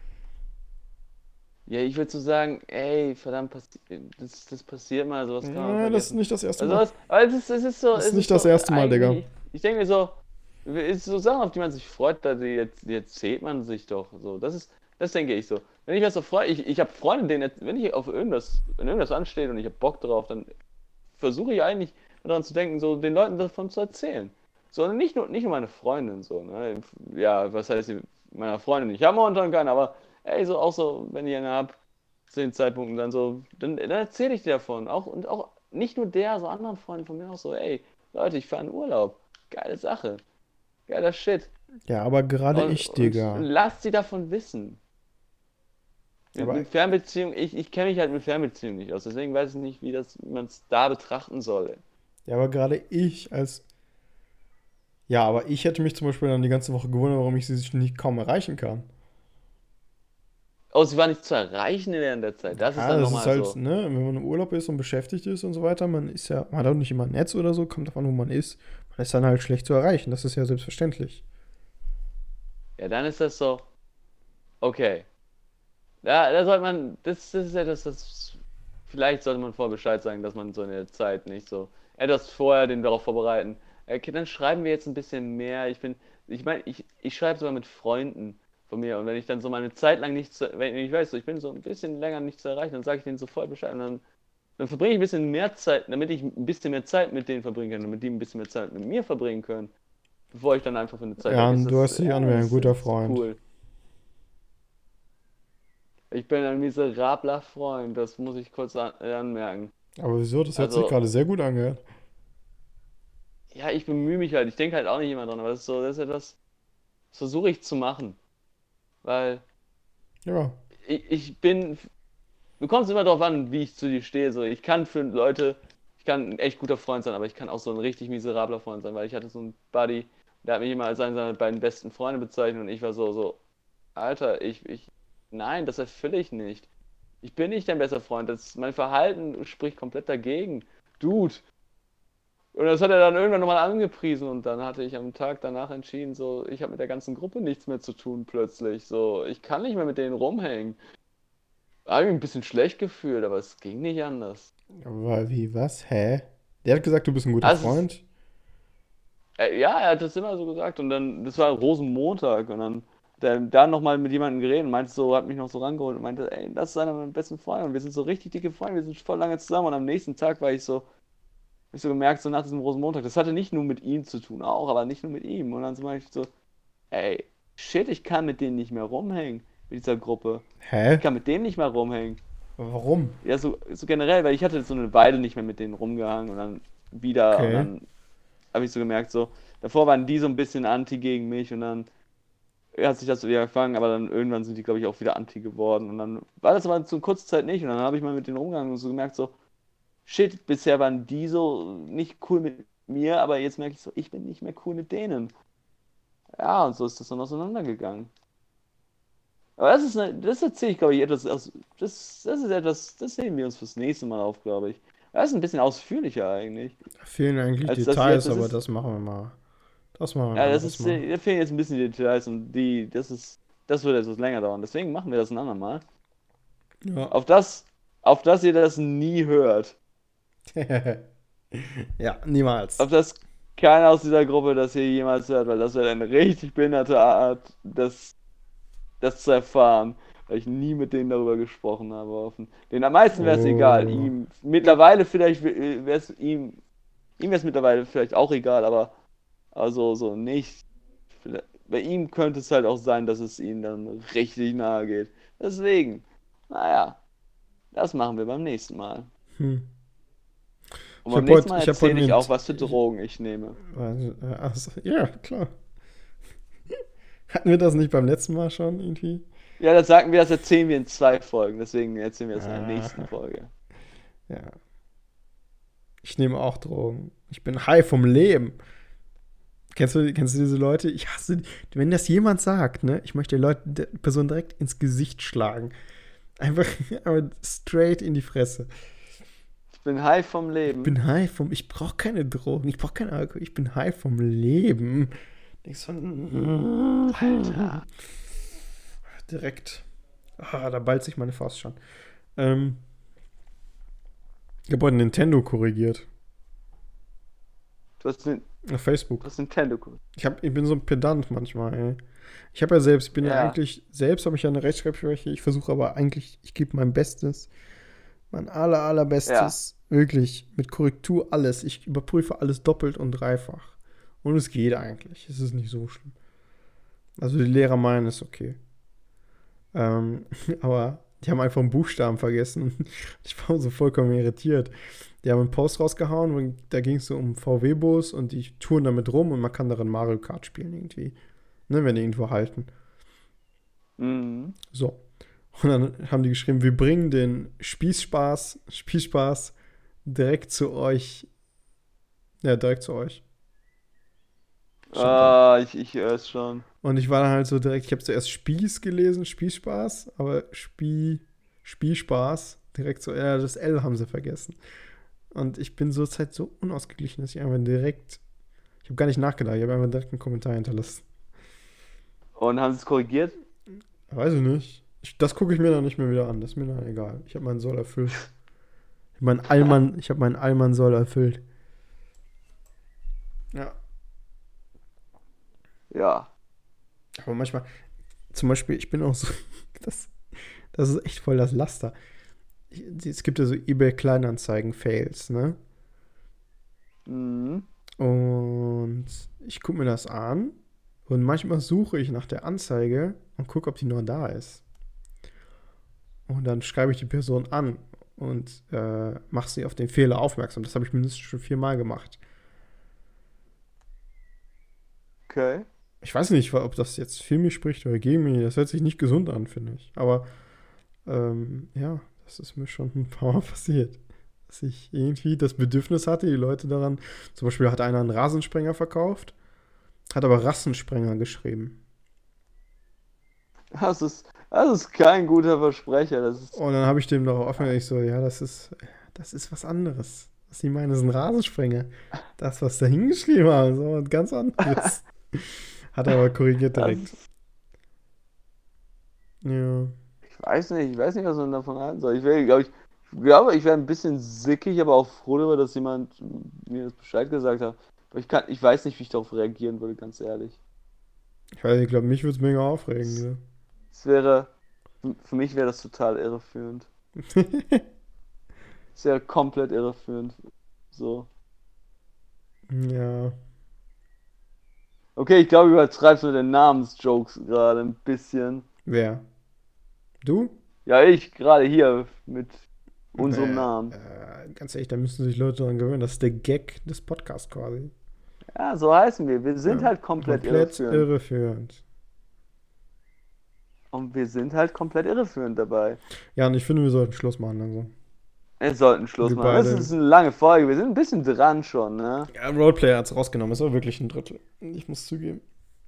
B: Ja, ich würde so sagen, ey, verdammt, passi das, das passiert mal, sowas kann man
A: Ja, das ist
B: vergessen.
A: nicht das erste
B: Also
A: Mal.
B: was, aber es ist, es ist so,
A: Das ist
B: es
A: nicht
B: ist
A: das
B: so,
A: erste Mal, Digga.
B: eigentlich, ich denke mir so, es ist so Sachen, auf die man sich freut, da die jetzt, die erzählt man sich doch, so, das ist, das denke ich so. Wenn ich was so freue, ich, ich habe Freunde, denen, wenn ich auf irgendwas, wenn irgendwas ansteht und ich habe Bock drauf, dann versuche ich eigentlich daran zu denken, so den Leuten davon zu erzählen. So, nicht nur, nicht nur meine Freundin, so, ne, ja, was heißt, meiner Freundin, ich habe momentan keine, aber, ey, so, auch so, wenn ich eine habe, zu den Zeitpunkten dann so, dann, dann erzähle ich dir davon. Auch, und auch nicht nur der, so anderen Freunden von mir auch so, ey, Leute, ich fahre in Urlaub. Geile Sache. Geiler Shit.
A: Ja, aber gerade
B: Und,
A: ich,
B: und
A: Digga.
B: lasst sie davon wissen. Mit,
A: Aber,
B: mit Fernbeziehung, ich, ich kenne mich halt mit Fernbeziehung nicht aus, deswegen weiß ich nicht, wie das, wie man es da betrachten soll.
A: ja, aber gerade ich als. Ja, aber ich hätte mich zum Beispiel dann die ganze Woche gewundert, warum ich sie nicht kaum erreichen kann.
B: Oh, sie war nicht zu erreichen während der Zeit. Das ist
A: Ja,
B: dann
A: das ist
B: nochmal
A: halt,
B: so.
A: ne, wenn man im Urlaub ist und beschäftigt ist und so weiter, man ist ja, man hat auch nicht immer ein Netz oder so, kommt davon, wo man ist. Man ist dann halt schlecht zu erreichen. Das ist ja selbstverständlich.
B: Ja, dann ist das so, okay. Da, da sollte man, das, das ist etwas, das, vielleicht sollte man vorher Bescheid sagen, dass man so in der Zeit nicht so, etwas vorher den darauf vorbereiten. Okay, dann schreiben wir jetzt ein bisschen mehr. Ich bin, ich meine, ich, ich schreibe sogar mit Freunden von mir und wenn ich dann so mal eine Zeit lang nicht, zu, wenn ich weiß, so, ich bin so ein bisschen länger nicht zu erreichen, dann sage ich denen sofort Bescheid und dann, dann verbringe ich ein bisschen mehr Zeit, damit ich ein bisschen mehr Zeit mit denen verbringen kann, damit die ein bisschen mehr Zeit mit mir verbringen können, bevor ich dann einfach für eine Zeit
A: Ja,
B: weg ist.
A: und du
B: Das,
A: hast dich
B: ja,
A: an wie ein
B: das
A: guter
B: ist
A: Freund.
B: cool. Ich bin ein miserabler Freund, das muss ich kurz an, äh, anmerken.
A: Aber wieso? Das hat sich
B: Also,
A: gerade sehr gut angehört.
B: ja, ich bemühe mich halt, ich denke halt auch nicht immer dran, aber das ist so, das ist etwas, das versuche ich zu machen. Weil
A: Ja,
B: ich, ich bin, du kommst immer darauf an, wie ich zu dir stehe. So, ich kann für Leute, ich kann ein echt guter Freund sein, aber ich kann auch so ein richtig miserabler Freund sein, weil ich hatte so einen Buddy, der hat mich immer als einen seiner beiden besten Freunde bezeichnet und ich war so, so, Alter, ich, ich, nein, das erfülle ich nicht. Ich bin nicht dein bester Freund. Das, mein Verhalten spricht komplett dagegen. Dude. Und das hat er dann irgendwann nochmal angepriesen und dann hatte ich am Tag danach entschieden, so, ich habe mit der ganzen Gruppe nichts mehr zu tun plötzlich. So, ich kann nicht mehr mit denen rumhängen. Habe ich mich ein bisschen schlecht gefühlt, aber es ging nicht anders.
A: aber wie, was? Hä? Der hat gesagt, du bist ein guter
B: Also, es,
A: Freund?
B: äh, ja, er hat das immer so gesagt und dann, das war Rosenmontag und dann der dann nochmal mit jemandem geredet und meinte so, hat mich noch so rangeholt und meinte, ey, das ist einer meiner besten Freunde und wir sind so richtig dicke Freunde, wir sind voll lange zusammen und am nächsten Tag war ich so, hab ich so gemerkt, so nach diesem Rosenmontag, das hatte nicht nur mit ihm zu tun, auch, aber nicht nur mit ihm. Und dann so meinte ich so, ey, shit, ich kann mit denen nicht mehr rumhängen, mit dieser Gruppe. Ich
A: Hä?
B: kann mit denen nicht mehr rumhängen.
A: Warum?
B: Ja, so, so generell, weil ich hatte so eine Weile nicht mehr mit denen rumgehangen und dann wieder und
A: Okay.
B: dann habe ich so gemerkt, so, davor waren die so ein bisschen anti gegen mich und dann hat sich das so wieder gefangen, aber dann irgendwann sind die, glaube ich, auch wieder anti geworden und dann war das aber zu kurzer Zeit nicht und dann habe ich mal mit denen rumgehangen und so gemerkt, so, shit, bisher waren die so nicht cool mit mir, aber jetzt merke ich so, ich bin nicht mehr cool mit denen. Ja, und so ist das dann auseinandergegangen. Aber das ist, eine, das erzähle ich, glaube ich, etwas aus, das, das ist etwas, das sehen wir uns fürs nächste Mal auf, glaube ich. Das ist ein bisschen ausführlicher eigentlich,
A: Da fehlen eigentlich
B: als das jetzt.
A: Details,
B: Das
A: aber
B: ist,
A: das machen wir mal. Das machen wir ein
B: ja, das
A: anderes
B: ist,
A: Mal.
B: da fehlen jetzt ein bisschen die Details und die, das ist, das wird etwas länger dauern. Deswegen machen wir das ein andermal.
A: Ja.
B: Auf das, auf das ihr das nie hört.
A: Ja, niemals.
B: Auf das keiner aus dieser Gruppe das hier jemals hört, weil das wäre eine richtig behinderte Art, das, das zu erfahren. Weil ich nie mit denen darüber gesprochen habe. Offen. Den am meisten wäre es egal.
A: Oh.
B: Ihm mittlerweile vielleicht wäre es ihm, ihm wäre es mittlerweile vielleicht auch egal, aber also so nicht. Vielleicht, bei ihm könnte es halt auch sein, dass es ihm dann richtig nahe geht. Deswegen, naja, das machen wir beim nächsten Mal.
A: Hm.
B: Und
A: Ich
B: beim
A: habe
B: nächsten
A: heute,
B: Mal
A: ich habe heute
B: erzähle ich auch,
A: mit.
B: was für
A: Ich,
B: Drogen ich nehme.
A: also, äh, also, ja, klar. Hatten wir das nicht beim letzten Mal schon irgendwie?
B: Ja, das sagen wir, das erzählen wir in zwei Folgen. Deswegen erzählen wir das in der
A: Ah,
B: nächsten Folge.
A: ja. Ich nehme auch Drogen. Ich bin high vom Leben. Kennst du, kennst du diese Leute? Ich hasse, wenn das jemand sagt, ne? Ich möchte Leute, der Person direkt ins Gesicht schlagen. Einfach, einfach straight in die Fresse.
B: Ich bin high vom
A: Ich
B: Leben.
A: bin high vom, ich brauche keine Drogen, ich brauche keinen Alkohol, ich bin high vom Leben. Denkst so,
B: Alter.
A: direkt. Ah, da ballt sich meine Faust schon. Ähm, ich habe heute Nintendo korrigiert.
B: Du hast, den,
A: Auf
B: du
A: Facebook.
B: hast Nintendo cool.
A: Ich, hab, ich bin so ein Pedant manchmal, ey. Ich habe ja selbst, ich bin ja
B: Ja,
A: eigentlich, selbst habe ich ja eine Rechtschreibschwäche. Ich versuche aber eigentlich, ich gebe mein Bestes. Mein aller,
B: ja.
A: allerbestes. Wirklich. Mit Korrektur alles. Ich überprüfe alles doppelt und dreifach. Und es geht eigentlich. Es ist nicht so schlimm. Also die Lehrer meinen, es ist okay. Ähm, aber die haben einfach einen Buchstaben vergessen. Ich war so vollkommen irritiert. Die haben einen Post rausgehauen und da ging es so um V W-Bus und die touren damit rum und man kann darin Mario Kart spielen irgendwie. Ne, wenn die irgendwo halten.
B: Mhm.
A: So. Und dann haben die geschrieben, wir bringen den Spießspaß, Spielspaß direkt zu euch. Ja, direkt zu euch. Stand da.
B: Ah, ich, ich höre es schon.
A: Und ich war dann halt so direkt, ich habe zuerst Spieß gelesen, Spießspaß, aber Spie, Spielspaß, direkt so, ja, das L haben sie vergessen. Und ich bin zurzeit so unausgeglichen, dass ich einfach direkt, ich habe gar nicht nachgedacht, ich habe einfach direkt einen Kommentar hinterlassen.
B: Und haben sie es korrigiert?
A: Weiß ich nicht. Ich, das gucke ich mir dann nicht mehr wieder an, das ist mir dann egal. Ich habe meinen Soll erfüllt. Ich habe meinen Allmann, ich habe meinen Allmann-Soll erfüllt. Ja.
B: Ja.
A: Aber manchmal, zum Beispiel, ich bin auch so, das, das ist echt voll das Laster. Ich, es gibt ja so eBay-Kleinanzeigen-Fails, ne?
B: Mhm.
A: Und ich gucke mir das an und manchmal suche ich nach der Anzeige und gucke, ob die noch da ist. Und dann schreibe ich die Person an und äh, mache sie auf den Fehler aufmerksam. Das habe ich mindestens schon viermal gemacht.
B: Okay.
A: Ich weiß nicht, ob das jetzt für mich spricht oder gegen mich. Das hört sich nicht gesund an, finde ich. Aber ähm, ja, das ist mir schon ein paar Mal passiert. Dass ich irgendwie das Bedürfnis hatte, die Leute daran. Zum Beispiel hat einer einen Rasensprenger verkauft, hat aber Rassensprenger geschrieben.
B: Das ist, das ist kein guter Versprecher. Das ist,
A: Und dann habe ich dem darauf aufgehört, ich so, ja, das ist, das ist was anderes. Was sie meinen, ist ein Rasensprenger. Das, was da hingeschrieben haben, so was ganz anderes. Hat er aber korrigiert
B: das
A: direkt.
B: ist,
A: Ja.
B: ich weiß nicht, ich weiß nicht, was man davon halten soll. Ich wäre, glaube ich, ich glaube, ich wäre ein bisschen sickig, aber auch froh darüber, dass jemand mir das Bescheid gesagt hat. Aber ich kann, ich weiß nicht, wie ich darauf reagieren würde, ganz ehrlich.
A: Ich weiß, ich glaube, mich würde es mega aufregen. Ne?
B: Es wäre, für mich wäre das total irreführend. Es wäre komplett irreführend. So.
A: Ja.
B: Okay, ich glaube, du übertreibst mit den Namensjokes gerade ein bisschen.
A: Wer? Du?
B: Ja, ich gerade hier mit unserem
A: Äh,
B: Namen.
A: äh, ganz ehrlich, da müssen sich Leute daran gewöhnen. Das ist der Gag des Podcasts quasi.
B: Ja, so heißen wir. Wir sind
A: Ja.
B: halt komplett,
A: Komplett
B: irreführend.
A: irreführend.
B: Und wir sind halt komplett irreführend dabei.
A: Ja, und ich finde, wir sollten Schluss machen langsam.
B: Wir sollten Schluss
A: Wir
B: machen. Das
A: beide-
B: ist eine lange Folge. Wir sind ein bisschen dran schon, ne?
A: Ja, Roleplayer hat es rausgenommen. Ist aber wirklich ein Drittel. Ich muss zugeben.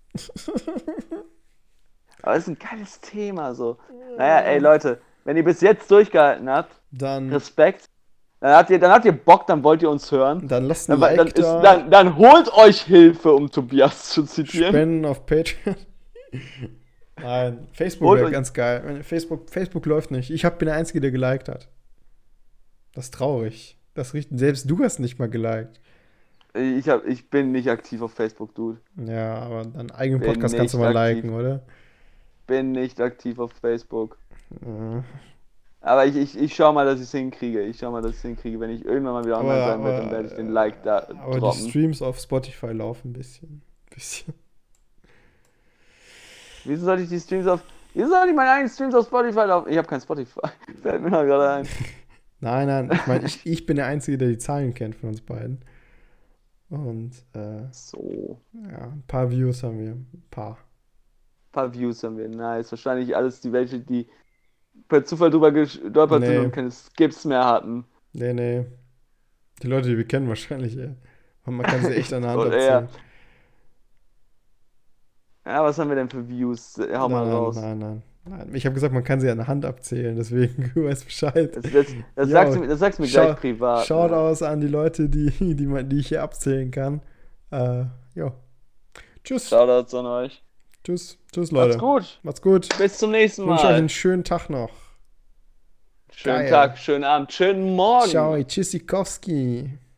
B: Aber es ist ein geiles Thema, so. Naja, ey, Leute, wenn ihr bis jetzt durchgehalten habt,
A: Dann,
B: Respekt. Dann habt ihr, dann habt ihr Bock, dann wollt ihr uns hören.
A: dann lasst ein
B: Dann,
A: Like
B: dann, ist,
A: da.
B: dann, dann holt euch Hilfe, um Tobias zu zitieren.
A: Spenden auf Patreon. Nein, Facebook
B: Holt
A: wäre
B: euch-
A: ganz geil. Wenn Facebook, Facebook läuft nicht. Ich hab, bin der Einzige, der geliked hat. Das ist traurig. Das riecht, selbst du hast nicht mal geliked.
B: Ich, hab, ich bin nicht aktiv auf Facebook, Dude.
A: Ja, aber deinen eigenen
B: Bin
A: Podcast kannst du
B: nicht
A: mal
B: aktiv.
A: liken, oder?
B: Bin nicht aktiv auf Facebook.
A: Ja.
B: Aber ich, ich, ich schau mal, dass ich es hinkriege. Ich schau mal, dass ich es hinkriege. Wenn ich irgendwann mal wieder online
A: Aber,
B: sein werde, dann
A: aber,
B: werde ich den Like da
A: aber die
B: droppen.
A: Streams auf Spotify laufen ein bisschen. bisschen.
B: Wieso sollte ich die Streams auf. Wieso soll ich meine eigenen Streams auf Spotify laufen? Ich habe kein Spotify. Fällt mir da gerade ein.
A: Nein, nein, ich meine, ich, ich bin der Einzige, der die Zahlen kennt von uns beiden. Und äh,
B: So.
A: ja, ein paar Views haben wir. Ein paar.
B: Ein paar Views haben wir. Nice. Wahrscheinlich alles die welche, die per Zufall drüber gestolpert sind
A: Nee.
B: und keine Skips mehr hatten.
A: Nee, nee. Die Leute, die wir kennen, wahrscheinlich, ey. Und man kann sie echt an der Hand
B: Oder eher.
A: abzählen.
B: Ja, was haben wir denn für Views? Hau mal
A: Nein,
B: raus.
A: nein, nein, nein. Ich habe gesagt, man kann sie an der Hand abzählen, deswegen du weißt Bescheid.
B: Das, das, das,
A: Jo,
B: sagst, du, mir- das sagst du mir
A: schau-
B: gleich privat.
A: Schaut
B: ne?
A: aus an die Leute, die, die, man, die ich hier abzählen kann. Äh, jo. Tschüss.
B: Shoutouts an euch.
A: Tschüss. Tschüss,
B: Macht's
A: Leute.
B: gut.
A: Macht's gut.
B: Bis zum nächsten
A: Ich wünsche euch
B: Mal.
A: einen schönen Tag noch.
B: Schönen
A: Geil.
B: Tag, schönen Abend, schönen Morgen.
A: Ciao, Tschüssikowski.